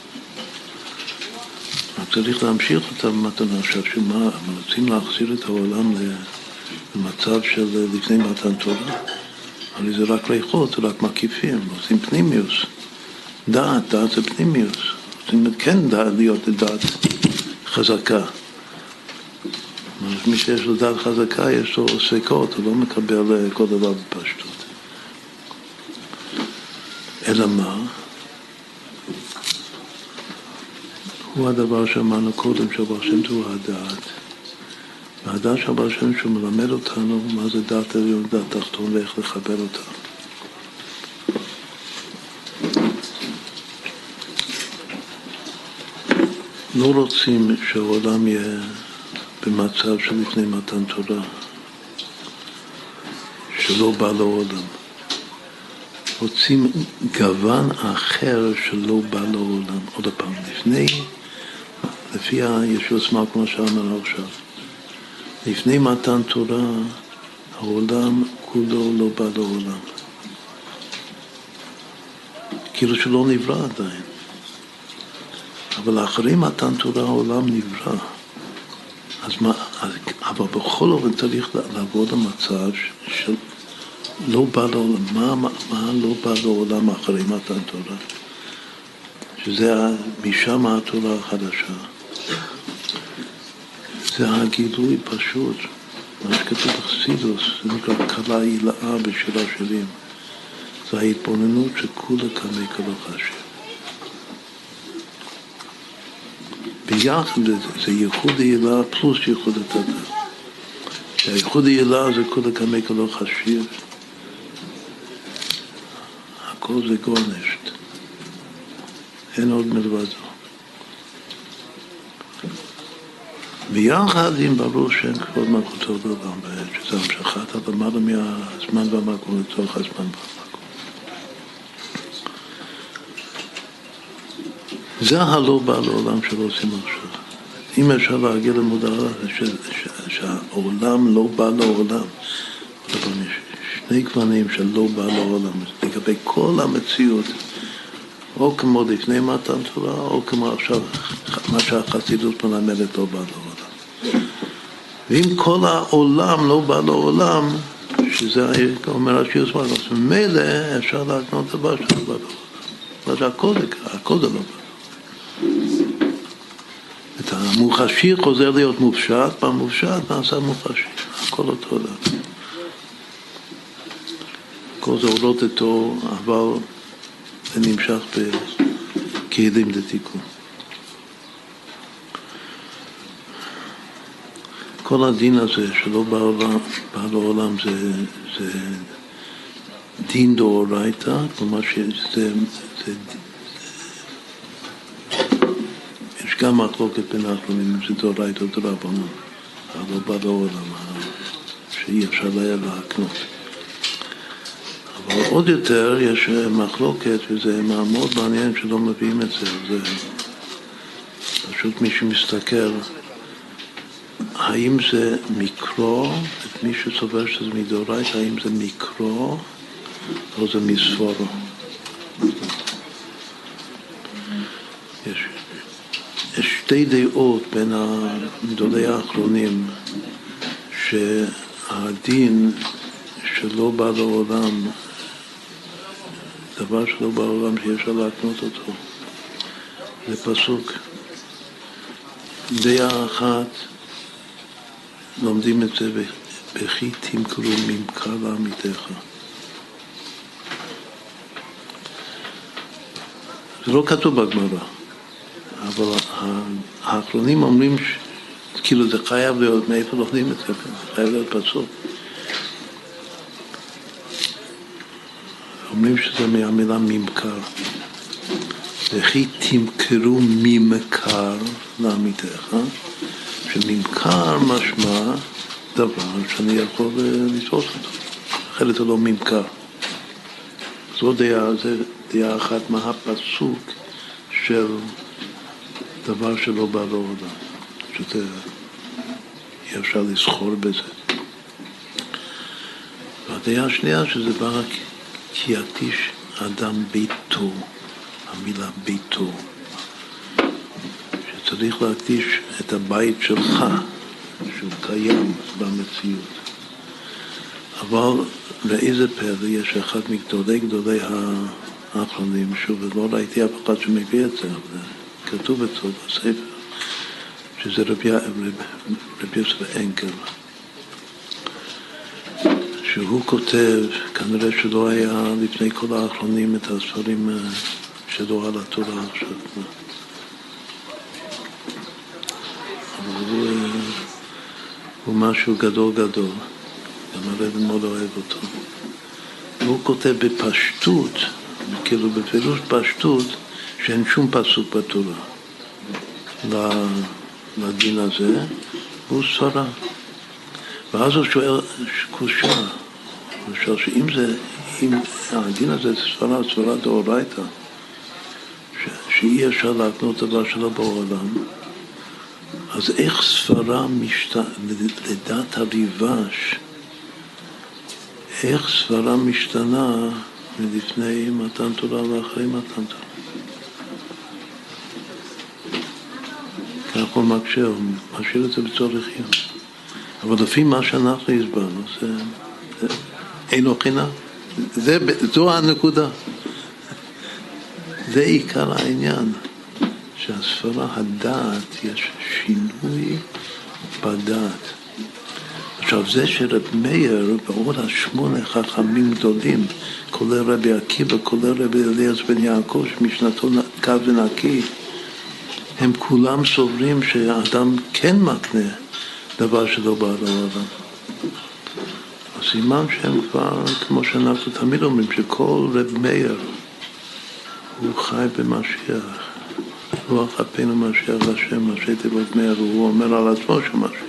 S1: צריך להמשיך אותם במתנה עכשיו, שמה, רוצים להחזיר את העולם למצב של לפני מתן תורה. הרי זה רק ריחות, זה רק מקיפים, רוצים פנימיוס. דעת זה פנימיוס. רוצים כן להיות דעת חזקה. מי שיש לו דעת חזקה, יש לו ספקות, הוא לא מקבל כל דבר בפשטות. אלא מה? הוא הדבר שאמרנו קודם, שהבעל שם טוב הוא הדעת. והדעת של הבעל שם שהוא מלמד אותנו מה זה דעת עליון ודעת תחתון ואיך לחבר אותה. לא רוצים שהעולם יהיה במצב של לפני מתן תורה, שלא בא לעולם. רוצים גוון אחר שלא בא לעולם. עוד פעם, לפי הישוס מלכה, כמו שאמרנו עכשיו, לפני מתן תורה, העולם כולו לא בא לעולם. כאילו שלא נברא עדיין. אבל אחרי מתן תורה העולם נברא. אבל בכל אופן צריך לעבוד המצב של לא בא לעולם. מה לא בא לעולם אחרי מתן תורה? שזה משם התורה החדשה. זה הגילוי פשוט. מה שכתוב בחסידות, זה נקרא קלה הילאה בשיר השירים. זה ההתבוננות שכולה קמא כלא חשב. ביחד זה ייחוד הילאה פלוס ייחוד התדר. שהייחוד העילה זה כל הקמי כלו חשיב, הכל זה גורנשת, אין עוד מלבד זו. ביחד עם ברור שאין כבוד מלכותו לעולם, שזה המשכת, אבל למעלה מהזמן והמקום לצורך הזמן והמקום. זה הלא בא לעולם שלא עושים עכשיו. אם אפשר להגיע למודע שהעולם לא בא לעולם, שני גוונים של לא בא לעולם, לגבי כל המציאות, או כמו לפני מתן תורה, או כמו עכשיו, מה שהחסידות מלמדת לא בא לעולם. ואם כל העולם לא בא לעולם, שזה אומר השיעור סמך, אז ממילא אפשר להקנות דבר שלא בא לעולם. אבל הכל זה לא בא. את המוחשי חוזר להיות מופשט, במופשט נעשה מוחשי. הכל אותו דבר. כל זה עולות איתו, אבל זה נמשך בכלים לתיקון. כל הדין הזה שלא בא לעולם זה דין דאורייתא, כלומר שזה יש גם מחלוקת בין האחרונים, זה דאורייתא או דרבנן, לא בא לעולם, שאי אפשר להקנות. אבל עוד יותר יש מחלוקת, וזה מאוד מעניין שלא מביאים את זה, זה פשוט מי שמסתכל, האם זה מיקרו, מי שסובר שזה מדאורייתא, האם זה מיקרו או זה מספורו? יש שתי דעות בין הגדולי האחרונים שהדין שלא בא לעולם, דבר שלא בא לעולם שאי אפשר להקנות אותו, זה פסוק. דעה אחת לומדים את זה בכי תמכרו ממכר לעמיתך. זה לא כתוב בגמרא, אבל האחרונים אומרים כאילו זה חייב להיות, מאיפה לומדים את זה? זה חייב להיות פסוק. אומרים שזה מהמילה ממכר. וכי תמכרו ממכר לעמיתך, שממכר משמע דבר שאני יכול לתפוס אותו. אחרת זה לא ממכר. זו דעה אחת מהפסוק של דבר שלא בא לעולם. שזה אי אפשר לסחור בזה. והדעה השנייה שזה בא רק כי יקדיש אדם ביתו, המילה ביתו, שצריך להקדיש את הבית שלך, שהוא קיים במציאות. אבל לאיזה פלא יש אחד מגדולי האחרונים, שוב, לא ראיתי אף אחד שמביא את זה, אבל כתוב אצלו בספר, שזה רבי יוסף אנקל. שהוא כותב, כנראה שלא היה לפני כל האחרונים את הספרים שלו על התורה עכשיו. אבל הוא משהו גדול. גם הרב מאוד אוהב אותו. והוא כותב בפשטות, כאילו בפירוש פשטות, שאין שום פסוק בתורה לדין הזה, והוא סברה. ואז הוא שואל קושה, הוא שואל שאם הדין הזה זה סברה דאורייתא, שאי אפשר להקנות דבר שלא בעולם, אז איך סברה לדעת הריבש, איך סברה משתנה מלפני מתן תורה ואחרי מתן תורה? כך הוא מקשה, הוא משאיר את זה בצורך יום. אבל לפי מה שאנחנו הסברנו, זה אין לו חינה. זו הנקודה. זה עיקר העניין. שהספרה הדעת, יש שינוי בדעת. עכשיו זה שרב מאיר ועוד 8 חכמים גדולים, כולל רבי עקיבא, כולל רבי אליעזר בן יעקב, שמשנתו קו ונקי, הם כולם סוברים שהאדם כן מקנה דבר שלא בא לעולם. סימן שהם כבר, כמו שאנחנו תמיד אומרים, שכל רב מאיר הוא חי במשיח. רוח אפינו משיח לשם, ראשי תיבות מאיר, הוא אומר על עצמו שמשיח.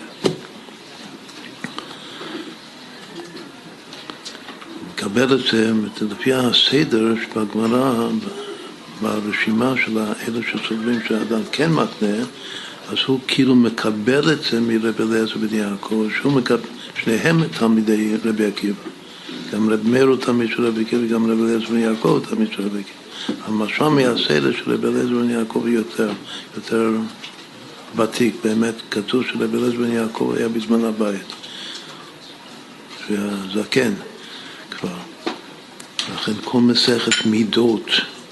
S1: מקבל את זה לפי הסדר שבגמרא, ברשימה של אלה שסוברים שהאדם כן מתנה, אז הוא כאילו מקבל את זה מרב אליעזר בן יעקב, שניהם תלמידי רבי עקיבא. גם רב מאיר הוא תלמיד של רבי עקיבא, גם רב אליעזר בן יעקב הוא תלמיד של רבי עקיבא. המשמע מהסדר של רב אליעזר בן יעקב יותר ותיק. באמת כתוב שרב אליעזר בן יעקב היה בזמן הבית, שהזקן כבר. לכן כל מסכת מידות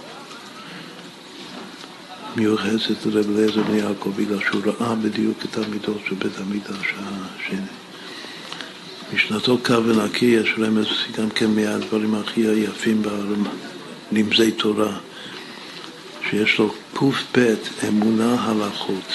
S1: מיוחסת לרב אליעזר בן יעקב, בגלל שהוא ראה בדיוק את המידות של בית המקדש השני. משנתו קו ונקי יש רמז גם כן מהדברים הכי יפים ברמזי תורה, שיש לו ק"ב אמונה הלכות.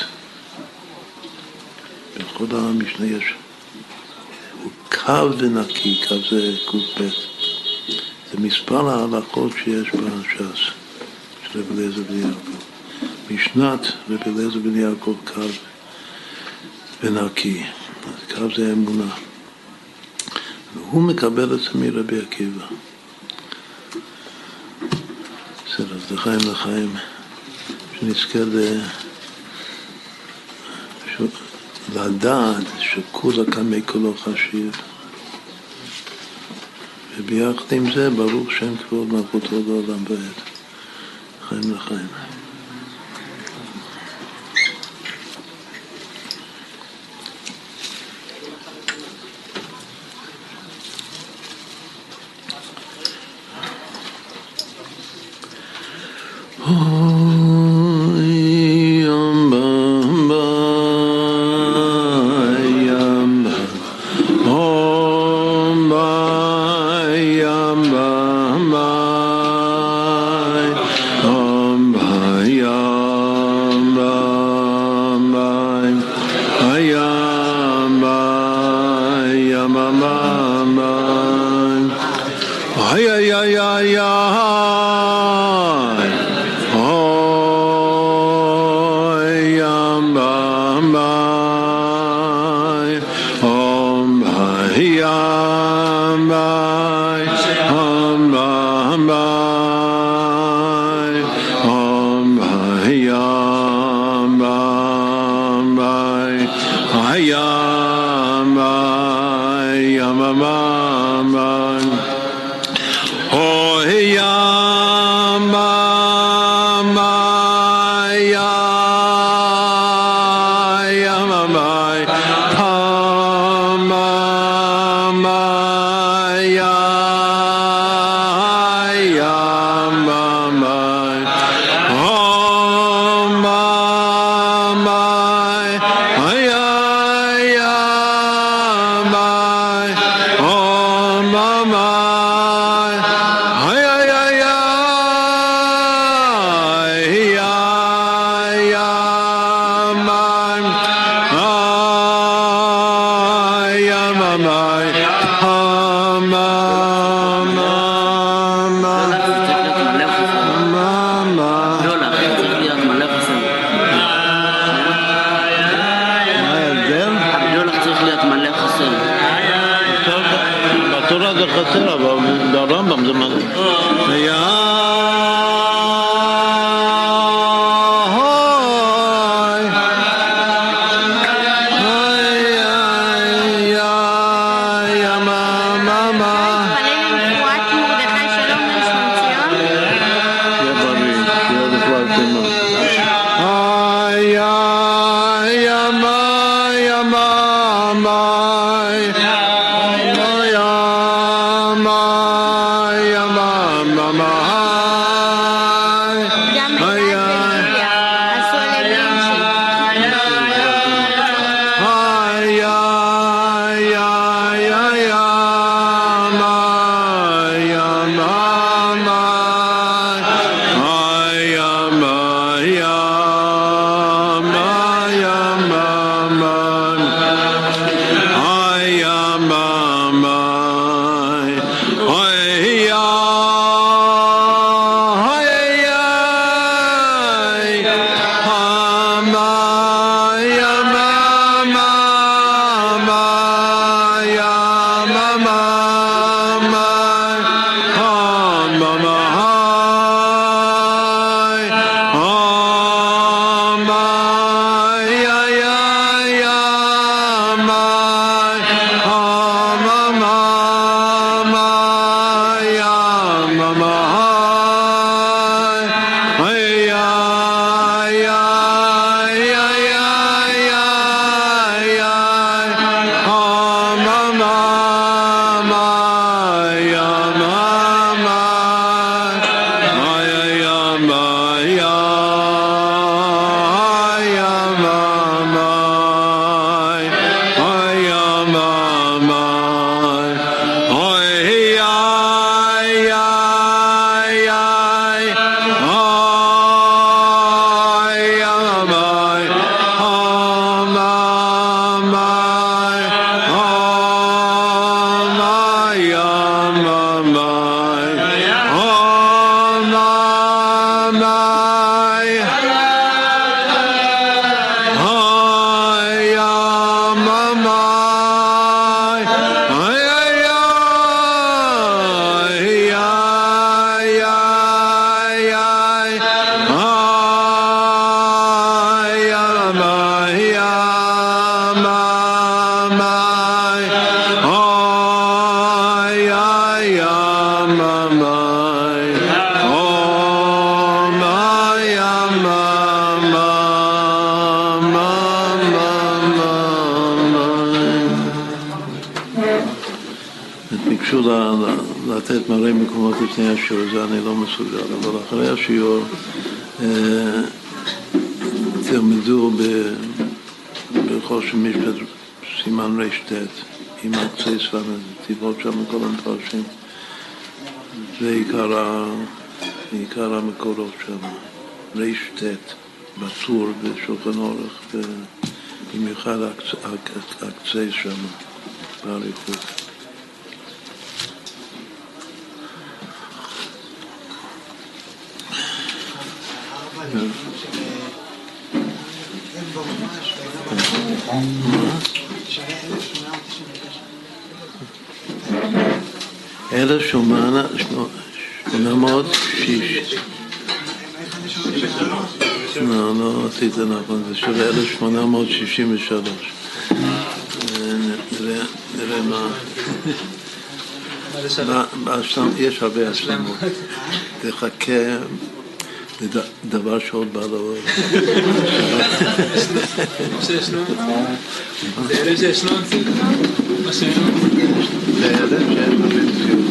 S1: בכל המשנה יש, הוא קו ונקי, קו זה ק"ב. זה מספר ההלכות שיש בש"ס של רב אליעזר בן יעקב. משנת רב אליעזר בן יעקב קו ונקי, קו זה אמונה. והוא מקבל את זה מרבי עקיבא. בסדר, אז לחיים, שנזכה לדעת שכולה כמי כולו חשיב. וביחד עם זה, ברוך שם כבוד מלכותו לעולם ועד. לחיים.
S3: Mama
S1: ביקשו לתת מלא מקומות לפני השיעור, זה אני לא מסוגל, אבל אחרי השיעור תלמדו בחושן משפט סימן רשת עם הקצייס והנתיבות שם כל המפרשים, זה עיקר המקורות שם, רשת בטור בשולחן אורך, במיוחד הקצייס שם באריכות. אלא 860 לא עשית נכון, זה שווה 1863. נראה מה יש הרבה השלמות, תחכה דבר שעוד בא לאור.
S3: שישנו? זה אלה שישנו? מה שישנו?
S1: זה אלה שיש